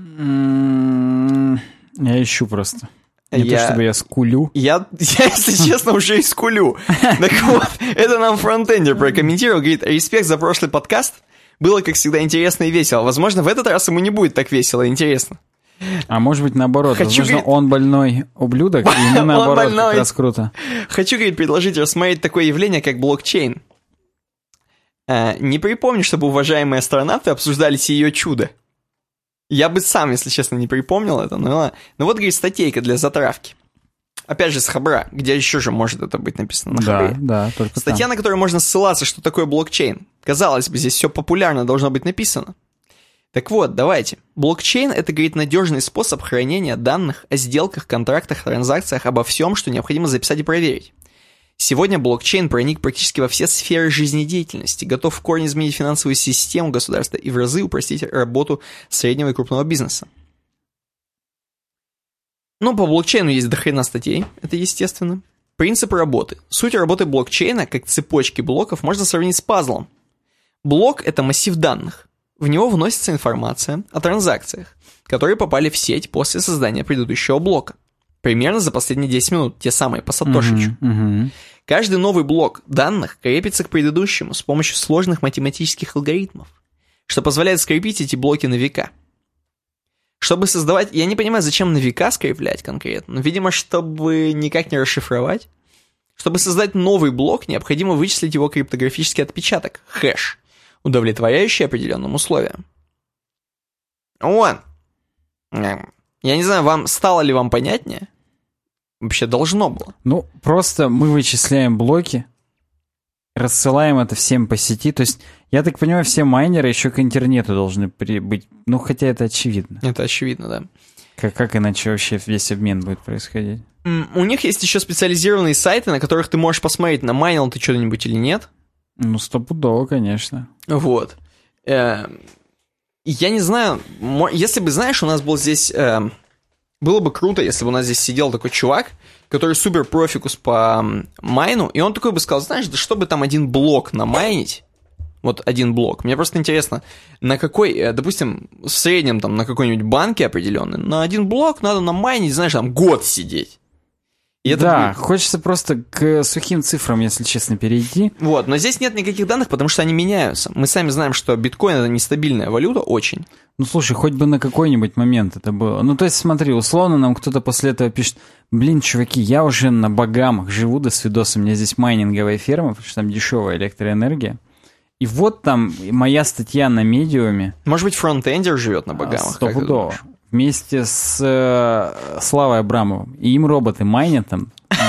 Я ищу просто. Не то, чтобы я скулю. Я, если честно, уже и скулю. Так вот, это нам фронтендер прокомментировал. Говорит, респект за прошлый подкаст. Было, как всегда, интересно и весело. Возможно, в этот раз ему не будет так весело и интересно. А может быть, наоборот. Хочу, Возможно, он больной ублюдок, и ему наоборот как раз круто. Хочу, говорит, предложить рассмотреть такое явление, как блокчейн. Не припомню, чтобы уважаемые астронавты обсуждали сие чудо. Я бы сам, если честно, не припомнил это, но ладно. Ну вот, говорит, статейка для затравки. Опять же, с Хабра, где еще же может это быть написано на Хабре. Да, только статья, там. на которую можно ссылаться, что такое блокчейн. Казалось бы, здесь все популярно должно быть написано. Так вот, давайте. Блокчейн — это, говорит, надежный способ хранения данных о сделках, контрактах, транзакциях, обо всем, что необходимо записать и проверить. Сегодня блокчейн проник практически во все сферы жизнедеятельности, готов в корне изменить финансовую систему государства и в разы упростить работу среднего и крупного бизнеса. Ну, по блокчейну есть дохрена статей, это естественно. Принципы работы. Суть работы блокчейна, как цепочки блоков, можно сравнить с пазлом. Блок — это массив данных. В него вносится информация о транзакциях, которые попали в сеть после создания предыдущего блока. Примерно за последние 10 минут, те самые по Сатошичу. Каждый новый блок данных крепится к предыдущему с помощью сложных математических алгоритмов, что позволяет скрепить эти блоки на века. Чтобы создавать... Я не понимаю, зачем на века скреплять конкретно, но, видимо, чтобы никак не расшифровать. Чтобы создать новый блок, необходимо вычислить его криптографический отпечаток, хэш, удовлетворяющий определенным условиям. Вот. Я не знаю, стало ли вам понятнее? Вообще должно было. Ну, просто мы вычисляем блоки, рассылаем это всем по сети. То есть, я так понимаю, все майнеры еще к интернету должны быть. Ну, хотя это очевидно. Это очевидно, да. Как иначе вообще весь обмен будет происходить? У них есть еще специализированные сайты, на которых ты можешь посмотреть, намайнил ты что-нибудь или нет. Ну, стопудово, конечно. Вот. Я не знаю, если бы, знаешь, у нас был здесь... Было бы круто, если бы у нас здесь сидел такой чувак, который супер профикус по майну, и он такой бы сказал, знаешь, да чтобы там один блок намайнить, вот один блок, мне просто интересно, на какой, допустим, в среднем там на какой-нибудь банке определенный, на один блок надо намайнить, знаешь, там год сидеть. И это да, будет... хочется просто к сухим цифрам, если честно, перейти. Вот, но здесь нет никаких данных, потому что они меняются. Мы сами знаем, что биткоин — это нестабильная валюта очень. Ну, слушай, хоть бы на какой-нибудь момент это было. Ну, то есть, смотри, условно нам кто-то после этого пишет, блин, чуваки, я уже на Багамах живу, до свидоса, у меня здесь майнинговая ферма, потому что там дешевая электроэнергия. И вот там моя статья на Медиуме. Может быть, фронтендер живет на Багамах? Стопудово. Вместе с Славой Абрамовым. И им роботы майнят там,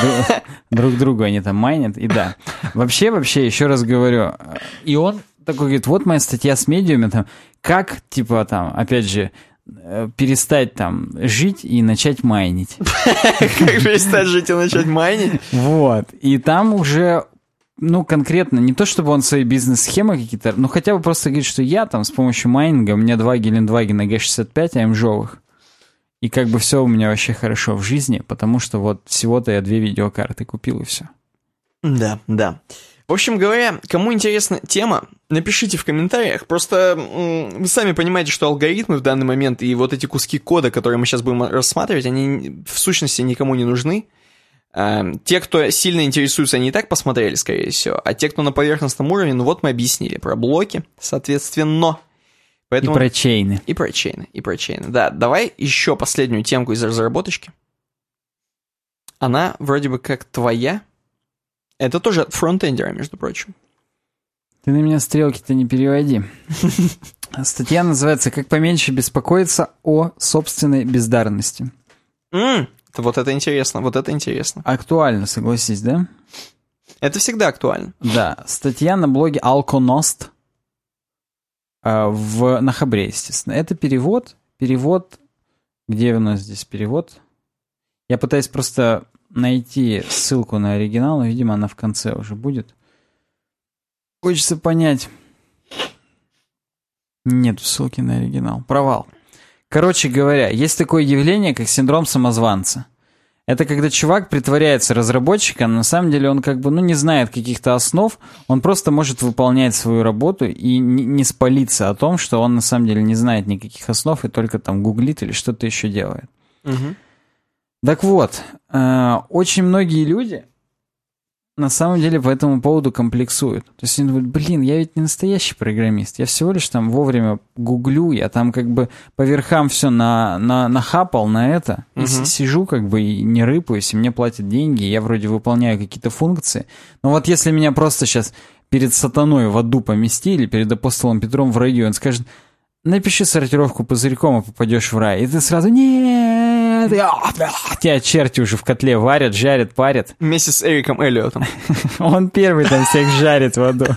друг другу они там майнят. И да, вообще, еще раз говорю, и он такой говорит, вот моя статья с Медиуме, там, как, типа, там, опять же, перестать там жить и начать майнить. Как перестать жить и начать майнить? Вот. И там уже... Ну, конкретно, не то чтобы он свои бизнес-схемы какие-то, но хотя бы просто говорит, что я там с помощью майнинга, у меня 2 Гелендвагена G65 AMG-овых, и как бы все у меня вообще хорошо в жизни, потому что вот всего-то я 2 видеокарты купил и все. Да. В общем говоря, кому интересна тема, напишите в комментариях. Просто вы сами понимаете, что алгоритмы в данный момент и вот эти куски кода, которые мы сейчас будем рассматривать, они в сущности никому не нужны. Те, кто сильно интересуется, они и так посмотрели, скорее всего. А те, кто на поверхностном уровне, ну вот мы объяснили про блоки, соответственно. Поэтому... И про чейны. И про чейны. Да, давай еще последнюю темку из разработочки. Она вроде бы как твоя. Это тоже от фронтендера, между прочим. Ты на меня стрелки-то не переводи. Статья называется «Как поменьше беспокоиться о собственной бездарности». Вот это интересно. Актуально, согласись, да? Это всегда актуально. Да, статья на блоге Alkonost на Хабре, естественно. Это перевод. Где у нас здесь перевод? Я пытаюсь просто найти ссылку на оригинал, но, видимо, она в конце уже будет. Хочется понять. Нет ссылки на оригинал. Провал. Короче говоря, есть такое явление, как синдром самозванца. Это когда чувак притворяется разработчиком, на самом деле он как бы, не знает каких-то основ, он просто может выполнять свою работу и не спалиться о том, что он на самом деле не знает никаких основ и только там гуглит или что-то еще делает. Угу. Так вот, очень многие люди на самом деле по этому поводу комплексуют. То есть они думают, блин, я ведь не настоящий программист, я всего лишь там вовремя гуглю, я там как бы по верхам все нахапал на это, и сижу как бы и не рыпаюсь, и мне платят деньги, и я вроде выполняю какие-то функции. Но вот если меня просто сейчас перед сатаной в аду поместили, перед апостолом Петром в раю, он скажет, напиши сортировку пузырьком, и попадешь в рай. И ты сразу, нет, тебя черти уже в котле варят, жарят, парят. Вместе с Эриком Эллиотом. Он первый там всех жарит в аду.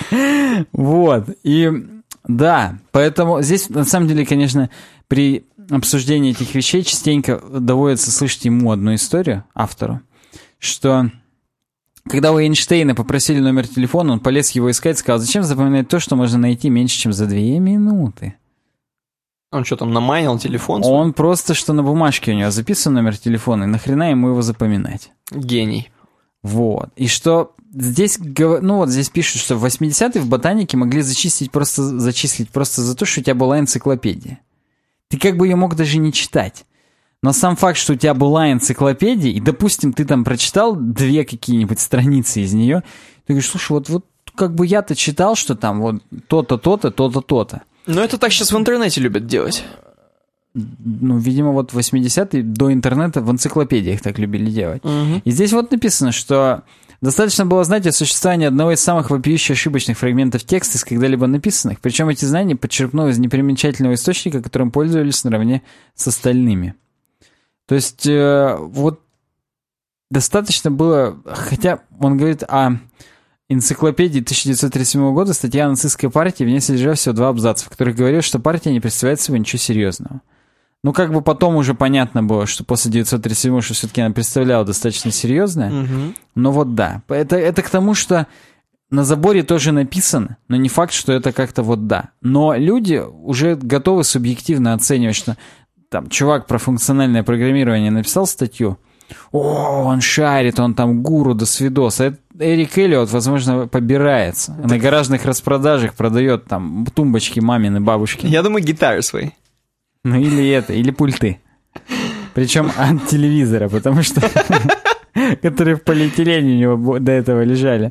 Вот. И да, поэтому здесь, на самом деле, конечно, при обсуждении этих вещей частенько доводится слышать ему одну историю, автору, что когда у Эйнштейна попросили номер телефона, он полез его искать, сказал, зачем запоминать то, что можно найти меньше, чем за 2 минуты? Он что там, намайнил телефон? Он просто, что на бумажке у него записан номер телефона, и нахрена ему его запоминать? Гений. Вот. И что здесь, ну вот здесь пишут, что в 80-е в ботанике могли зачислить просто за то, что у тебя была энциклопедия. Ты как бы ее мог даже не читать. Но сам факт, что у тебя была энциклопедия, и, допустим, ты там прочитал 2 какие-нибудь страницы из нее, ты говоришь, слушай, вот как бы я-то читал, что там вот то-то, то-то, то-то, то-то. Но это так сейчас в интернете любят делать. Ну, видимо, вот в 80-е до интернета в энциклопедиях так любили делать. И здесь вот написано, что достаточно было знать о существовании одного из самых вопиющих ошибочных фрагментов текста из когда-либо написанных, причем эти знания подчеркнул из непримечательного источника, которым пользовались наравне с остальными. То есть, вот достаточно было, хотя он говорит о энциклопедии 1937 года, статья о нацистской партии, в ней содержалось всего 2 абзаца, в которых говорилось, что партия не представляет собой ничего серьезного. Ну, как бы потом уже понятно было, что после 1937, что все-таки она представляла достаточно серьезное. Но вот да. Это к тому, что на заборе тоже написано, но не факт, что это как-то вот да. Но люди уже готовы субъективно оценивать, что там чувак про функциональное программирование написал статью, о, он шарит, он там гуру до свидос. А Эрик Эллиот, возможно, побирается. На гаражных распродажах продает там тумбочки мамины, бабушки. Я думаю, гитары свои. Ну или пульты. Причем от телевизора, потому что которые в полиэтилене у него до этого лежали.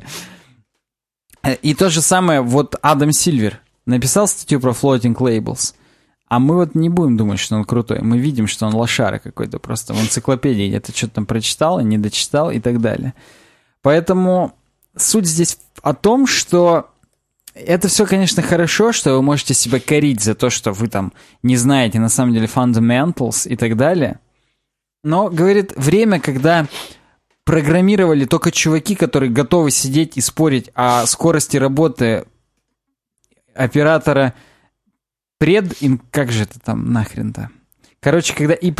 И то же самое, вот Адам Сильвер написал статью про floating labels. А мы вот не будем думать, что он крутой. Мы видим, что он лошара какой-то просто в энциклопедии где-то что-то там прочитал, не дочитал и так далее. Поэтому суть здесь о том, что это все, конечно, хорошо, что вы можете себя корить за то, что вы там не знаете на самом деле fundamentals и так далее. Но, говорит, время, когда программировали только чуваки, которые готовы сидеть и спорить о скорости работы оператора как же это там нахрен-то? Короче, когда и++,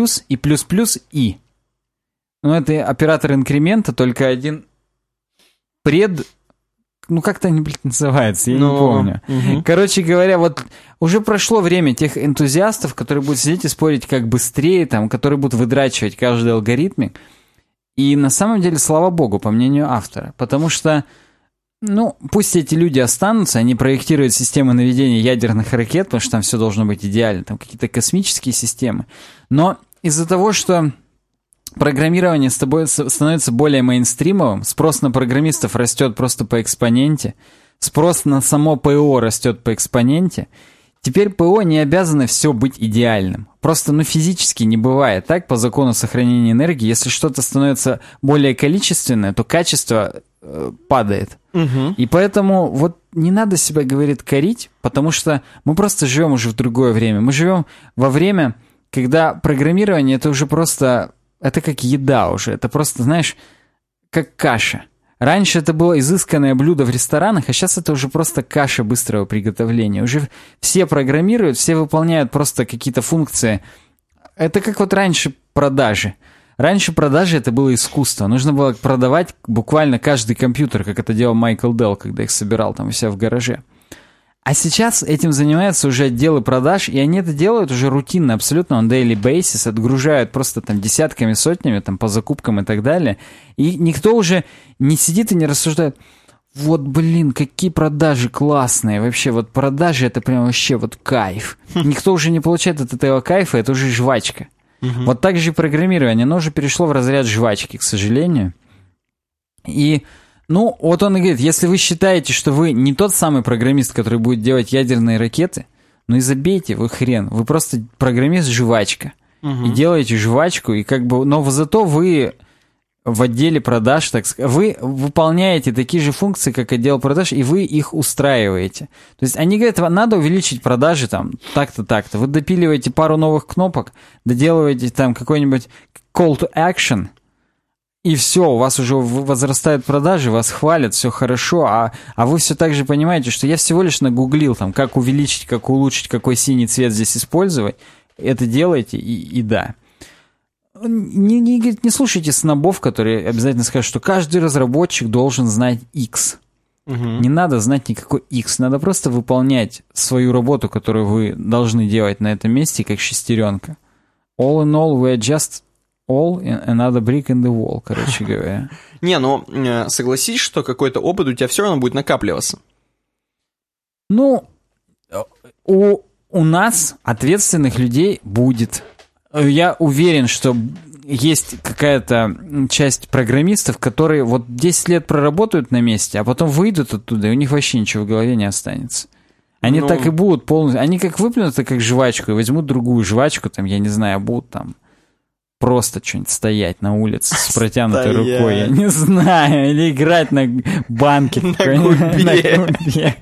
и. Ну, это оператор инкремента, только один ну, как-то они, называются, я не помню. Короче говоря, вот уже прошло время тех энтузиастов, которые будут сидеть и спорить как быстрее, там, которые будут выдрачивать каждый алгоритмик. И на самом деле, слава богу, по мнению автора. Потому что, ну, пусть эти люди останутся, они проектируют системы наведения ядерных ракет, потому что там все должно быть идеально, там какие-то космические системы. Но из-за того, что программирование становится более мейнстримовым, спрос на программистов растет просто по экспоненте, спрос на само ПО растет по экспоненте, теперь ПО не обязаны все быть идеальным. Просто, ну, физически не бывает так, по закону сохранения энергии. Если что-то становится более количественное, то качество падает. И поэтому вот не надо себя, говорит, корить, потому что мы просто живем уже в другое время. Мы живем во время, когда программирование — это уже просто... Это как еда уже. Это просто, знаешь, как каша. Раньше это было изысканное блюдо в ресторанах, а сейчас это уже просто каша быстрого приготовления. Уже все программируют, все выполняют просто какие-то функции. Это как вот раньше продажи. Раньше продажи — это было искусство. Нужно было продавать буквально каждый компьютер, как это делал Майкл Делл, когда их собирал там у себя в гараже. А сейчас этим занимаются уже отделы продаж, и они это делают уже рутинно, абсолютно on daily basis, отгружают просто там десятками, сотнями там по закупкам и так далее. И никто уже не сидит и не рассуждает, вот, блин, какие продажи классные, вообще, вот продажи — это прям вообще вот кайф. Никто уже не получает от этого кайфа, это уже жвачка. Вот так же и программирование, оно уже перешло в разряд жвачки, к сожалению. И, ну, вот он и говорит, если вы считаете, что вы не тот самый программист, который будет делать ядерные ракеты, ну и забейте, вы хрен. Вы просто программист-жвачка. И делаете жвачку, и как бы... Но зато вы в отделе продаж, так сказать, вы выполняете такие же функции, как отдел продаж, и вы их устраиваете. То есть они говорят, надо увеличить продажи там так-то, так-то. Вы допиливаете пару новых кнопок, доделываете там какой-нибудь call to action, и все, у вас уже возрастают продажи, вас хвалят, все хорошо, а вы все так же понимаете, что я всего лишь нагуглил, там, как увеличить, как улучшить, какой синий цвет здесь использовать, это делаете, и да. Не слушайте снобов, которые обязательно скажут, что каждый разработчик должен знать X. Не надо знать никакой X, надо просто выполнять свою работу, которую вы должны делать на этом месте, как шестеренка. All in all, we are just all another brick in the wall, короче говоря. Не, ну, согласись, что какой-то опыт у тебя все равно будет накапливаться. Ну, у нас ответственных людей будет. Я уверен, что есть какая-то часть программистов, которые вот 10 лет проработают на месте, а потом выйдут оттуда, и у них вообще ничего в голове не останется. Они так и будут полностью... Они как выплюнут, как жвачку, и возьмут другую жвачку, там, я не знаю, будут там просто что-нибудь стоять на улице с протянутой рукой, я не знаю, или играть на банке. На губе.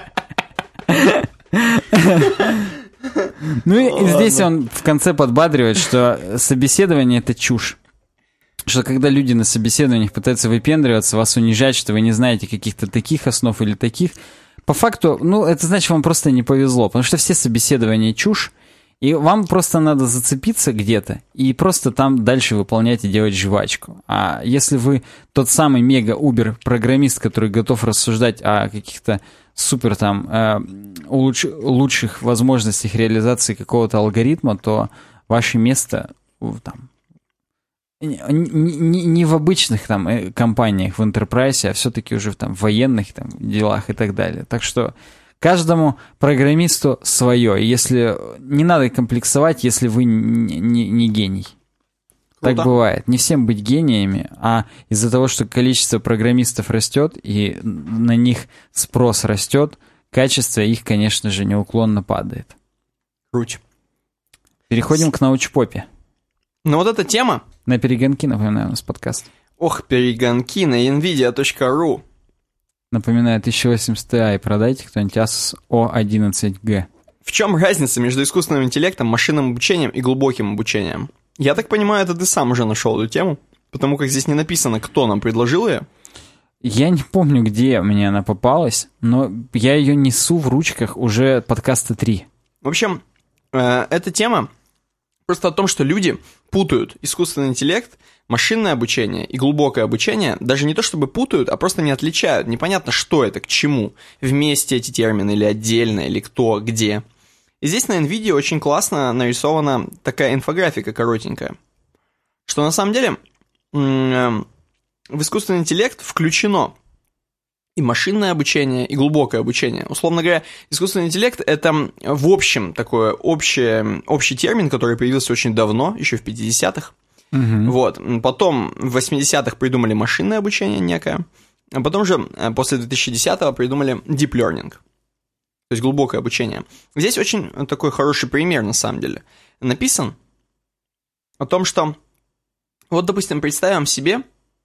Ну и здесь он в конце подбадривает, что собеседование — это чушь. Что когда люди на собеседованиях пытаются выпендриваться, вас унижать, что вы не знаете каких-то таких основ или таких, по факту, ну, это значит, вам просто не повезло, потому что все собеседования чушь, и вам просто надо зацепиться где-то и просто там дальше выполнять и делать жвачку. А если вы тот самый мега-убер-программист, который готов рассуждать о каких-то супер там лучших возможностях реализации какого-то алгоритма, то ваше место там не в обычных там компаниях в Enterprise, а все-таки уже там в военных там делах и так далее. Так что каждому программисту свое. И если не надо комплексовать, если вы не гений. Круто. Так бывает. Не всем быть гениями, а из-за того, что количество программистов растет, и на них спрос растет, качество их, конечно же, неуклонно падает. Круть. Переходим к научпопе. Ну вот эта тема... На перегонки, напоминаю, у нас подкаст. Ох, перегонки на nvidia.ru. Напоминаю, 1080 Ti. Продайте кто-нибудь Asus O11G. В чем разница между искусственным интеллектом, машинным обучением и глубоким обучением? Я так понимаю, это ты сам уже нашел эту тему, потому как здесь не написано, кто нам предложил ее. Я не помню, где мне она попалась, но я ее несу в ручках уже подкаста 3. В общем, эта тема просто о том, что люди путают искусственный интеллект, машинное обучение и глубокое обучение, даже не то чтобы путают, а просто не отличают. Непонятно, что это, к чему. Вместе эти термины или отдельно, или кто, где. И здесь на NVIDIA очень классно нарисована такая инфографика коротенькая, что на самом деле в искусственный интеллект включено и машинное обучение, и глубокое обучение. Условно говоря, искусственный интеллект — это в общем такой общий термин, который появился очень давно, еще в 50-х. Вот. Потом в 80-х придумали машинное обучение некое, а потом же после 2010-го придумали deep learning, то есть глубокое обучение. Здесь очень такой хороший пример, на самом деле, написан о том, что вот, допустим, представим себе,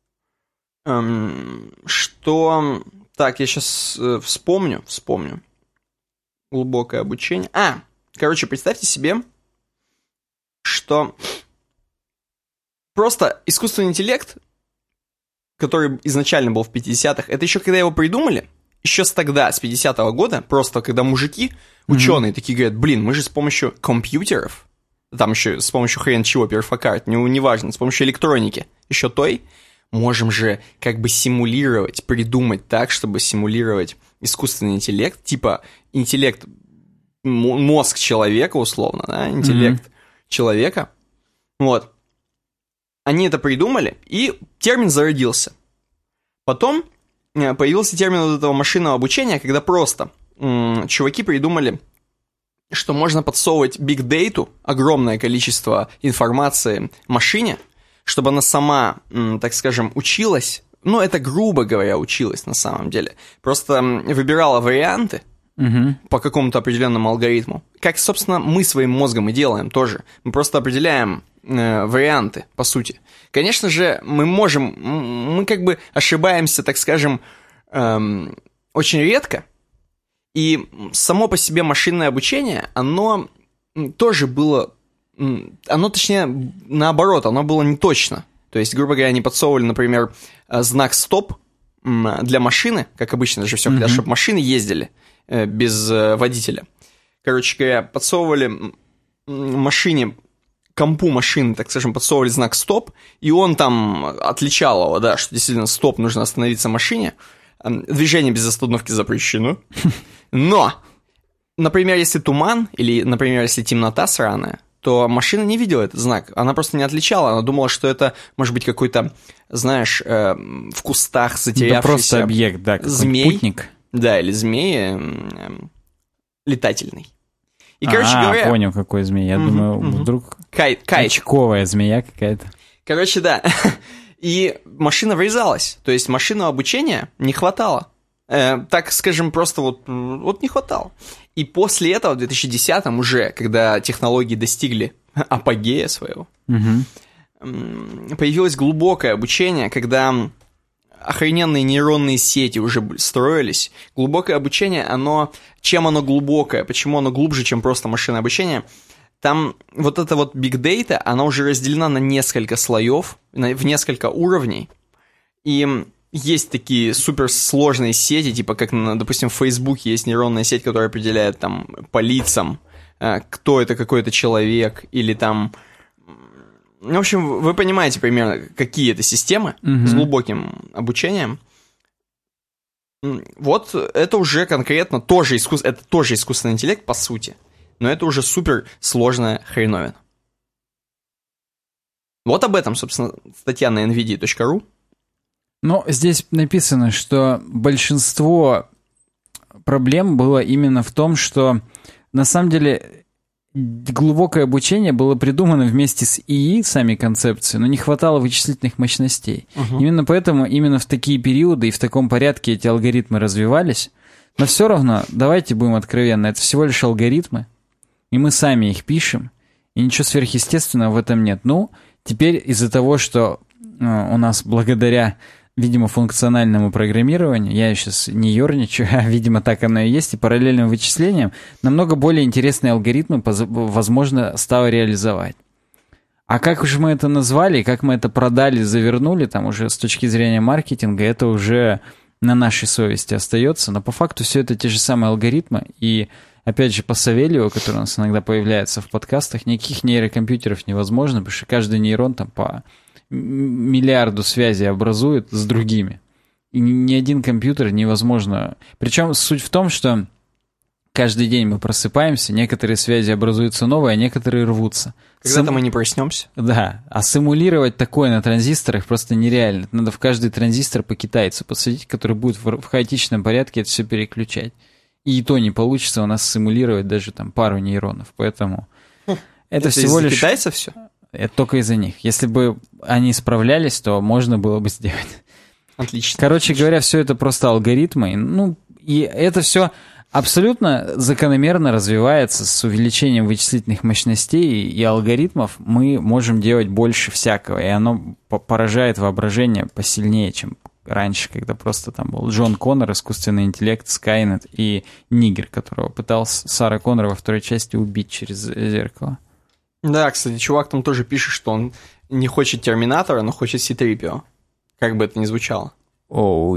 что... Так, я сейчас вспомню. Глубокое обучение. Короче, представьте себе, что просто искусственный интеллект, который изначально был в 50-х, это еще когда его придумали, еще с 50-го года, просто когда мужики, ученые, такие говорят, блин, мы же с помощью компьютеров, там еще с помощью хрен чего, перфокарт, неважно, с помощью электроники, еще той, можем же как бы симулировать, придумать так, чтобы симулировать искусственный интеллект, типа интеллект, мозг человека, условно, да, интеллект человека. Вот. Они это придумали, и термин зародился. Потом появился термин вот этого машинного обучения, когда просто чуваки придумали, что можно подсовывать биг-дейту, огромное количество информации машине, чтобы она сама, так скажем, училась ну, это, грубо говоря, училась на самом деле. Просто выбирала варианты по какому-то определенному алгоритму. Как, собственно, мы своим мозгом и делаем тоже. Мы просто определяем варианты, по сути. Конечно же, мы как бы ошибаемся, так скажем, очень редко. И само по себе машинное обучение, оно тоже было... Оно, точнее, наоборот, оно было не точно. То есть, грубо говоря, они подсовывали, например, знак «стоп» для машины, как обычно же все, чтобы машины ездили без водителя. Короче говоря, подсовывали машине, компу машины, так скажем, подсовывали знак «стоп», и он там отличал его, да, что действительно «стоп», нужно остановиться машине, движение без остановки запрещено. Но, например, если туман, или, например, если темнота сраная, то машина не видела этот знак, она просто не отличала, она думала, что это, может быть, какой-то, знаешь, в кустах затерявшийся... Да просто объект, да, змей, путник. Да, или змей летательный. И, короче говоря... понял, какой змей, я думаю, вдруг... Качковая змея какая-то. Короче, да, и машина врезалась, то есть машинного обучения не хватало. Так скажем, просто вот не хватало. И после этого, в 2010-м уже, когда технологии достигли апогея своего, появилось глубокое обучение, когда охрененные нейронные сети уже строились. Глубокое обучение, чем оно глубокое, почему оно глубже, чем просто машинное обучение, там вот эта вот big data, она уже разделена на несколько слоев, в несколько уровней, и... Есть такие суперсложные сети, типа как, допустим, в Фейсбуке есть нейронная сеть, которая определяет там по лицам, кто это какой-то человек, или там... В общем, вы понимаете примерно, какие это системы с глубоким обучением. Вот это уже конкретно тоже искусственный интеллект, по сути, но это уже суперсложная хреновина. Вот об этом, собственно, статья на nvidia.ru. Но здесь написано, что большинство проблем было именно в том, что на самом деле глубокое обучение было придумано вместе с ИИ, сами концепции, но не хватало вычислительных мощностей. Именно поэтому именно в такие периоды и в таком порядке эти алгоритмы развивались. Но все равно, давайте будем откровенны, это всего лишь алгоритмы, и мы сами их пишем, и ничего сверхъестественного в этом нет. Ну, теперь из-за того, что у нас благодаря... видимо, функциональному программированию, я сейчас не ерничаю, а, видимо, так оно и есть, и параллельным вычислениям, намного более интересные алгоритмы, возможно, стало реализовать. А как уж мы это назвали, как мы это продали, завернули, там уже с точки зрения маркетинга, это уже на нашей совести остается, но по факту все это те же самые алгоритмы, и, опять же, по Савельеву, который у нас иногда появляется в подкастах, никаких нейрокомпьютеров невозможно, потому что каждый нейрон там по... миллиарду связей образует с другими. И ни один компьютер невозможно... Причем суть в том, что каждый день мы просыпаемся, некоторые связи образуются новые, а некоторые рвутся. Когда-то мы не проснемся. Да, а симулировать такое на транзисторах просто нереально. Надо в каждый транзистор по китайцу посадить, который будет в хаотичном порядке это все переключать. И то не получится у нас симулировать даже там пару нейронов. Поэтому это всего лишь... китайцев все? Это только из-за них. Если бы они справлялись, то можно было бы сделать. Отлично. Короче говоря, все это просто алгоритмы. Ну, и это все абсолютно закономерно развивается с увеличением вычислительных мощностей и алгоритмов. Мы можем делать больше всякого, и оно поражает воображение посильнее, чем раньше, когда просто там был Джон Коннор, искусственный интеллект, Скайнет и Нигер, которого пытался Сара Коннор во второй части убить через зеркало. Да, кстати, чувак там тоже пишет, что он не хочет Терминатора, но хочет C-3PO. Как бы это ни звучало. Оу,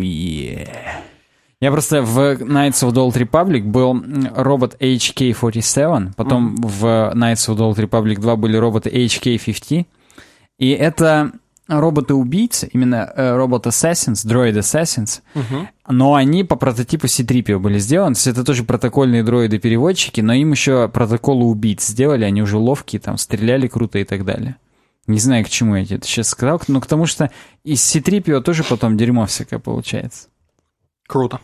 Я просто в Knights of the Old Republic был робот HK-47, потом в Knights of the Old Republic 2 были роботы HK-50, и это роботы-убийцы, именно робот-assassins, droid-assassins, но они по прототипу C-3PO были сделаны, то есть это тоже протокольные дроиды-переводчики, но им еще протоколы убийц сделали, они уже ловкие, там, стреляли круто и так далее. Не знаю, к чему я тебе это сейчас сказал, но к тому, что из C-3PO тоже потом дерьмо всякое получается. Круто.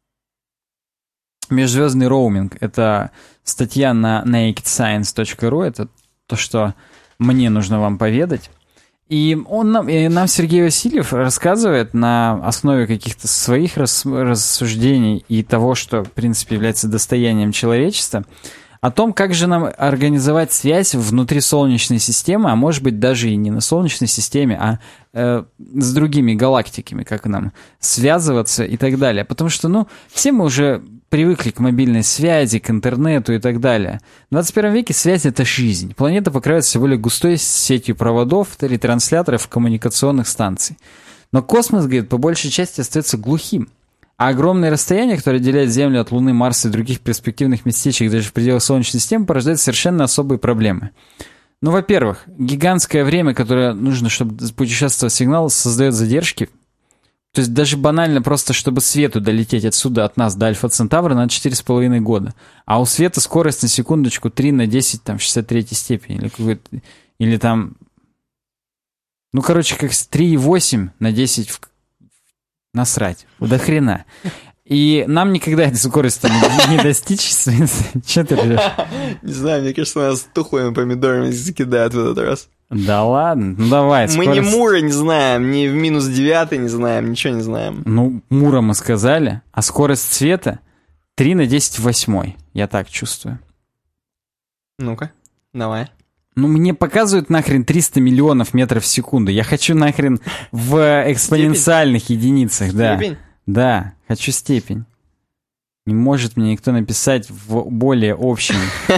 Межзвездный роуминг — это статья на nakedscience.ru, это то, что мне нужно вам поведать. И нам Сергей Васильев рассказывает на основе каких-то своих рассуждений и того, что, в принципе, является достоянием человечества, о том, как же нам организовать связь внутри Солнечной системы, а может быть даже и не на Солнечной системе, а с другими галактиками, как нам связываться и так далее. Потому что, все мы уже привыкли к мобильной связи, к интернету и так далее. В 21 веке связь — это жизнь. Планета покрывается всего лишь густой сетью проводов, ретрансляторов, коммуникационных станций. Но космос, говорит, по большей части остается глухим. А огромные расстояния, которые отделяют Землю от Луны, Марса и других перспективных местечек даже в пределах Солнечной системы, порождают совершенно особые проблемы. Во-первых, гигантское время, которое нужно, чтобы путешествовать сигнал, создает задержки. То есть даже банально просто, чтобы свету долететь отсюда от нас до Альфа Центавра, надо 4,5 года. А у света скорость на секундочку 3 на 10, там, 63 степени. Или там... как 3,8 на 10 насрать. До хрена. И нам никогда этой скорости не достичь. Че ты ржешь? Не знаю, мне кажется, нас тухлыми помидорами закидают в этот раз. Да ладно, давай. Мы ни Мура не знаем, ни в минус 9 не знаем, ничего не знаем. Мура мы сказали, а скорость света 3 на 10 в 8. Я так чувствую. Ну-ка, давай. Мне показывают нахрен 300 миллионов метров в секунду. Я хочу нахрен в экспоненциальных единицах. Да. Степень? Да, хочу степень. Не может мне никто написать в более общем.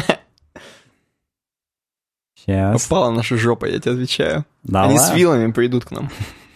Сейчас. Попала наша жопа, я тебе отвечаю. Да Они ладно? с вилами придут к нам.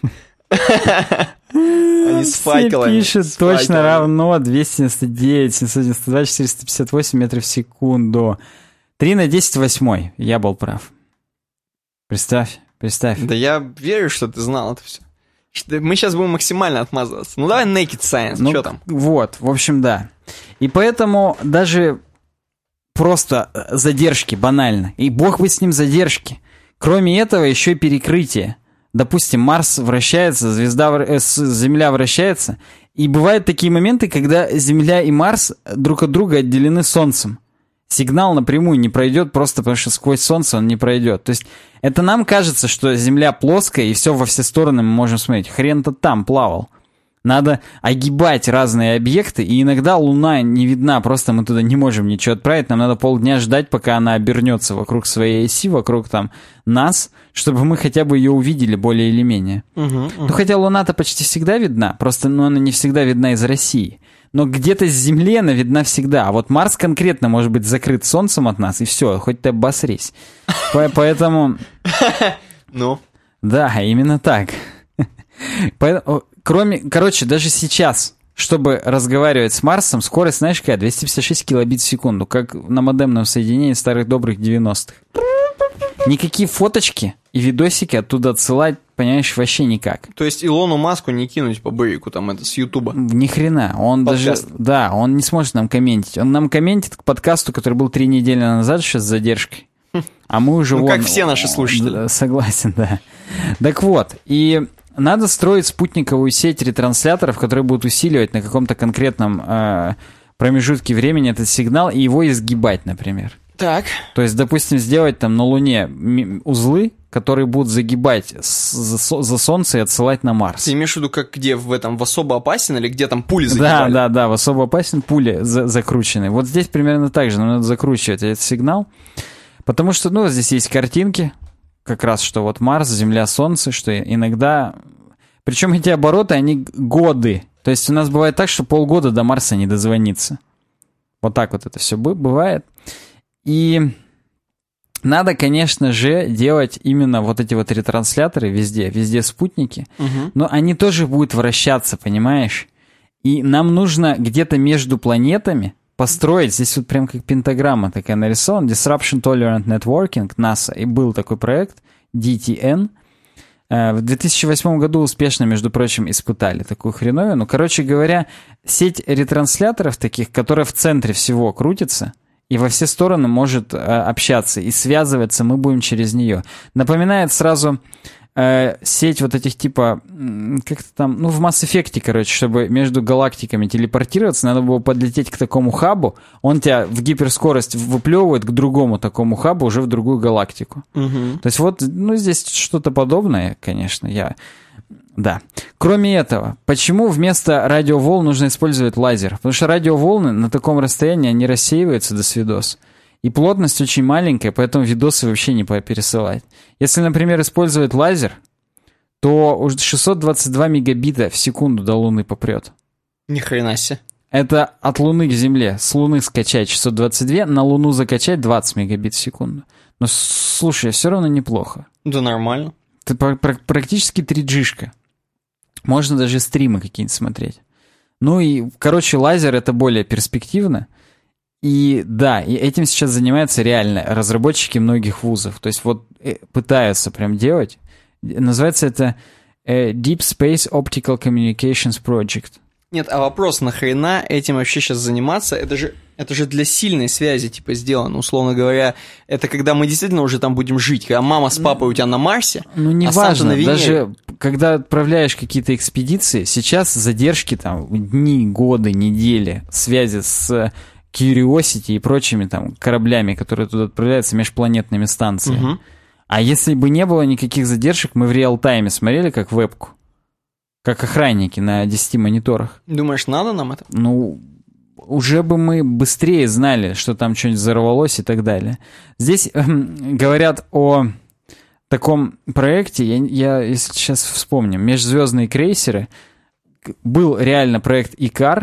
Они с факелами. Все пишет точно равно 299, 792, 458 метров в секунду. 3 на 10 в 8. Я был прав. Представь. Да я верю, что ты знал это все. Мы сейчас будем максимально отмазываться. Давай Naked Science, что там? Вот, в общем, да. И поэтому даже просто задержки, банально. И бог бы с ним задержки. Кроме этого, еще и перекрытие. Допустим, Марс вращается, Земля вращается. И бывают такие моменты, когда Земля и Марс друг от друга отделены Солнцем. Сигнал напрямую не пройдет, просто потому что сквозь Солнце он не пройдет. То есть это нам кажется, что Земля плоская, и все во все стороны мы можем смотреть. Хрен-то там плавал. Надо огибать разные объекты, и иногда Луна не видна, просто мы туда не можем ничего отправить. Нам надо полдня ждать, пока она обернется вокруг своей оси, вокруг там нас, чтобы мы хотя бы ее увидели более или менее. Хотя Луна-то почти всегда видна, просто она не всегда видна из России. Но где-то с Земли она видна всегда. А вот Марс конкретно может быть закрыт Солнцем от нас, и все, хоть ты обосрись. Поэтому... Да, именно так. Короче, даже сейчас, чтобы разговаривать с Марсом, скорость, знаешь, какая? 256 килобит в секунду, как на модемном соединении старых добрых 90-х. Никакие фоточки и видосики оттуда отсылать, понимаешь, вообще никак. То есть Илону Маску не кинуть по бырику там это с Ютуба? Ни хрена. Он подкаст. Даже... Да, он не сможет нам комментить. Он нам комментит к подкасту, который был 3 недели назад, сейчас с задержкой. А мы уже... как все наши слушатели. Согласен, да. Так вот, и надо строить спутниковую сеть ретрансляторов, которые будут усиливать на каком-то конкретном промежутке времени этот сигнал и его изгибать, например. Так. То есть, допустим, сделать там на Луне узлы, которые будут загибать за Солнце и отсылать на Марс. Ты имеешь в виду, как где в особо опасен или где там пули загибали? Да, в особо опасен пули закручены. Вот здесь примерно так же, нам надо закручивать этот сигнал, потому что, здесь есть картинки, как раз, что вот Марс, Земля, Солнце, что иногда... Причем эти обороты, они годы. То есть у нас бывает так, что полгода до Марса не дозвониться. Вот так вот это все бывает. И надо, конечно же, делать именно вот эти вот ретрансляторы везде спутники, но они тоже будут вращаться, понимаешь? И нам нужно где-то между планетами построить, здесь вот прям как пентаграмма такая нарисована, Disruption Tolerant Networking, NASA, и был такой проект, DTN. В 2008 году успешно, между прочим, испытали такую хреновину. Короче говоря, сеть ретрансляторов таких, которая в центре всего крутится, и во все стороны может общаться, и связываться мы будем через нее. Напоминает сразу сеть вот этих типа, как-то там, ну, в Mass Effect, короче, чтобы между галактиками телепортироваться, надо было подлететь к такому хабу, он тебя в гиперскорость выплевывает к другому такому хабу, уже в другую галактику. То есть вот, ну, здесь что-то подобное, конечно, Да. Кроме этого, почему вместо радиоволн нужно использовать лазер? Потому что радиоволны на таком расстоянии, они рассеиваются до свидос. И плотность очень маленькая, поэтому видосы вообще не пересылать. Если, например, использовать лазер, то уже 622 мегабита в секунду до Луны попрет. Ни хрена себе. Это от Луны к Земле. С Луны скачать 622, на Луну закачать 20 мегабит в секунду. Но, слушай, все равно неплохо. Да нормально. Это практически 3G-шка. Можно даже стримы какие-нибудь смотреть. Ну и, короче, лазер — это более перспективно. И да, и этим сейчас занимаются реально разработчики многих вузов. То есть вот пытаются прям делать. Называется это Deep Space Optical Communications Project. Нет, а вопрос, нахрена этим вообще сейчас заниматься? Это же для сильной связи типа сделано, условно говоря. Это когда мы действительно уже там будем жить, когда мама с папой у тебя на Марсе, ну, не важно, даже когда отправляешь какие-то экспедиции, сейчас задержки там дни, годы, недели связи с Curiosity и прочими там кораблями, которые туда отправляются, межпланетными станциями. Угу. А если бы не было никаких задержек, мы в реал-тайме смотрели как вебку. Как охранники на 10 мониторах. Думаешь, надо нам это? Ну, уже бы мы быстрее знали, что там что-нибудь взорвалось и так далее. Здесь говорят о таком проекте, я если сейчас вспомню, межзвездные крейсеры. Был реально проект Икар.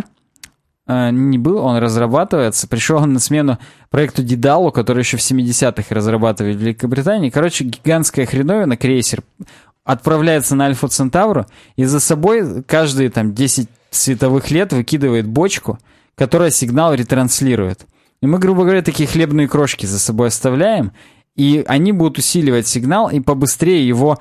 Не был, он разрабатывается. Пришел он на смену проекту Дедалу, который еще в 70-х разрабатывали в Великобритании. Короче, гигантская хреновина, крейсер, отправляется на Альфу Центавру и за собой каждые там 10 световых лет выкидывает бочку, которая сигнал ретранслирует. И мы, грубо говоря, такие хлебные крошки за собой оставляем, и они будут усиливать сигнал и побыстрее его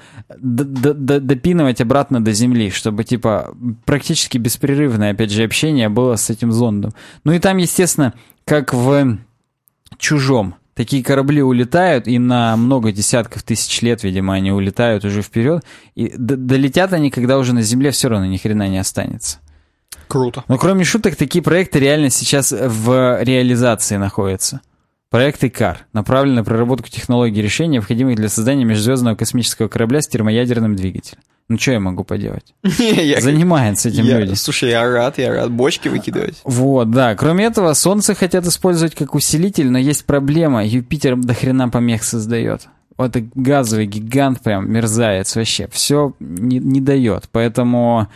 допинывать обратно до Земли, чтобы, типа, практически беспрерывное, опять же, общение было с этим зондом. Ну и там, естественно, как в «Чужом», такие корабли улетают, и на много десятков тысяч лет, видимо, они улетают уже вперед, и долетят они, когда уже на Земле все равно ни хрена не останется. Круто. Но кроме шуток, такие проекты реально сейчас в реализации находятся. Проект ИКАР направлен на проработку технологий решения, необходимых для создания межзвездного космического корабля с термоядерным двигателем. Ну, что я могу поделать? Занимаются этим люди. Слушай, я рад бочки выкидывать. Вот, да. Кроме этого, Солнце хотят использовать как усилитель, но есть проблема. Юпитер до хрена помех создает. Вот это газовый гигант, прям мерзавец вообще. Все не дает. Поэтому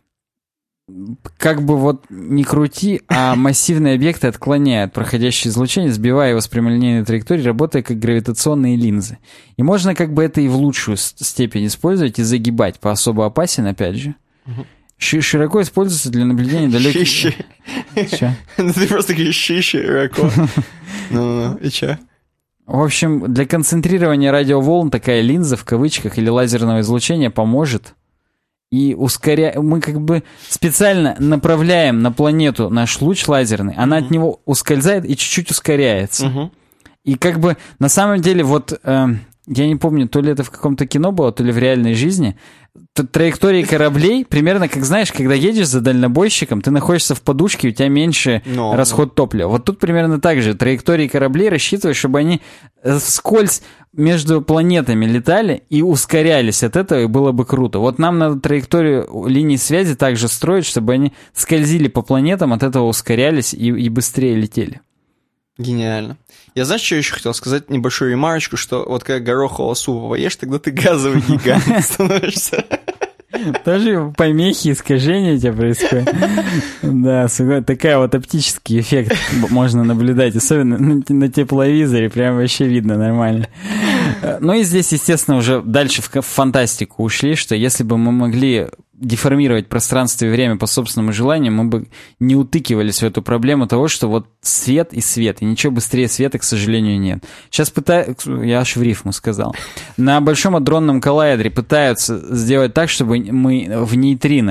как бы вот не крути, а массивные объекты отклоняют проходящее излучение, сбивая его с прямолинейной траектории, работая как гравитационные линзы. И можно как бы это и в лучшую степень использовать и загибать. По особо опасен, опять же. Широко используется для наблюдения далеких... Че? Ты просто говоришь широко. Ну, и че? В общем, для концентрирования радиоволн такая линза, в кавычках, или лазерного излучения поможет. И мы как бы специально направляем на планету наш луч лазерный, она от него ускользает и чуть-чуть ускоряется. И как бы на самом деле вот... Я не помню, то ли это в каком-то кино было, то ли в реальной жизни. Траектории кораблей, примерно как, знаешь, когда едешь за дальнобойщиком, ты находишься в подушке, у тебя меньше расход топлива. Вот тут примерно так же. Траектории кораблей рассчитывают, чтобы они вскользь между планетами летали и ускорялись от этого, и было бы круто. Вот нам надо траекторию линий связи также строить, чтобы они скользили по планетам, от этого ускорялись и быстрее летели. Гениально. Я, знаешь, что еще хотел сказать? Небольшую ремарочку, что вот когда горохового супа поешь, тогда ты газовый гигант становишься. Тоже помехи, искажения у тебя происходят. Да, такая вот оптический эффект можно наблюдать, особенно на тепловизоре, прям вообще видно нормально. Ну и здесь, естественно, уже дальше в фантастику ушли, что если бы мы могли деформировать пространство и время по собственному желанию, мы бы не утыкивались в эту проблему того, что вот свет, и ничего быстрее света, к сожалению, нет. Сейчас я аж в рифму сказал. На Большом адронном коллайдере пытаются сделать так, чтобы мы в нейтрино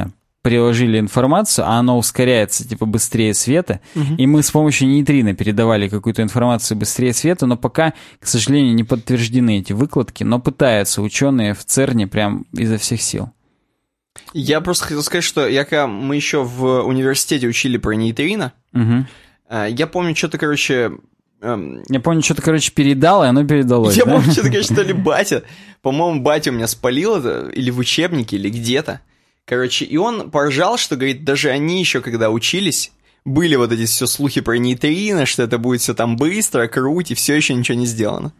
приложили информацию, а оно ускоряется, типа, быстрее света, и мы с помощью нейтрино передавали какую-то информацию быстрее света, но пока, к сожалению, не подтверждены эти выкладки, но пытаются ученые в ЦЕРНе прям изо всех сил. Я просто хотел сказать, что когда мы еще в университете учили про нейтрино, я помню, что-то, короче... Я помню, что-то, короче, передал, и оно передалось. Я помню, что-то, короче, то ли батя. По-моему, батя у меня спалил это, или в учебнике, или где-то. Короче, и он поржал, что, говорит, даже они еще, когда учились, были вот эти все слухи про нейтрино, что это будет все там быстро, круть, и все еще ничего не сделано.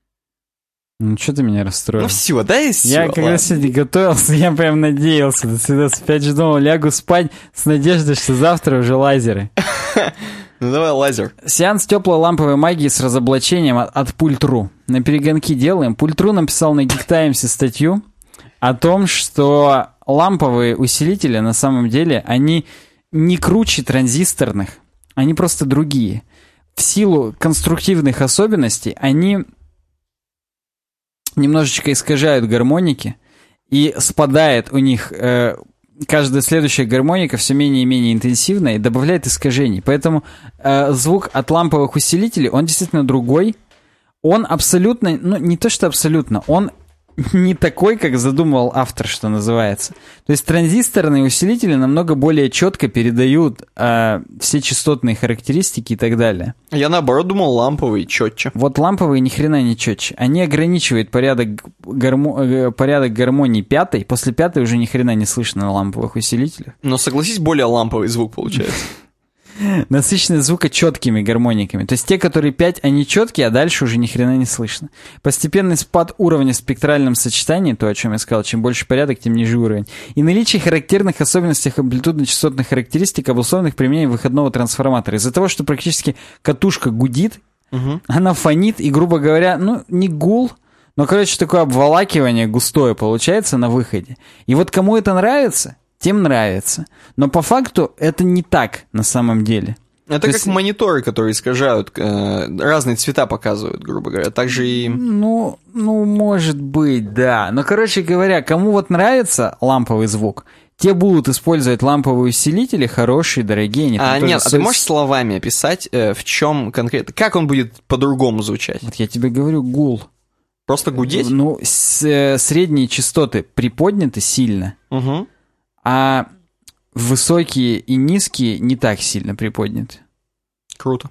Ну, что ты меня расстроил? Ну, все, да, и все. Я когда сегодня готовился, я прям надеялся. До свидания, опять же думал, лягу спать с надеждой, что завтра уже лазеры. Ну, давай лазер. Сеанс теплой ламповой магии с разоблачением от Пульт.ру. На перегонки делаем. Пульт.ру написал на Geek Times статью о том, что ламповые усилители, на самом деле, они не круче транзисторных, они просто другие. В силу конструктивных особенностей они немножечко искажают гармоники, и спадает у них каждая следующая гармоника все менее и менее интенсивная и добавляет искажений. Поэтому звук от ламповых усилителей, он действительно другой. Он абсолютно, ну не то что абсолютно, он не такой, как задумывал автор, что называется. То есть транзисторные усилители намного более четко передают все частотные характеристики и так далее. Я наоборот думал, ламповые четче. Вот ламповые ни хрена не четче. Они ограничивают порядок гармонии пятой. После пятой уже ни хрена не слышно на ламповых усилителях. Но согласись, более ламповый звук получается. Насыщенность звука четкими гармониками. То есть те, которые 5, они четкие, а дальше уже ни хрена не слышно. Постепенный спад уровня в спектральном сочетании, то, о чем я сказал, чем больше порядок, тем ниже уровень. И наличие характерных особенностей амплитудно-частотных характеристик, обусловленных применением выходного трансформатора. Из-за того, что практически катушка гудит, она фонит, и, грубо говоря, ну, не гул, но, короче, такое обволакивание густое получается на выходе. И вот кому это нравится, тем нравится. Но по факту это не так на самом деле. Это как мониторы, которые искажают, разные цвета показывают, грубо говоря. Также и... Ну, может быть, да. Но, короче говоря, кому вот нравится ламповый звук, те будут использовать ламповые усилители, хорошие, дорогие. Нет, а ты можешь словами описать, в чем конкретно... Как он будет по-другому звучать? Вот я тебе говорю, гул. Просто гудеть? Ну, средние частоты приподняты сильно. А высокие и низкие не так сильно приподняты. Круто.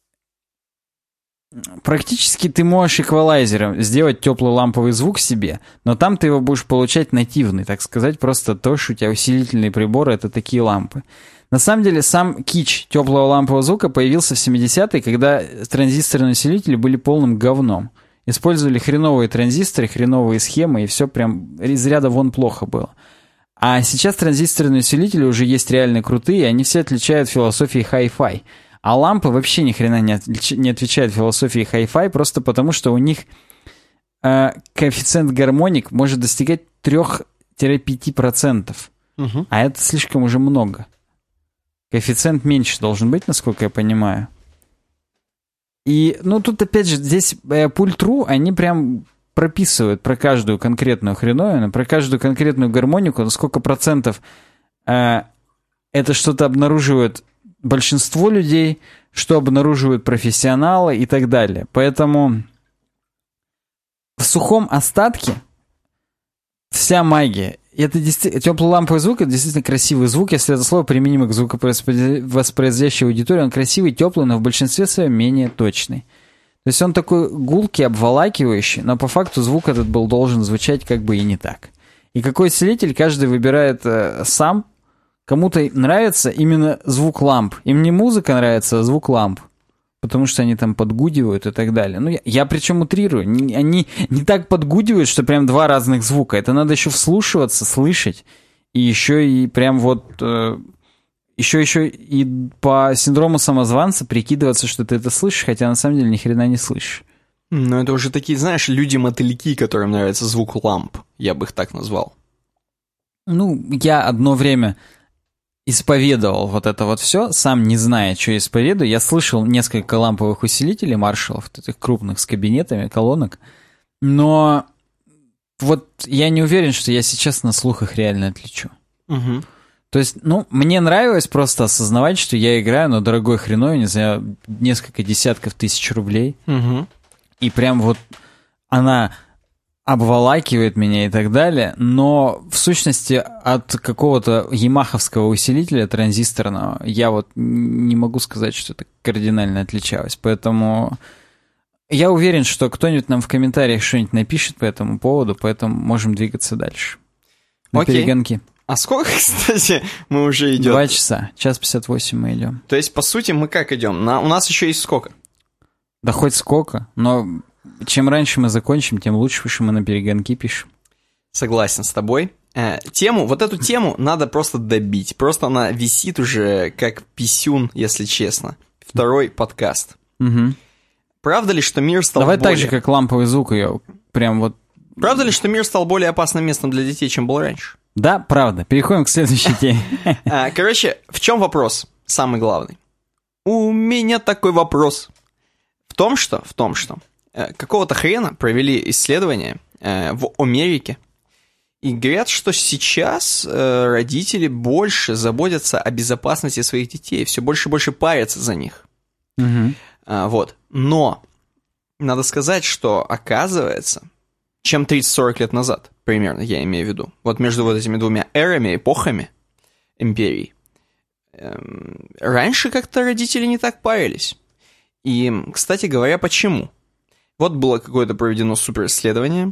Практически ты можешь эквалайзером сделать теплый ламповый звук себе, но там ты его будешь получать нативный, так сказать, просто то, что у тебя усилительные приборы — это такие лампы. На самом деле сам кич теплого лампового звука появился в 70-е, когда транзисторные усилители были полным говном. Использовали хреновые транзисторы, хреновые схемы, и все прям из ряда вон плохо было. А сейчас транзисторные усилители уже есть реально крутые, и они все отличают философией хай-фай. А лампы вообще ни хрена не отвечают философии хай-фай, просто потому что у них коэффициент гармоник может достигать 3-5%. А это слишком уже много. Коэффициент меньше должен быть, насколько я понимаю. И, ну, тут опять же, здесь Пульт.ру, они прям... прописывают про каждую конкретную хреновину, про каждую конкретную гармонику, на сколько процентов это что-то обнаруживает большинство людей, что обнаруживают профессионалы и так далее. Поэтому в сухом остатке вся магия. Это действительно, теплый ламповый звук — это действительно красивый звук, если это слово применимо к звуковоспроизводящей аудитории. Он красивый, теплый, но в большинстве своем менее точный. То есть он такой гулкий, обволакивающий, но по факту звук этот должен звучать как бы и не так. И какой усилитель каждый выбирает сам. Кому-то нравится именно звук ламп. Им не музыка нравится, а звук ламп. Потому что они там подгудивают и так далее. Ну, я причем утрирую. Они не так подгудивают, что прям два разных звука. Это надо еще вслушиваться, слышать. И еще и прям вот... Еще и по синдрому самозванца прикидываться, что ты это слышишь, хотя на самом деле ни хрена не слышишь. Ну, это уже такие, знаешь, люди-мотыльки, которым нравится звук ламп. Я бы их так назвал. Ну, я одно время исповедовал вот это вот все, сам не зная, что исповедую. Я слышал несколько ламповых усилителей Маршаллов, этих крупных с кабинетами, колонок, но вот я не уверен, что я сейчас на слух их реально отличу. То есть, мне нравилось просто осознавать, что я играю на дорогой хреновине за несколько десятков тысяч рублей. Угу. И прям вот она обволакивает меня и так далее, но в сущности от какого-то ямаховского усилителя транзисторного я вот не могу сказать, что это кардинально отличалось. Поэтому я уверен, что кто-нибудь нам в комментариях что-нибудь напишет по этому поводу, поэтому можем двигаться дальше. На перегонки. А сколько, кстати, мы уже идем? 2 часа. 1:58 мы идем. То есть, по сути, мы как идем? У нас еще есть сколько? Да хоть сколько, но чем раньше мы закончим, тем лучше, потому что мы на перегонки пишем. Согласен с тобой. Вот эту тему надо просто добить. Просто она висит уже как писюн, если честно. Второй подкаст. Угу. Правда ли, что мир стал Давай так же, как ламповый звук ее прям вот... Правда ли, что мир стал более опасным местом для детей, чем был раньше? Да, правда. Переходим к следующей теме. Короче, в чем вопрос? Самый главный. У меня такой вопрос. В том, что какого-то хрена провели исследование в Америке, и говорят, что сейчас родители больше заботятся о безопасности своих детей, все больше и больше парятся за них. Угу. Вот. Но надо сказать, что оказывается, чем 30-40 лет назад, примерно, я имею в виду, вот между вот этими двумя эрами, эпохами империи, раньше как-то родители не так парились. И, кстати говоря, почему? Вот было какое-то проведено суперисследование,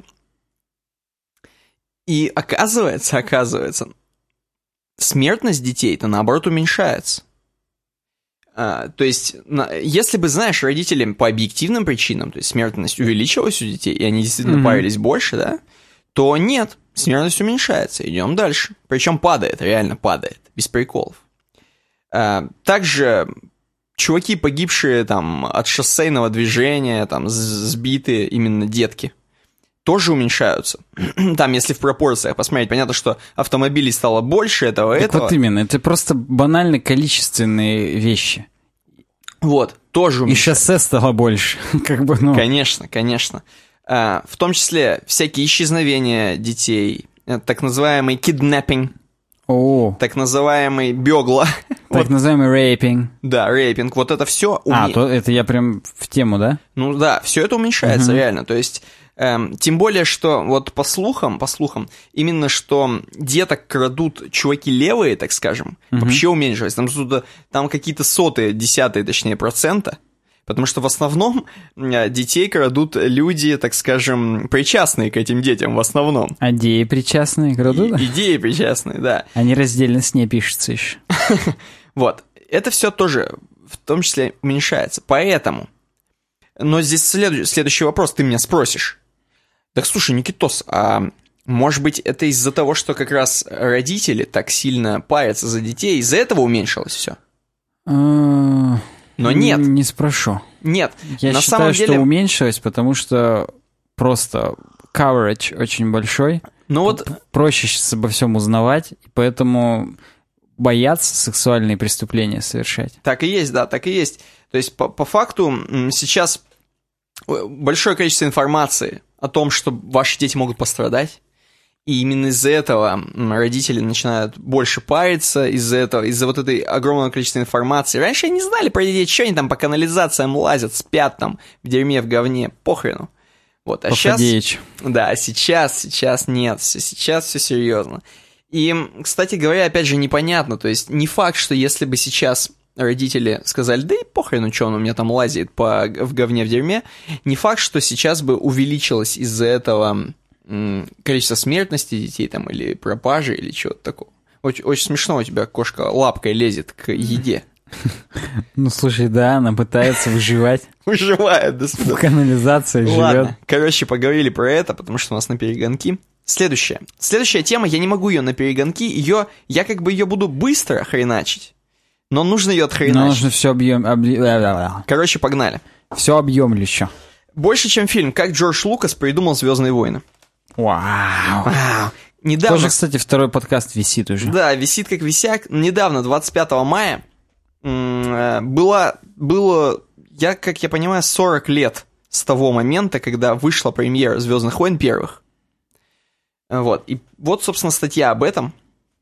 и оказывается, смертность детей-то, наоборот, уменьшается. То есть, если бы, знаешь, родители по объективным причинам, то есть смертность увеличилась у детей, и они действительно парились больше, да, то нет, смертность уменьшается, идем дальше. Причем падает, реально падает, без приколов. Также чуваки, погибшие там от шоссейного движения, там сбитые именно детки, тоже уменьшаются. Там, если в пропорциях посмотреть, понятно, что автомобилей стало больше этого. Вот именно, это просто банально количественные вещи. Вот, тоже уменьшается. И шоссе стало больше. Конечно. В том числе всякие исчезновения детей, так называемый kidnapping, так называемый бегла. Так называемый рейпинг. Да, рейпинг. Вот это все то это я прям в тему, да? Ну да, все это уменьшается реально. То есть, тем более, что вот по слухам, именно что деток крадут чуваки левые, так скажем, вообще уменьшилось. Там какие-то десятые, точнее, процента. Потому что в основном детей крадут люди, так скажем, причастные к этим детям в основном. А идеи причастные крадут? Идеи причастные, да. Они раздельно с ней пишутся еще. Вот. Это все тоже в том числе уменьшается. Поэтому. Но здесь следующий вопрос ты меня спросишь. Так слушай, Никитос, а может быть это из-за того, что как раз родители так сильно парятся за детей, из-за этого уменьшилось все? Но нет. Не спрошу. Нет. Я на считаю, самом деле... что уменьшилось, потому что просто coverage очень большой. Ну вот... Проще сейчас обо всем узнавать, и поэтому боятся сексуальные преступления совершать. Так и есть, да, так и есть. То есть по факту сейчас большое количество информации о том, что ваши дети могут пострадать. И именно из-за этого родители начинают больше париться, из-за вот этой огромного количества информации. Раньше они не знали про детей, что они там по канализациям лазят, спят там в дерьме, в говне, похрену. Вот, а сейчас... Да, сейчас нет, сейчас все серьезно. И, кстати говоря, опять же, непонятно, то есть не факт, что если бы сейчас родители сказали, да и похрену, что он у меня там лазит в говне, в дерьме, не факт, что сейчас бы увеличилось из-за этого... количество смертности детей там, или пропажи, или чего-то такого. Очень, очень смешно, у тебя кошка лапкой лезет к еде. Ну, слушай, да, она пытается выживать. Выживает, да. В канализации живет. Ладно, короче, поговорили про это, потому что у нас на перегонки. Следующая тема, я не могу ее на перегонки, я как бы ее буду быстро хреначить, но нужно ее отхреначить. Но нужно все Короче, погнали. Все объемлю еще. Больше, чем фильм «Как Джордж Лукас придумал «Звездные войны». Вау. Недавно... Тоже, кстати, второй подкаст висит уже. Да, висит как висяк. Недавно, 25 мая, было, как я понимаю, 40 лет с того момента, когда вышла премьера «Звездных войн» первых. Вот. И вот, собственно, статья об этом.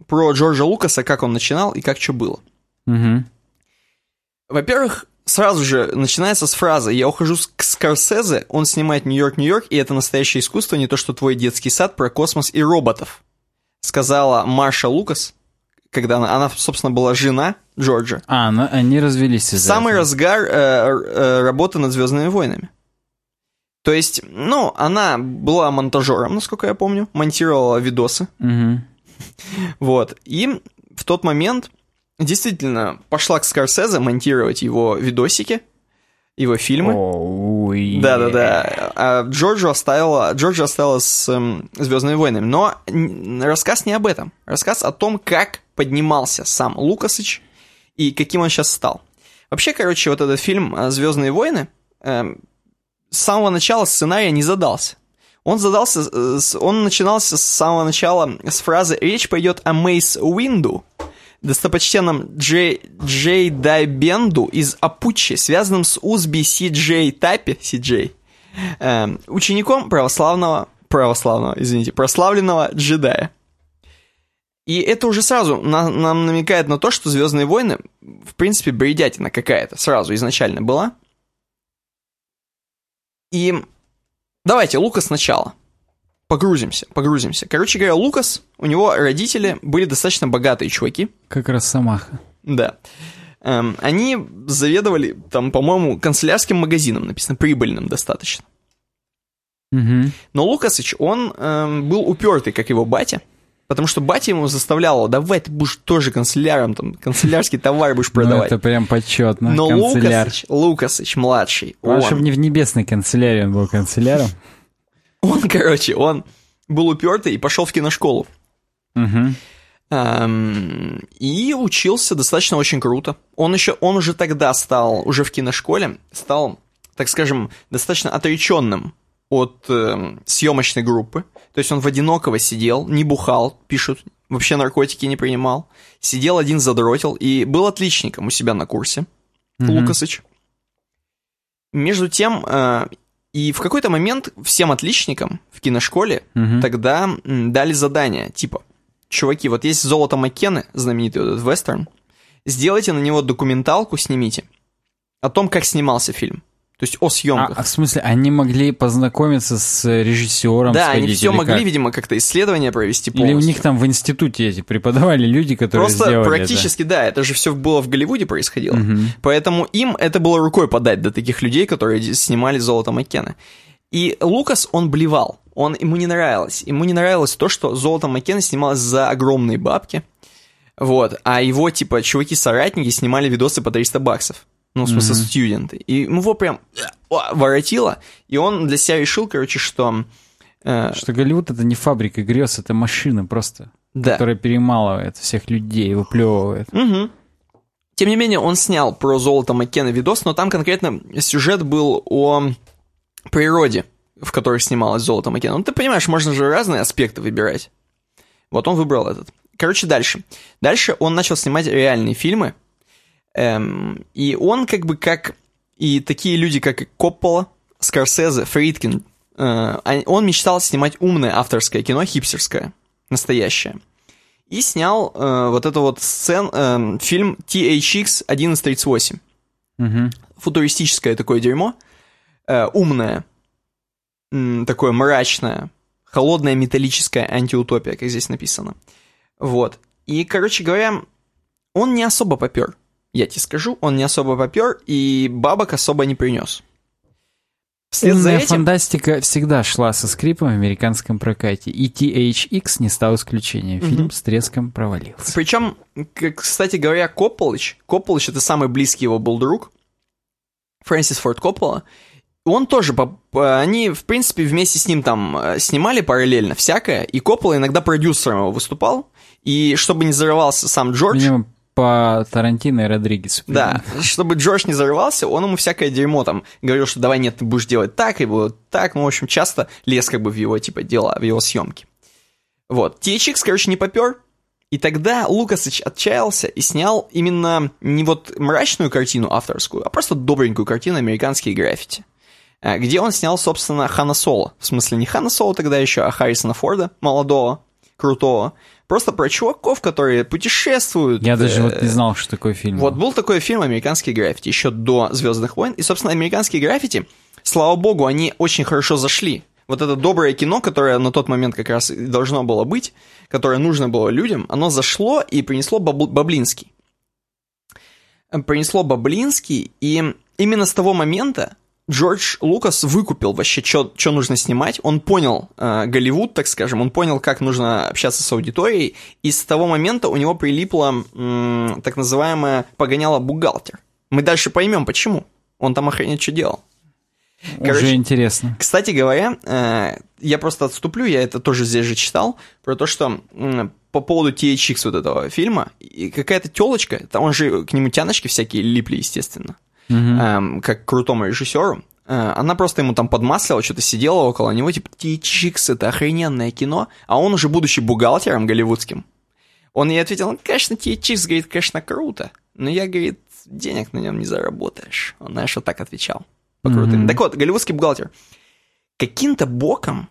про Джорджа Лукаса, как он начинал и как что было. Угу. Во-первых, сразу же начинается с фразы «Я ухожу к Скорсезе, он снимает Нью-Йорк, Нью-Йорк, и это настоящее искусство, не то что твой детский сад про космос и роботов», сказала Марша Лукас, когда она собственно, была жена Джорджа. Они развелись из-за Самый этого. разгар работы над «Звездными войнами». То есть, она была монтажером, насколько я помню, монтировала видосы. Угу. Вот. И в тот момент действительно пошла к Скорсезе монтировать его видосики, его фильмы. Да-да-да. А Джорджа оставила с «Звездными войнами». Но рассказ не об этом. Рассказ о том, как поднимался сам Лукасыч и каким он сейчас стал. Вообще, вот этот фильм «Звездные войны» с самого начала сценария не задался. Он начинался с самого начала с фразы «Речь пойдет о Мейс Уинду», достопочтенном Джейдай Бенду из Апучи, связанном с Узби Си-Джей Тапи, учеником прославленного джедая. И это уже сразу нам намекает на то, что «Звездные войны», в принципе, бредятина какая-то сразу изначально была. И давайте, Лукас сначала. Погрузимся. Короче говоря, Лукас, у него родители были достаточно богатые чуваки. Как Росомаха. Да. Они заведовали, там, по-моему, канцелярским магазином, написано, прибыльным достаточно. Угу. Но Лукасыч, он был упертый, как его батя, потому что батя ему заставлял: давай ты будешь тоже канцеляром, там, канцелярский товар будешь продавать. Это прям почетно. Но Лукасыч младший, чтобы не в небесной канцелярии он был канцеляром. Он был упертый и пошел в киношколу. Угу. И учился достаточно очень круто. Он уже тогда уже в киношколе стал, так скажем, достаточно отреченным от съемочной группы. То есть он в одиноково сидел, не бухал, пишут, вообще наркотики не принимал. Сидел один, задротил и был отличником у себя на курсе. Лукасыч. Между тем, и в какой-то момент всем отличникам в киношколе тогда дали задание, типа, чуваки, вот есть «Золото Маккены», знаменитый этот вестерн, сделайте на него документалку, снимите, о том, как снимался фильм. То есть о съемках. В смысле, они могли познакомиться с режиссером? Да, они все могли, видимо, как-то исследования провести полностью. Или у них там в институте эти преподавали люди, которые сделали просто практически, да, это же все было в Голливуде происходило. Поэтому им это было рукой подать до таких людей, которые снимали «Золото Маккены». И Лукас, он блевал. Ему не нравилось. Ему не нравилось то, что «Золото Маккены» снималось за огромные бабки. Вот. А его, типа, чуваки-соратники снимали видосы по $300. Ну, в смысле, студенты. И его прям воротило. И он для себя решил, короче, что... Что Голливуд — это не фабрика грез, это машина просто, которая перемалывает всех людей, выплевывает. Угу. Тем не менее, он снял про «Золото Маккена» видос, но там конкретно сюжет был о природе, в которой снималось «Золото Маккена». Ну, ты понимаешь, можно же разные аспекты выбирать. Вот он выбрал этот. Короче, дальше. Дальше он начал снимать реальные фильмы. И он как и такие люди, как Коппола, Скорсезе, Фридкин, он мечтал снимать умное авторское кино, хипстерское, настоящее. И снял вот это вот фильм THX 1138. Футуристическое такое дерьмо, умное, такое мрачное, холодная металлическая антиутопия, как здесь написано. Вот. И, короче говоря, он не особо попер. Я тебе скажу, он не особо попер, и бабок особо не принес. Умная фантастика всегда шла со скрипом в американском прокате, и THX не стал исключением. Фильм с треском провалился. Причем, кстати говоря, Копполыч это самый близкий его был друг, Фрэнсис Форд Коппола, он тоже, они, в принципе, вместе с ним там снимали параллельно всякое, и Коппола иногда продюсером его выступал, и чтобы не зарывался сам Джордж... Видимо, по Тарантино и Родригесу. Да, чтобы Джордж не зарывался, он ему всякое дерьмо там говорил, что давай, нет, ты будешь делать так, и вот так, ну, в общем, часто лез как бы в его, типа, дела, в его съемки. Вот, THX, короче, не попер, и тогда Лукасыч отчаялся и снял именно не вот мрачную картину авторскую, а просто добренькую картину «Американские граффити», где он снял, собственно, Хана Соло, в смысле не Хана Соло тогда еще, а Харрисона Форда, молодого, крутого, Просто про чуваков, которые путешествуют. Я даже вот не знал, что такое фильм. Вот был такой фильм «Американские граффити» еще до «Звездных войн». И, собственно, «Американские граффити», слава богу, они очень хорошо зашли. Вот это доброе кино, которое на тот момент как раз и должно было быть, которое нужно было людям, оно зашло и принесло Баблинский. И именно с того момента Джордж Лукас выкупил вообще, что нужно снимать. Он понял Голливуд, так скажем, он понял, как нужно общаться с аудиторией, и с того момента у него прилипла так называемая погоняла бухгалтер. Мы дальше поймем, почему. Он там охренеть что делал. Уже интересно. Кстати говоря, я просто отступлю, я это тоже здесь же читал, про то, что по поводу THX вот этого фильма, и какая-то тёлочка, он же к нему тяночки всякие липли, естественно, как к крутому режиссеру, она просто ему там подмаслила, что-то сидела около него, типа, THX, это охрененное кино, а он уже, будучи бухгалтером голливудским, он ей ответил, конечно, THX, говорит, конечно, круто, но я, говорит, денег на нем не заработаешь. Он, знаешь, вот так отвечал. Так вот, голливудский бухгалтер. Каким-то боком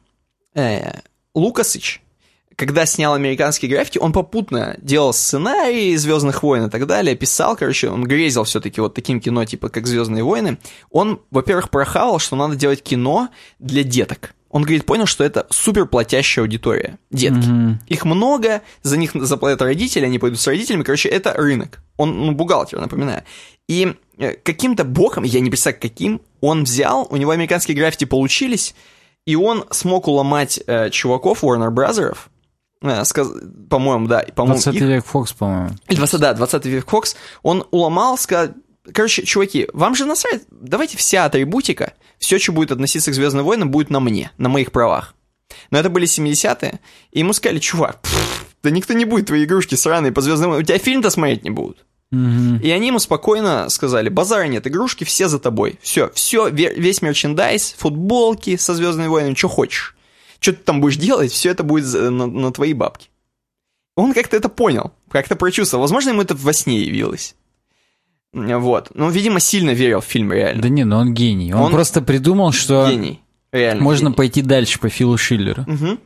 Лукасыч, когда снял «Американские граффити», он попутно делал сценарии «Звездных войн» и так далее, писал, он грезил все-таки вот таким кино, типа как «Звездные войны». Он, во-первых, прохавал, что надо делать кино для деток. Он, говорит, понял, что это супер платящая аудитория. Детки. Их много, за них заплатят родители, они пойдут с родителями. Это рынок. Он, бухгалтер, напоминаю. И каким-то боком, я не представляю, каким, он взял, у него «Американские граффити» получились, и он смог уломать чуваков Warner Bros., по-моему, да. 20 век Fox, по-моему. 20 век Fox. Он уломал, сказал, чуваки, вам же насрать, давайте вся атрибутика, все, что будет относиться к «Звездным войнам», будет на мне, на моих правах. Но это были 70-е, и ему сказали, чувак, да никто не будет твои игрушки сраные по «Звездным войнам», у тебя фильм-то смотреть не будут. И они ему спокойно сказали, базара нет, игрушки все за тобой. Все, весь мерчендайз, футболки со «Звездными войнами», что хочешь. Что ты там будешь делать, все это будет на твои бабки. Он как-то это понял, как-то прочувствовал. Возможно, ему это во сне явилось. Вот. Ну, видимо, сильно верил в фильм, реально. Да не, ну он гений. Он просто придумал, что гений. Реально можно гений. Пойти дальше по Филу Шиллеру.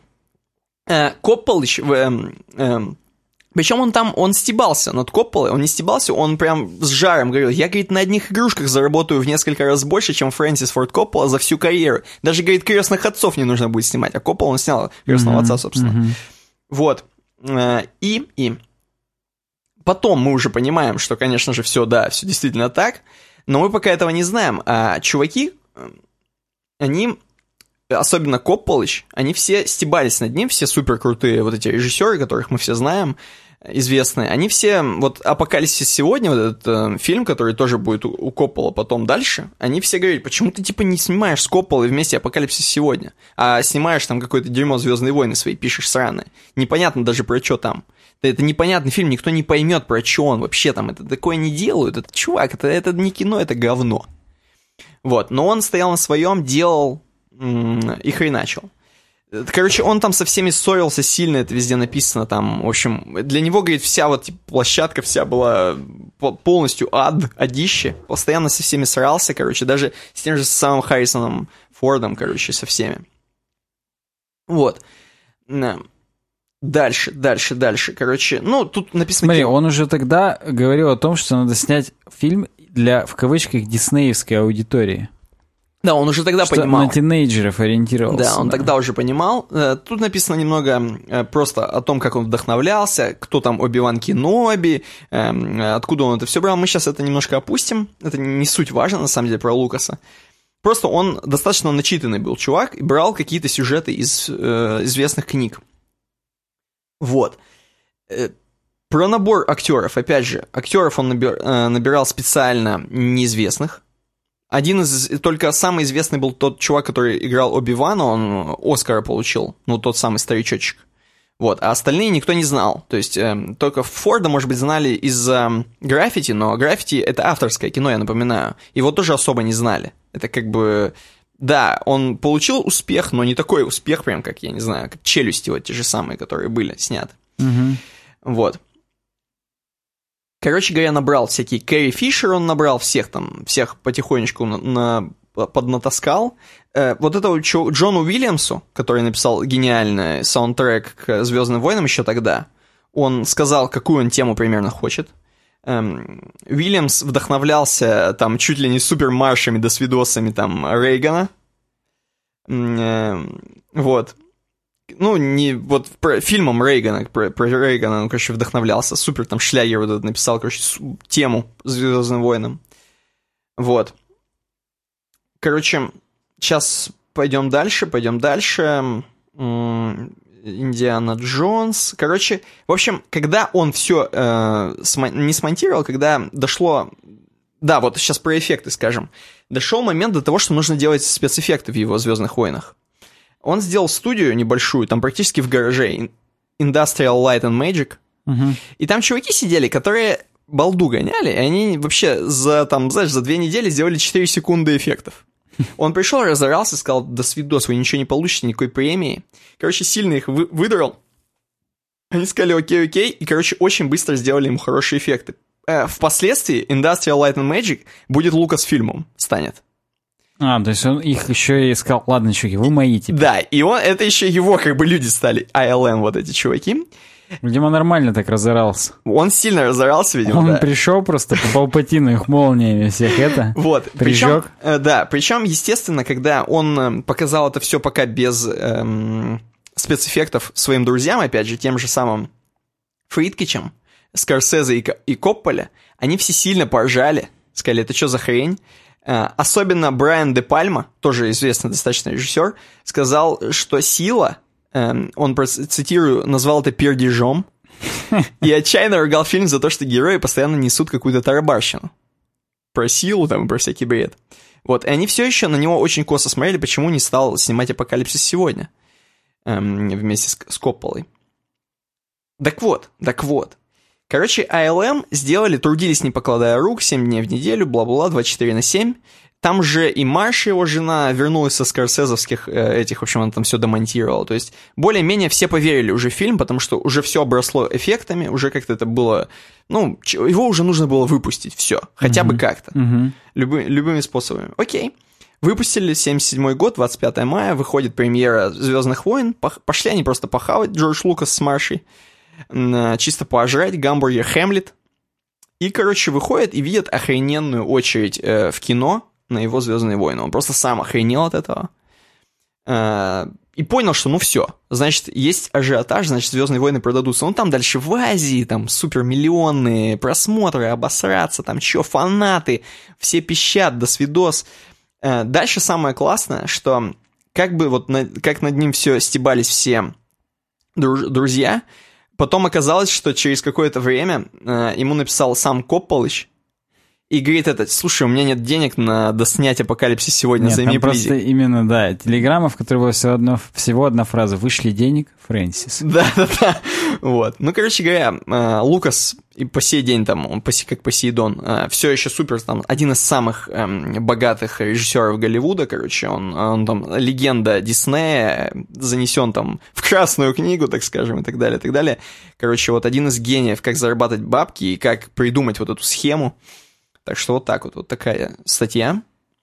Копполыч... Причем он стебался над Копполой, он не стебался, он прям с жаром говорил, я, говорит, на одних игрушках заработаю в несколько раз больше, чем Фрэнсис Форд Коппола за всю карьеру. Даже, говорит, «Крестных отцов» не нужно будет снимать, а Коппола он снял «Крестного отца», собственно. Вот. И потом мы уже понимаем, что, конечно же, все действительно так, но мы пока этого не знаем. А чуваки, они... Особенно Копполыч, они все стебались над ним, все суперкрутые вот эти режиссеры, которых мы все знаем, известные, они все, вот «Апокалипсис сегодня», вот этот фильм, который тоже будет у Коппола потом дальше, они все говорят, почему ты типа не снимаешь с Копполой вместе «Апокалипсис сегодня», а снимаешь там какое-то дерьмо «Звездные войны» свои, пишешь сраное. Непонятно даже про что там. Это непонятный фильм, никто не поймет, про что он вообще там, это такое не делают, это чувак, это не кино, это говно. Вот, но он стоял на своем, делал и хреначил. Короче, он там со всеми ссорился сильно, это везде написано там, в общем, для него, говорит, вся вот типа, площадка вся была полностью адище, постоянно со всеми срался, короче, даже с тем же самым Харрисоном Фордом, короче, со всеми. Вот. Дальше, короче, ну, тут написано... Смотри, он уже тогда говорил о том, что надо снять фильм для, в кавычках, диснеевской аудитории. Да, он уже тогда что понимал. На тинейджеров ориентировался. Да, он тогда уже понимал. Тут написано немного просто о том, как он вдохновлялся, кто там Оби-Ван Кеноби, откуда он это все брал. Мы сейчас это немножко опустим. Это не суть важно, на самом деле, про Лукаса. Просто он достаточно начитанный был чувак и брал какие-то сюжеты из известных книг. Вот. Про набор актеров. Опять же, актеров он набирал специально неизвестных. Только самый известный был тот чувак, который играл Оби-Вана, он Оскара получил, ну, тот самый старичочек. Вот, а остальные никто не знал. То есть, только Форда, может быть, знали из-за «Граффити», но «Граффити» — это авторское кино, я напоминаю. Его тоже особо не знали. Это как бы... Да, он получил успех, но не такой успех, прям как, я не знаю, как «Челюсти», вот те же самые, которые были сняты. Вот. Короче говоря, набрал всякие Кэрри Фишер, он набрал всех потихонечку поднатаскал. Вот этого Джону Уильямсу, который написал гениальный саундтрек к «Звездным войнам» еще тогда, Он сказал, какую он тему примерно хочет. Уильямс вдохновлялся там чуть ли не супермаршами да свидосами там Рейгана. Вот. Ну, не вот фильмом Рейгана, про Рейгана он, короче, вдохновлялся. Супер там шлягер вот этот написал, короче, тему «Звездным войнам». Вот. Короче, сейчас пойдем дальше. Индиана Джонс. Короче, в общем, когда он все не смонтировал, когда дошло... Да, вот сейчас про эффекты скажем. Дошел момент до того, что нужно делать спецэффекты в его «Звездных войнах». Он сделал студию небольшую, там практически в гараже, Industrial Light and Magic. И там чуваки сидели, которые балду гоняли, и они вообще за 2 недели сделали 4 секунды эффектов. Он пришел, разорался, сказал: до свидос, вы ничего не получите, никакой премии. Короче, сильно их выдрал. Они сказали: окей, и, короче, очень быстро сделали им хорошие эффекты. Впоследствии Industrial Light and Magic будет Lucasfilm'ом, станет. То есть он их еще и сказал: ладно, чуваки, вы мои теперь. Да, и это еще его как бы люди стали, ILM, вот эти чуваки. Видимо, нормально так разорался. Он сильно разорался, видимо, Он пришел просто по Палпатину их молниями всех это. Вот. Прижег. Причем, естественно, когда он показал это все пока без спецэффектов своим друзьям, опять же, тем же самым Фридкичем, Скорсезе и Копполе, они все сильно поржали, сказали: это что за хрень? Особенно Брайан де Пальма, тоже известный достаточно режиссер, сказал, что сила... Он, цитирую, назвал это пердежом, и отчаянно ругал фильм за то, что герои постоянно несут какую-то тарабарщину. Про силу там и про всякий бред. Вот, и они все еще на него очень косо смотрели, почему не стал снимать «Апокалипсис сегодня» вместе с Копполой. Так вот. Короче, ILM трудились не покладая рук, 7 дней в неделю, бла-бла-бла, 24/7. Там же и Марша, его жена, вернулась со скорсезовских этих, в общем, она там все домонтировала. То есть, более-менее все поверили уже в фильм, потому что уже все обросло эффектами, уже как-то это было... Ну, его уже нужно было выпустить, все, хотя бы как-то. Любыми способами. Окей. Выпустили 77-й год, 25 мая, выходит премьера «Звездных войн». Пошли они просто похавать, Джордж Лукас с Маршей. Чисто пожрать, гамбургер Хэмлет. И, короче, выходят и видят охрененную очередь в кино на его «Звездные войны». Он просто сам охренел от этого. И понял, что ну все. Значит, есть ажиотаж, значит, «Звездные войны» продадутся. Ну, там дальше в Азии, там супермиллионные просмотры, обосраться, там чё, фанаты, все пищат, до свидос. Дальше самое классное, что как бы вот как над ним все стебались все друзья, потом оказалось, что через какое-то время ему написал сам Копполыч, и говорит: слушай, у меня нет денег на доснять «Апокалипсис сегодня», займи плизик. Просто именно, да, телеграмма, в которой была всего одна фраза: «Вышли денег, Фрэнсис». Да. Вот. Ну, короче говоря, Лукас и по сей день там, он как Посейдон, все еще супер, там, один из самых богатых режиссеров Голливуда, короче, он там легенда Диснея, занесен там в Красную книгу, так скажем, и так далее, и так далее. Короче, вот один из гениев, как зарабатывать бабки и как придумать вот эту схему. Так что вот так вот такая статья.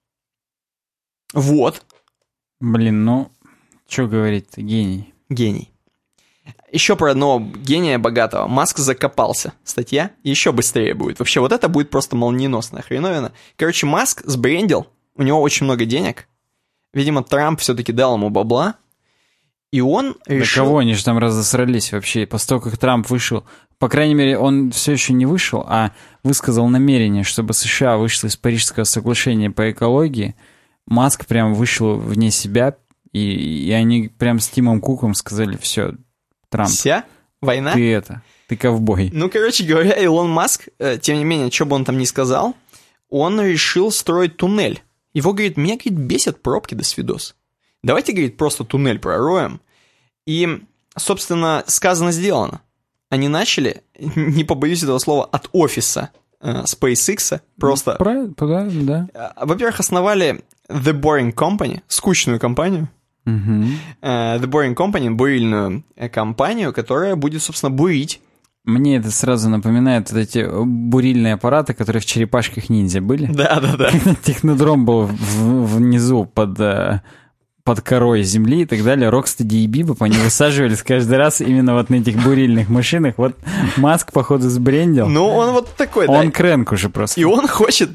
Вот. Блин, ну, что говорить-то, гений. Гений. Еще про одного гения богатого. Маск закопался. Статья еще быстрее будет. Вообще, вот это будет просто молниеносная хреновина. Короче, Маск сбрендил. У него очень много денег. Видимо, Трамп все-таки дал ему бабла. И он решил... Да кого они же там разосрались вообще? После того, как Трамп вышел... По крайней мере, он все еще не вышел, а высказал намерение, чтобы США вышло из Парижского соглашения по экологии. Маск прям вышел вне себя, и они прям с Тимом Куком сказали: все, Трамп. Вся? Война? Ты ковбой. Ну, короче говоря, Илон Маск, тем не менее, что бы он там ни сказал, он решил строить туннель. Его, говорит, меня, говорит, бесят пробки, до свидос. Давайте, говорит, просто туннель пророем. И, собственно, сказано, сделано. Они начали, не побоюсь этого слова, от офиса SpaceX, просто... Да. Во-первых, основали The Boring Company, скучную компанию. The Boring Company, бурильную компанию, которая будет, собственно, бурить. Мне это сразу напоминает вот эти бурильные аппараты, которые в черепашках ниндзя были. Да. Технодром был внизу под корой земли и так далее, Rocksteady и Bebop, они высаживались каждый раз именно вот на этих бурильных машинах. Вот Маск, походу, сбрендил. Ну, он вот такой, да. Он крэнк уже просто. И он хочет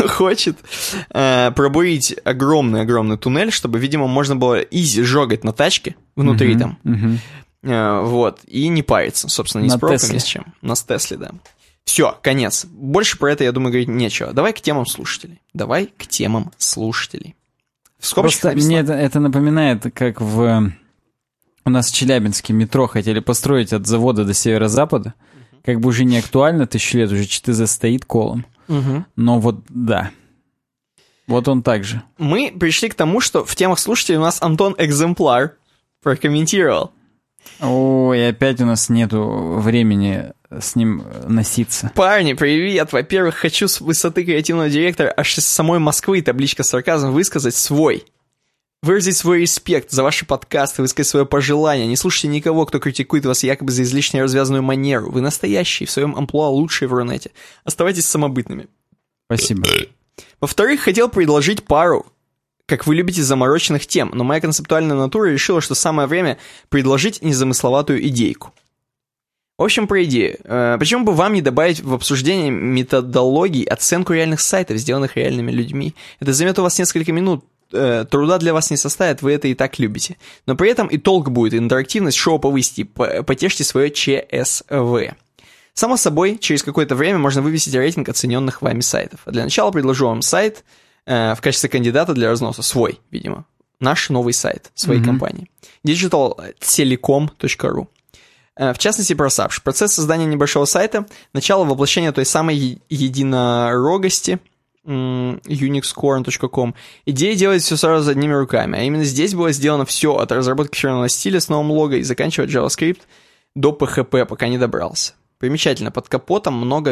пробурить огромный-огромный туннель, чтобы, видимо, можно было изи жогать на тачке внутри там. Вот, и не париться, собственно, ни с пробками, ни с чем. На Тесле, да. Все, конец. Больше про это, я думаю, говорить нечего. Давай к темам слушателей. Просто мне это напоминает, как у нас в Челябинске метро хотели построить от завода до северо-запада. Как бы уже не актуально, 1000 лет уже ЧТЗ стоит колом. Но вот да. Вот он так же. Мы пришли к тому, что в темах слушателей у нас Антон Экземпляр прокомментировал. Ой, опять у нас нету времени с ним носиться. Парни, привет! Во-первых, хочу с высоты креативного директора аж из самой Москвы, табличка сарказм, выразить свой респект за ваши подкасты, высказать свое пожелание. Не слушайте никого, кто критикует вас якобы за излишне развязанную манеру. Вы настоящие, в своем амплуа лучшие в Рунете. Оставайтесь самобытными. Спасибо. Во-вторых, хотел предложить пару, как вы любите, замороченных тем, но моя концептуальная натура решила, что самое время предложить незамысловатую идейку. В общем, про идею. Почему бы вам не добавить в обсуждение методологий оценку реальных сайтов, сделанных реальными людьми? Это займет у вас несколько минут, труда для вас не составит, вы это и так любите. Но при этом и толк будет, и интерактивность шоу повысите, потешьте свое ЧСВ. Само собой, через какое-то время можно вывесить рейтинг оцененных вами сайтов. А для начала предложу вам сайт в качестве кандидата для разноса. Свой, видимо. Наш новый сайт своей компании. digitaltelecom.ru. В частности, про SAPS. Процесс создания небольшого сайта, начало воплощения той самой единорогости, unixcorn.com. Идея делать все сразу одними руками, а именно здесь было сделано все от разработки фирменного стиля с новым лого и заканчивая JavaScript до PHP, пока не добрался. Примечательно, под капотом много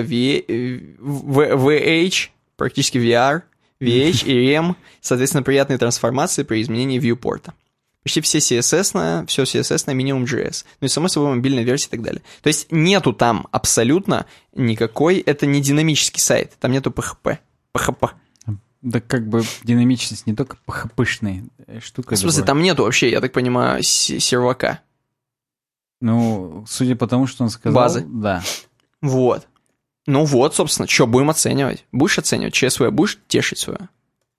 VH, практически VR, VH и REM, соответственно, приятные трансформации при изменении вьюпорта. Почти все CSS, минимум JS. Ну и, само собой, мобильная версия и так далее. То есть нету там абсолютно никакой, это не динамический сайт, там нету PHP. Да как бы динамичность не только PHP-шная штука. В смысле, там нету вообще, я так понимаю, сервака. Ну, судя по тому, что он сказал... Базы. Да. Вот. Ну вот, собственно, что, будем оценивать? Будешь оценивать ЧСВ, будешь тешить свое?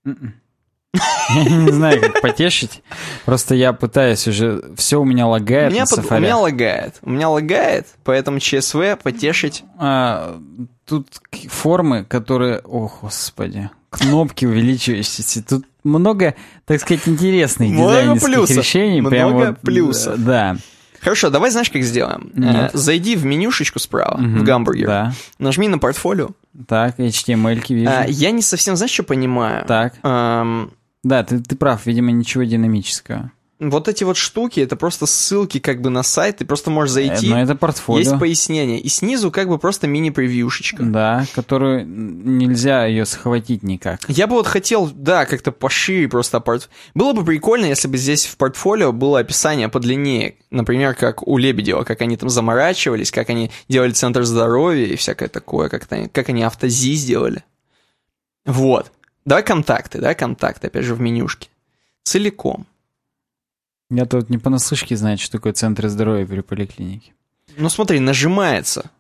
Я не знаю, как потешить. Просто я пытаюсь уже... Все у меня лагает на Safari. У меня лагает, поэтому ЧСВ потешить... Тут формы, которые... О, господи. Кнопки увеличивающиеся. Тут много, так сказать, интересных дизайнерских решений. Много плюсов. Да. Хорошо, давай знаешь, как сделаем? Зайди в менюшечку справа, в гамбургер. Да. Нажми на портфолио. Так, HTML-ки вижу. Я не совсем, знаешь, что понимаю? Так. Да, ты прав, видимо, ничего динамического. Вот эти вот штуки, это просто ссылки как бы на сайт, ты просто можешь зайти. Но это портфолио. Есть пояснение. И снизу как бы просто мини-превьюшечка. Да, которую нельзя ее схватить никак. Я бы вот хотел, да, как-то пошире просто Было бы прикольно, если бы здесь в портфолио было описание подлиннее. Например, как у Лебедева, как они там заморачивались, как они делали центр здоровья и всякое такое, как они автози сделали. Вот. Давай контакты, опять же, в менюшке. Целиком. Я тут не понаслышке знаю, что такое центр здоровья при поликлинике. Ну смотри, нажимается.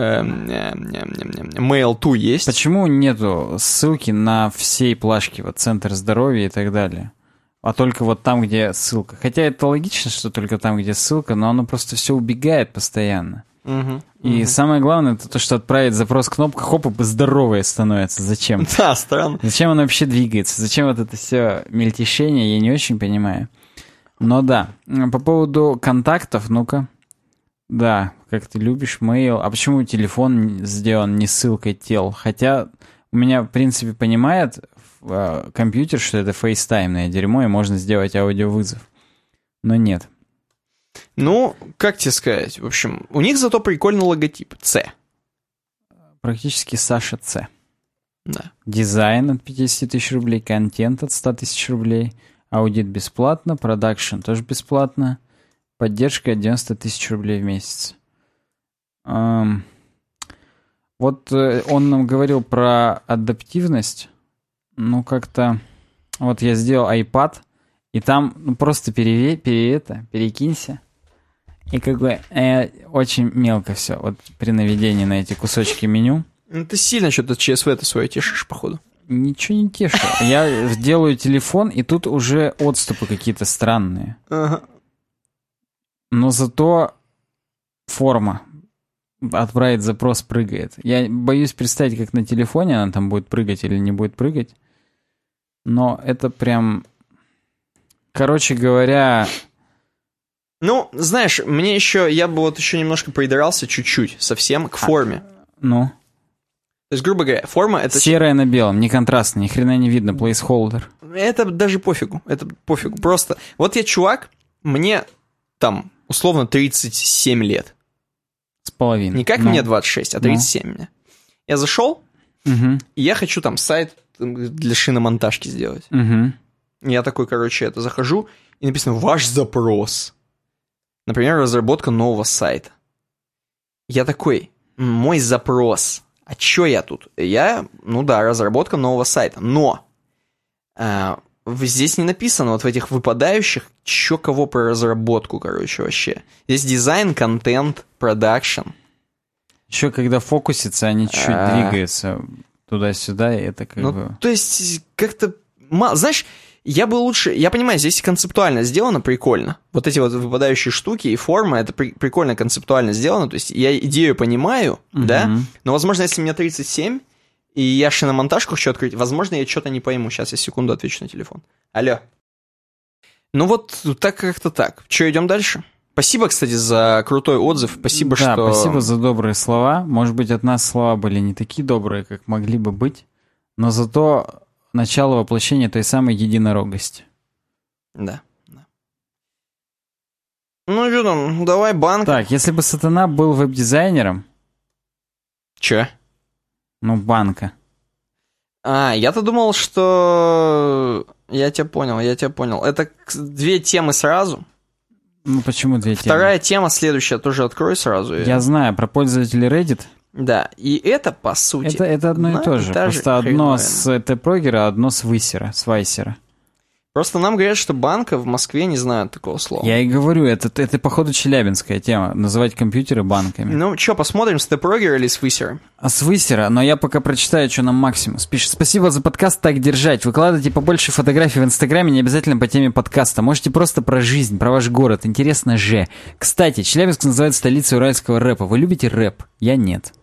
Mail to есть. Почему нету ссылки на всей плашке, вот центр здоровья и так далее? А только вот там, где ссылка. Хотя это логично, что только там, где ссылка, но оно просто все убегает постоянно. И самое главное, это то, что отправить запрос кнопка, хоп, и здоровое становится. Зачем? Да, странно. Зачем оно вообще двигается? Зачем вот это все мельтешение, я не очень понимаю. Но да, по поводу контактов, ну-ка. Да, как ты любишь, mail. А почему телефон сделан не ссылкой тел? Хотя у меня, в принципе, понимает компьютер, что это фейстаймное дерьмо, и можно сделать аудиовызов. Но нет. Ну, как тебе сказать? В общем, у них зато прикольный логотип. С. Практически Саша С. Да. Дизайн от 50 тысяч рублей, контент от 100 тысяч рублей, аудит бесплатно, продакшн тоже бесплатно, поддержка 90 тысяч рублей в месяц. Вот он нам говорил про адаптивность. Ну, как-то... Вот я сделал iPad, И там просто перекинься. И как бы очень мелко все. Вот при наведении на эти кусочки меню. Ты сильно что-то ЧСВ-то свое тешишь, походу. Ничего не тешу. Я делаю телефон, и тут уже отступы какие-то странные. Ага. Но зато форма. Отправить запрос прыгает. Я боюсь представить, как на телефоне она там будет прыгать или не будет прыгать. Но это прям... Короче говоря... Ну, знаешь, мне еще... Я бы вот еще немножко придрался чуть-чуть совсем к форме. Ну? То есть, грубо говоря, форма это... Серая на белом, не контрастная, ни хрена не видно, placeholder. Это даже пофигу, это пофигу. Просто, вот я чувак, мне там, условно, 37 лет. С половиной. Не как мне 26, а 37 мне. Я зашел, и я хочу там сайт для шиномонтажки сделать. Я такой, короче, захожу, и написано «Ваш запрос». Например, разработка нового сайта. Я такой, мой запрос... А чё я тут? Разработка нового сайта. Но здесь не написано вот в этих выпадающих, чё кого про разработку, короче, вообще. Здесь дизайн, контент, продакшн. Еще когда фокусится, они чуть-чуть двигаются туда-сюда, и это как бы... То есть, как-то мало... Знаешь, я понимаю, здесь концептуально сделано прикольно. Вот эти вот выпадающие штуки и формы, это прикольно концептуально сделано. То есть я идею понимаю, да, но, возможно, если мне 37, и я шиномонтажку хочу открыть, возможно, я что-то не пойму. Сейчас я секунду отвечу на телефон. Алло. Ну вот так как-то так. Че, идем дальше? Спасибо, кстати, за крутой отзыв. Спасибо, да, что... спасибо за добрые слова. Может быть, от нас слова были не такие добрые, как могли бы быть, но зато... Начало воплощения той самой единорогости. Да. Ну, что там, давай банк. Так, если бы Сатана был веб-дизайнером... Че? Ну, банка. Я-то думал, что... Я тебя понял. Это две темы сразу. Ну, почему две темы? Вторая тема следующая тоже открой сразу. Я знаю, про пользователей Reddit. Да, и это, по сути... Это одно и то же. Просто одно с Т-прогера, а одно с Вайсера. Просто нам говорят, что банка в Москве не знают такого слова. Я и говорю, это походу челябинская тема, называть компьютеры банками. Ну, что, посмотрим, с Т-прогера или с Вайсера? А с Вайсера, но я пока прочитаю, что нам Максимус пишет. Спасибо за подкаст, так держать. Выкладывайте побольше фотографий в Инстаграме, не обязательно по теме подкаста. Можете просто про жизнь, про ваш город. Интересно же. Кстати, Челябинск называют столицей уральского рэпа. Вы любите рэп? Я нет.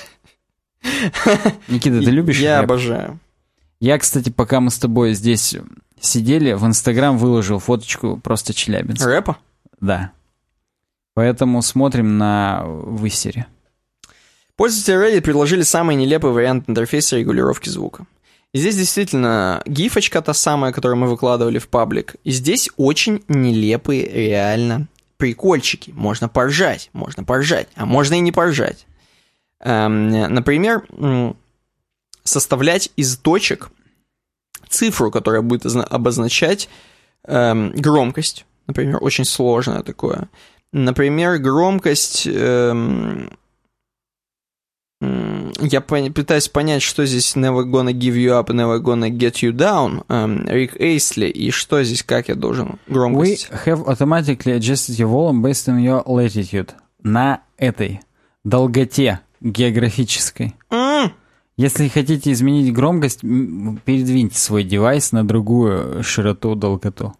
Никита, ты любишь рэп? Я обожаю. Я, кстати, пока мы с тобой здесь сидели, в Инстаграм выложил фоточку просто Челябинска. Рэпа? Да. Поэтому смотрим на Вайсере. Пользователи Reddit предложили самый нелепый вариант интерфейса регулировки звука. И здесь действительно гифочка та самая, которую мы выкладывали в паблик. И здесь очень нелепые реально прикольчики. Можно поржать, а можно и не поржать. Например, составлять из точек цифру, которая будет обозначать громкость. Например, очень сложное такое. Например, громкость... Я пытаюсь понять, что здесь never gonna give you up, never gonna get you down, Рик Эйсли, и что здесь, как я должен громкость... We have automatically adjusted your volume based on your latitude. На этой долготе географической. Если хотите изменить громкость, передвиньте свой девайс на другую широту, долготу.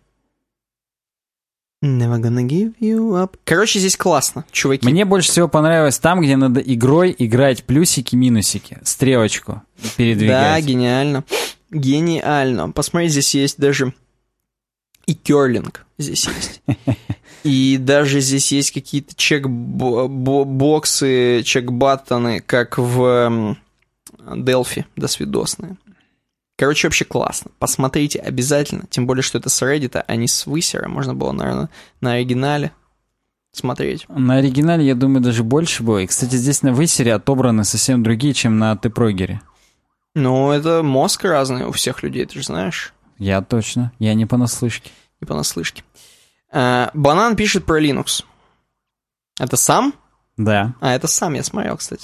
Never gonna give you up. Короче, здесь классно, чуваки. Мне больше всего понравилось там, где надо игрой играть плюсики-минусики, стрелочку передвигать. Да, гениально. Гениально. Посмотри, здесь есть даже и керлинг здесь есть. И даже здесь есть какие-то чек-боксы, чек-баттоны, как в Delphi, досвидосные. Короче, вообще классно. Посмотрите обязательно. Тем более, что это с Reddit, а не с Вайсера. Можно было, наверное, на оригинале смотреть. На оригинале, я думаю, даже больше было. И, кстати, здесь на Вайсере отобраны совсем другие, чем на Т-прогере. Ну, это мозг разный у всех людей, ты же знаешь. Я точно. Я не понаслышке. Не понаслышке. Банан пишет про Linux. Это сам? Да. Это сам, я смотрел, кстати.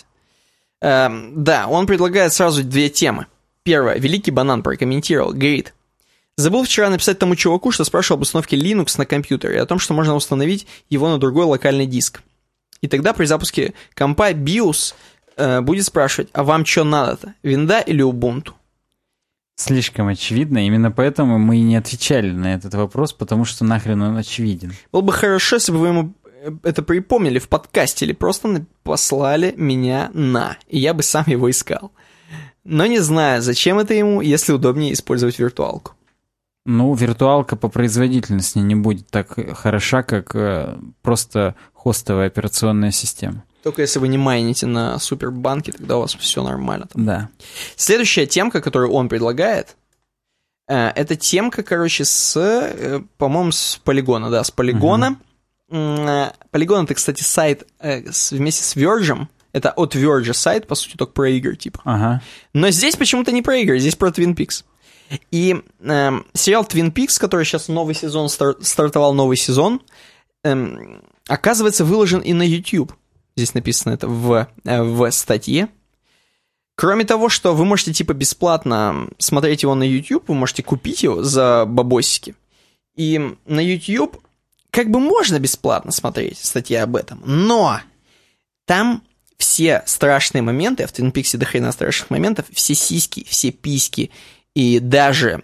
Да, он предлагает сразу две темы. Первое. Великий Банан прокомментировал. Говорит, Забыл вчера написать тому чуваку, что спрашивал об установке Linux на компьютере и о том, что можно установить его на другой локальный диск. И тогда при запуске компа BIOS будет спрашивать, а вам что надо-то, винда или Ubuntu? Слишком очевидно, именно поэтому мы и не отвечали на этот вопрос, потому что нахрен он очевиден. Было бы хорошо, если бы вы ему это припомнили в подкасте или просто послали меня на, и я бы сам его искал. Но не знаю, зачем это ему, если удобнее использовать виртуалку. Ну, виртуалка по производительности не будет так хороша, как просто хостовая операционная система. Только если вы не майните на супербанке, тогда у вас все нормально. Там. Да. Следующая темка, которую он предлагает, это темка, короче, по-моему, с Полигона. Да, с Полигона. Полигон — это, кстати, сайт вместе с Verge. Это от Verge сайт, по сути, только про игры, типа. Ага. Но здесь почему-то не про игры, здесь про Twin Peaks. И сериал Twin Peaks, который сейчас новый сезон, стартовал новый сезон, оказывается, выложен и на YouTube. Здесь написано это в статье. Кроме того, что вы можете типа бесплатно смотреть его на YouTube, вы можете купить его за бабосики. И на YouTube как бы можно бесплатно смотреть статьи об этом, но там все страшные моменты, а в Twin Peaks до хрена страшных моментов, все сиськи, все письки, и даже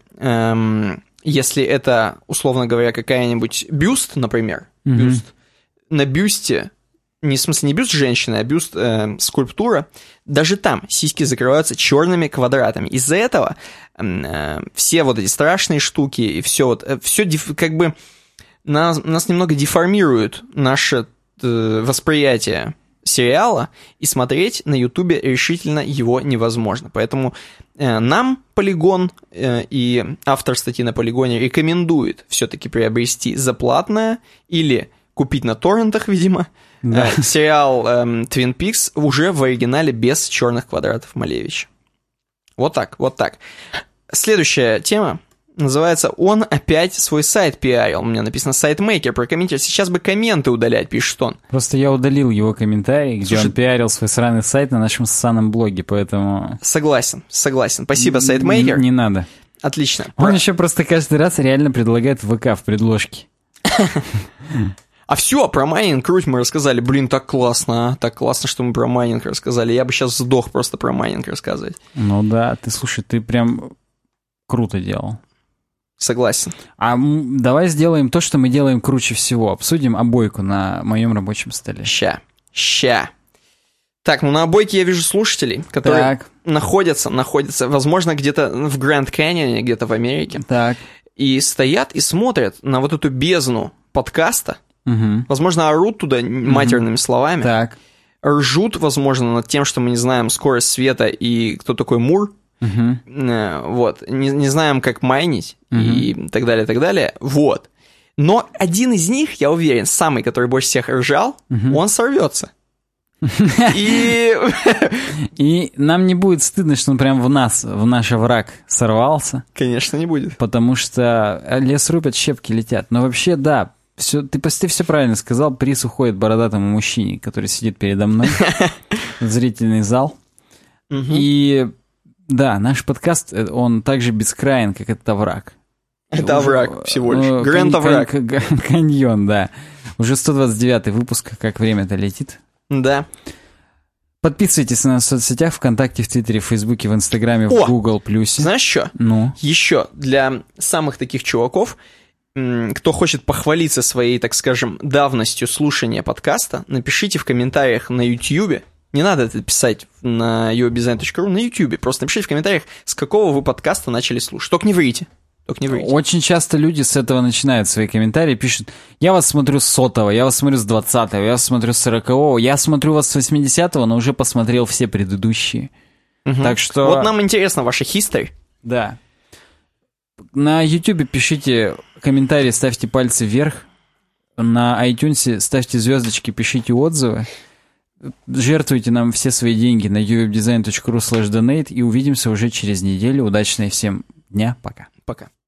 если это, условно говоря, какая-нибудь бюст, например, бюст, на бюсте, в смысле не бюст женщины, а бюст скульптура, даже там сиськи закрываются черными квадратами. Из-за этого все вот эти страшные штуки и все как бы нас немного деформирует наше восприятие сериала, и смотреть на Ютубе решительно его невозможно. Поэтому нам Полигон и автор статьи на Полигоне рекомендует все-таки приобрести за платное или купить на торрентах, видимо, сериал Twin Peaks уже в оригинале без черных квадратов Малевича. Вот так, вот так. Следующая тема называется «Он опять свой сайт пиарил». У меня написано «Сайтмейкер», прокомментировать. Сейчас бы комменты удалять, пишет он. Просто я удалил его комментарий, где он пиарил свой сраный сайт на нашем ссаном блоге, поэтому... Согласен. Спасибо, Сайтмейкер. Не надо. Отлично. Он еще просто каждый раз реально предлагает ВК в предложке. А все, про майнинг круть мы рассказали. Блин, так классно, а? Так классно, что мы про майнинг рассказали. Я бы сейчас сдох просто про майнинг рассказывать. Ну да, слушай, ты прям круто делал. Согласен. А давай сделаем то, что мы делаем круче всего. Обсудим обойку на моем рабочем столе. Ща. Так, на обойке я вижу слушателей, которые находятся, возможно, где-то в Гранд Каньоне, где-то в Америке. Так. И стоят и смотрят на вот эту бездну подкаста. Угу. Возможно, орут туда матерными словами. Так. Ржут, возможно, над тем, что мы не знаем скорость света и кто такой Мур. Вот. Не знаем, как майнить и так далее, так далее. Вот. Но один из них, я уверен, самый, который больше всех ржал, он сорвется. И нам не будет стыдно, что он прям в наш овраг сорвался. Конечно, не будет. Потому что лес рубят, щепки летят. Но вообще, да, ты все правильно сказал, приз уходит бородатому мужчине, который сидит передо мной. Зрительный зал. И да, наш подкаст, он так же бескраен, как этот овраг. Это овраг всего лишь. Грэнд-овраг. Каньон, да. Уже 129-й выпуск, как время-то летит. Да. Подписывайтесь на нас в соцсетях, ВКонтакте, в Твиттере, в Фейсбуке, в Инстаграме, в Google+. Знаешь что? Ну? Еще для самых таких чуваков, кто хочет похвалиться своей, так скажем, давностью слушания подкаста, напишите в комментариях на YouTube. Не надо это писать на yourdesign.ru, на YouTube. Просто напишите в комментариях, с какого вы подкаста начали слушать. Только не врите. Очень часто люди с этого начинают свои комментарии, пишут: я вас смотрю с 100-го, я вас смотрю с 20-го, я вас смотрю с 40-го, я смотрю вас с 80-го, но уже посмотрел все предыдущие. Так что... Вот нам интересно ваша history. Да. На YouTube пишите комментарии, ставьте пальцы вверх. На iTunes ставьте звездочки, пишите отзывы. Жертвуйте нам все свои деньги на uwebdesign.ru/donate и увидимся уже через неделю. Удачного всем дня. Пока. Пока.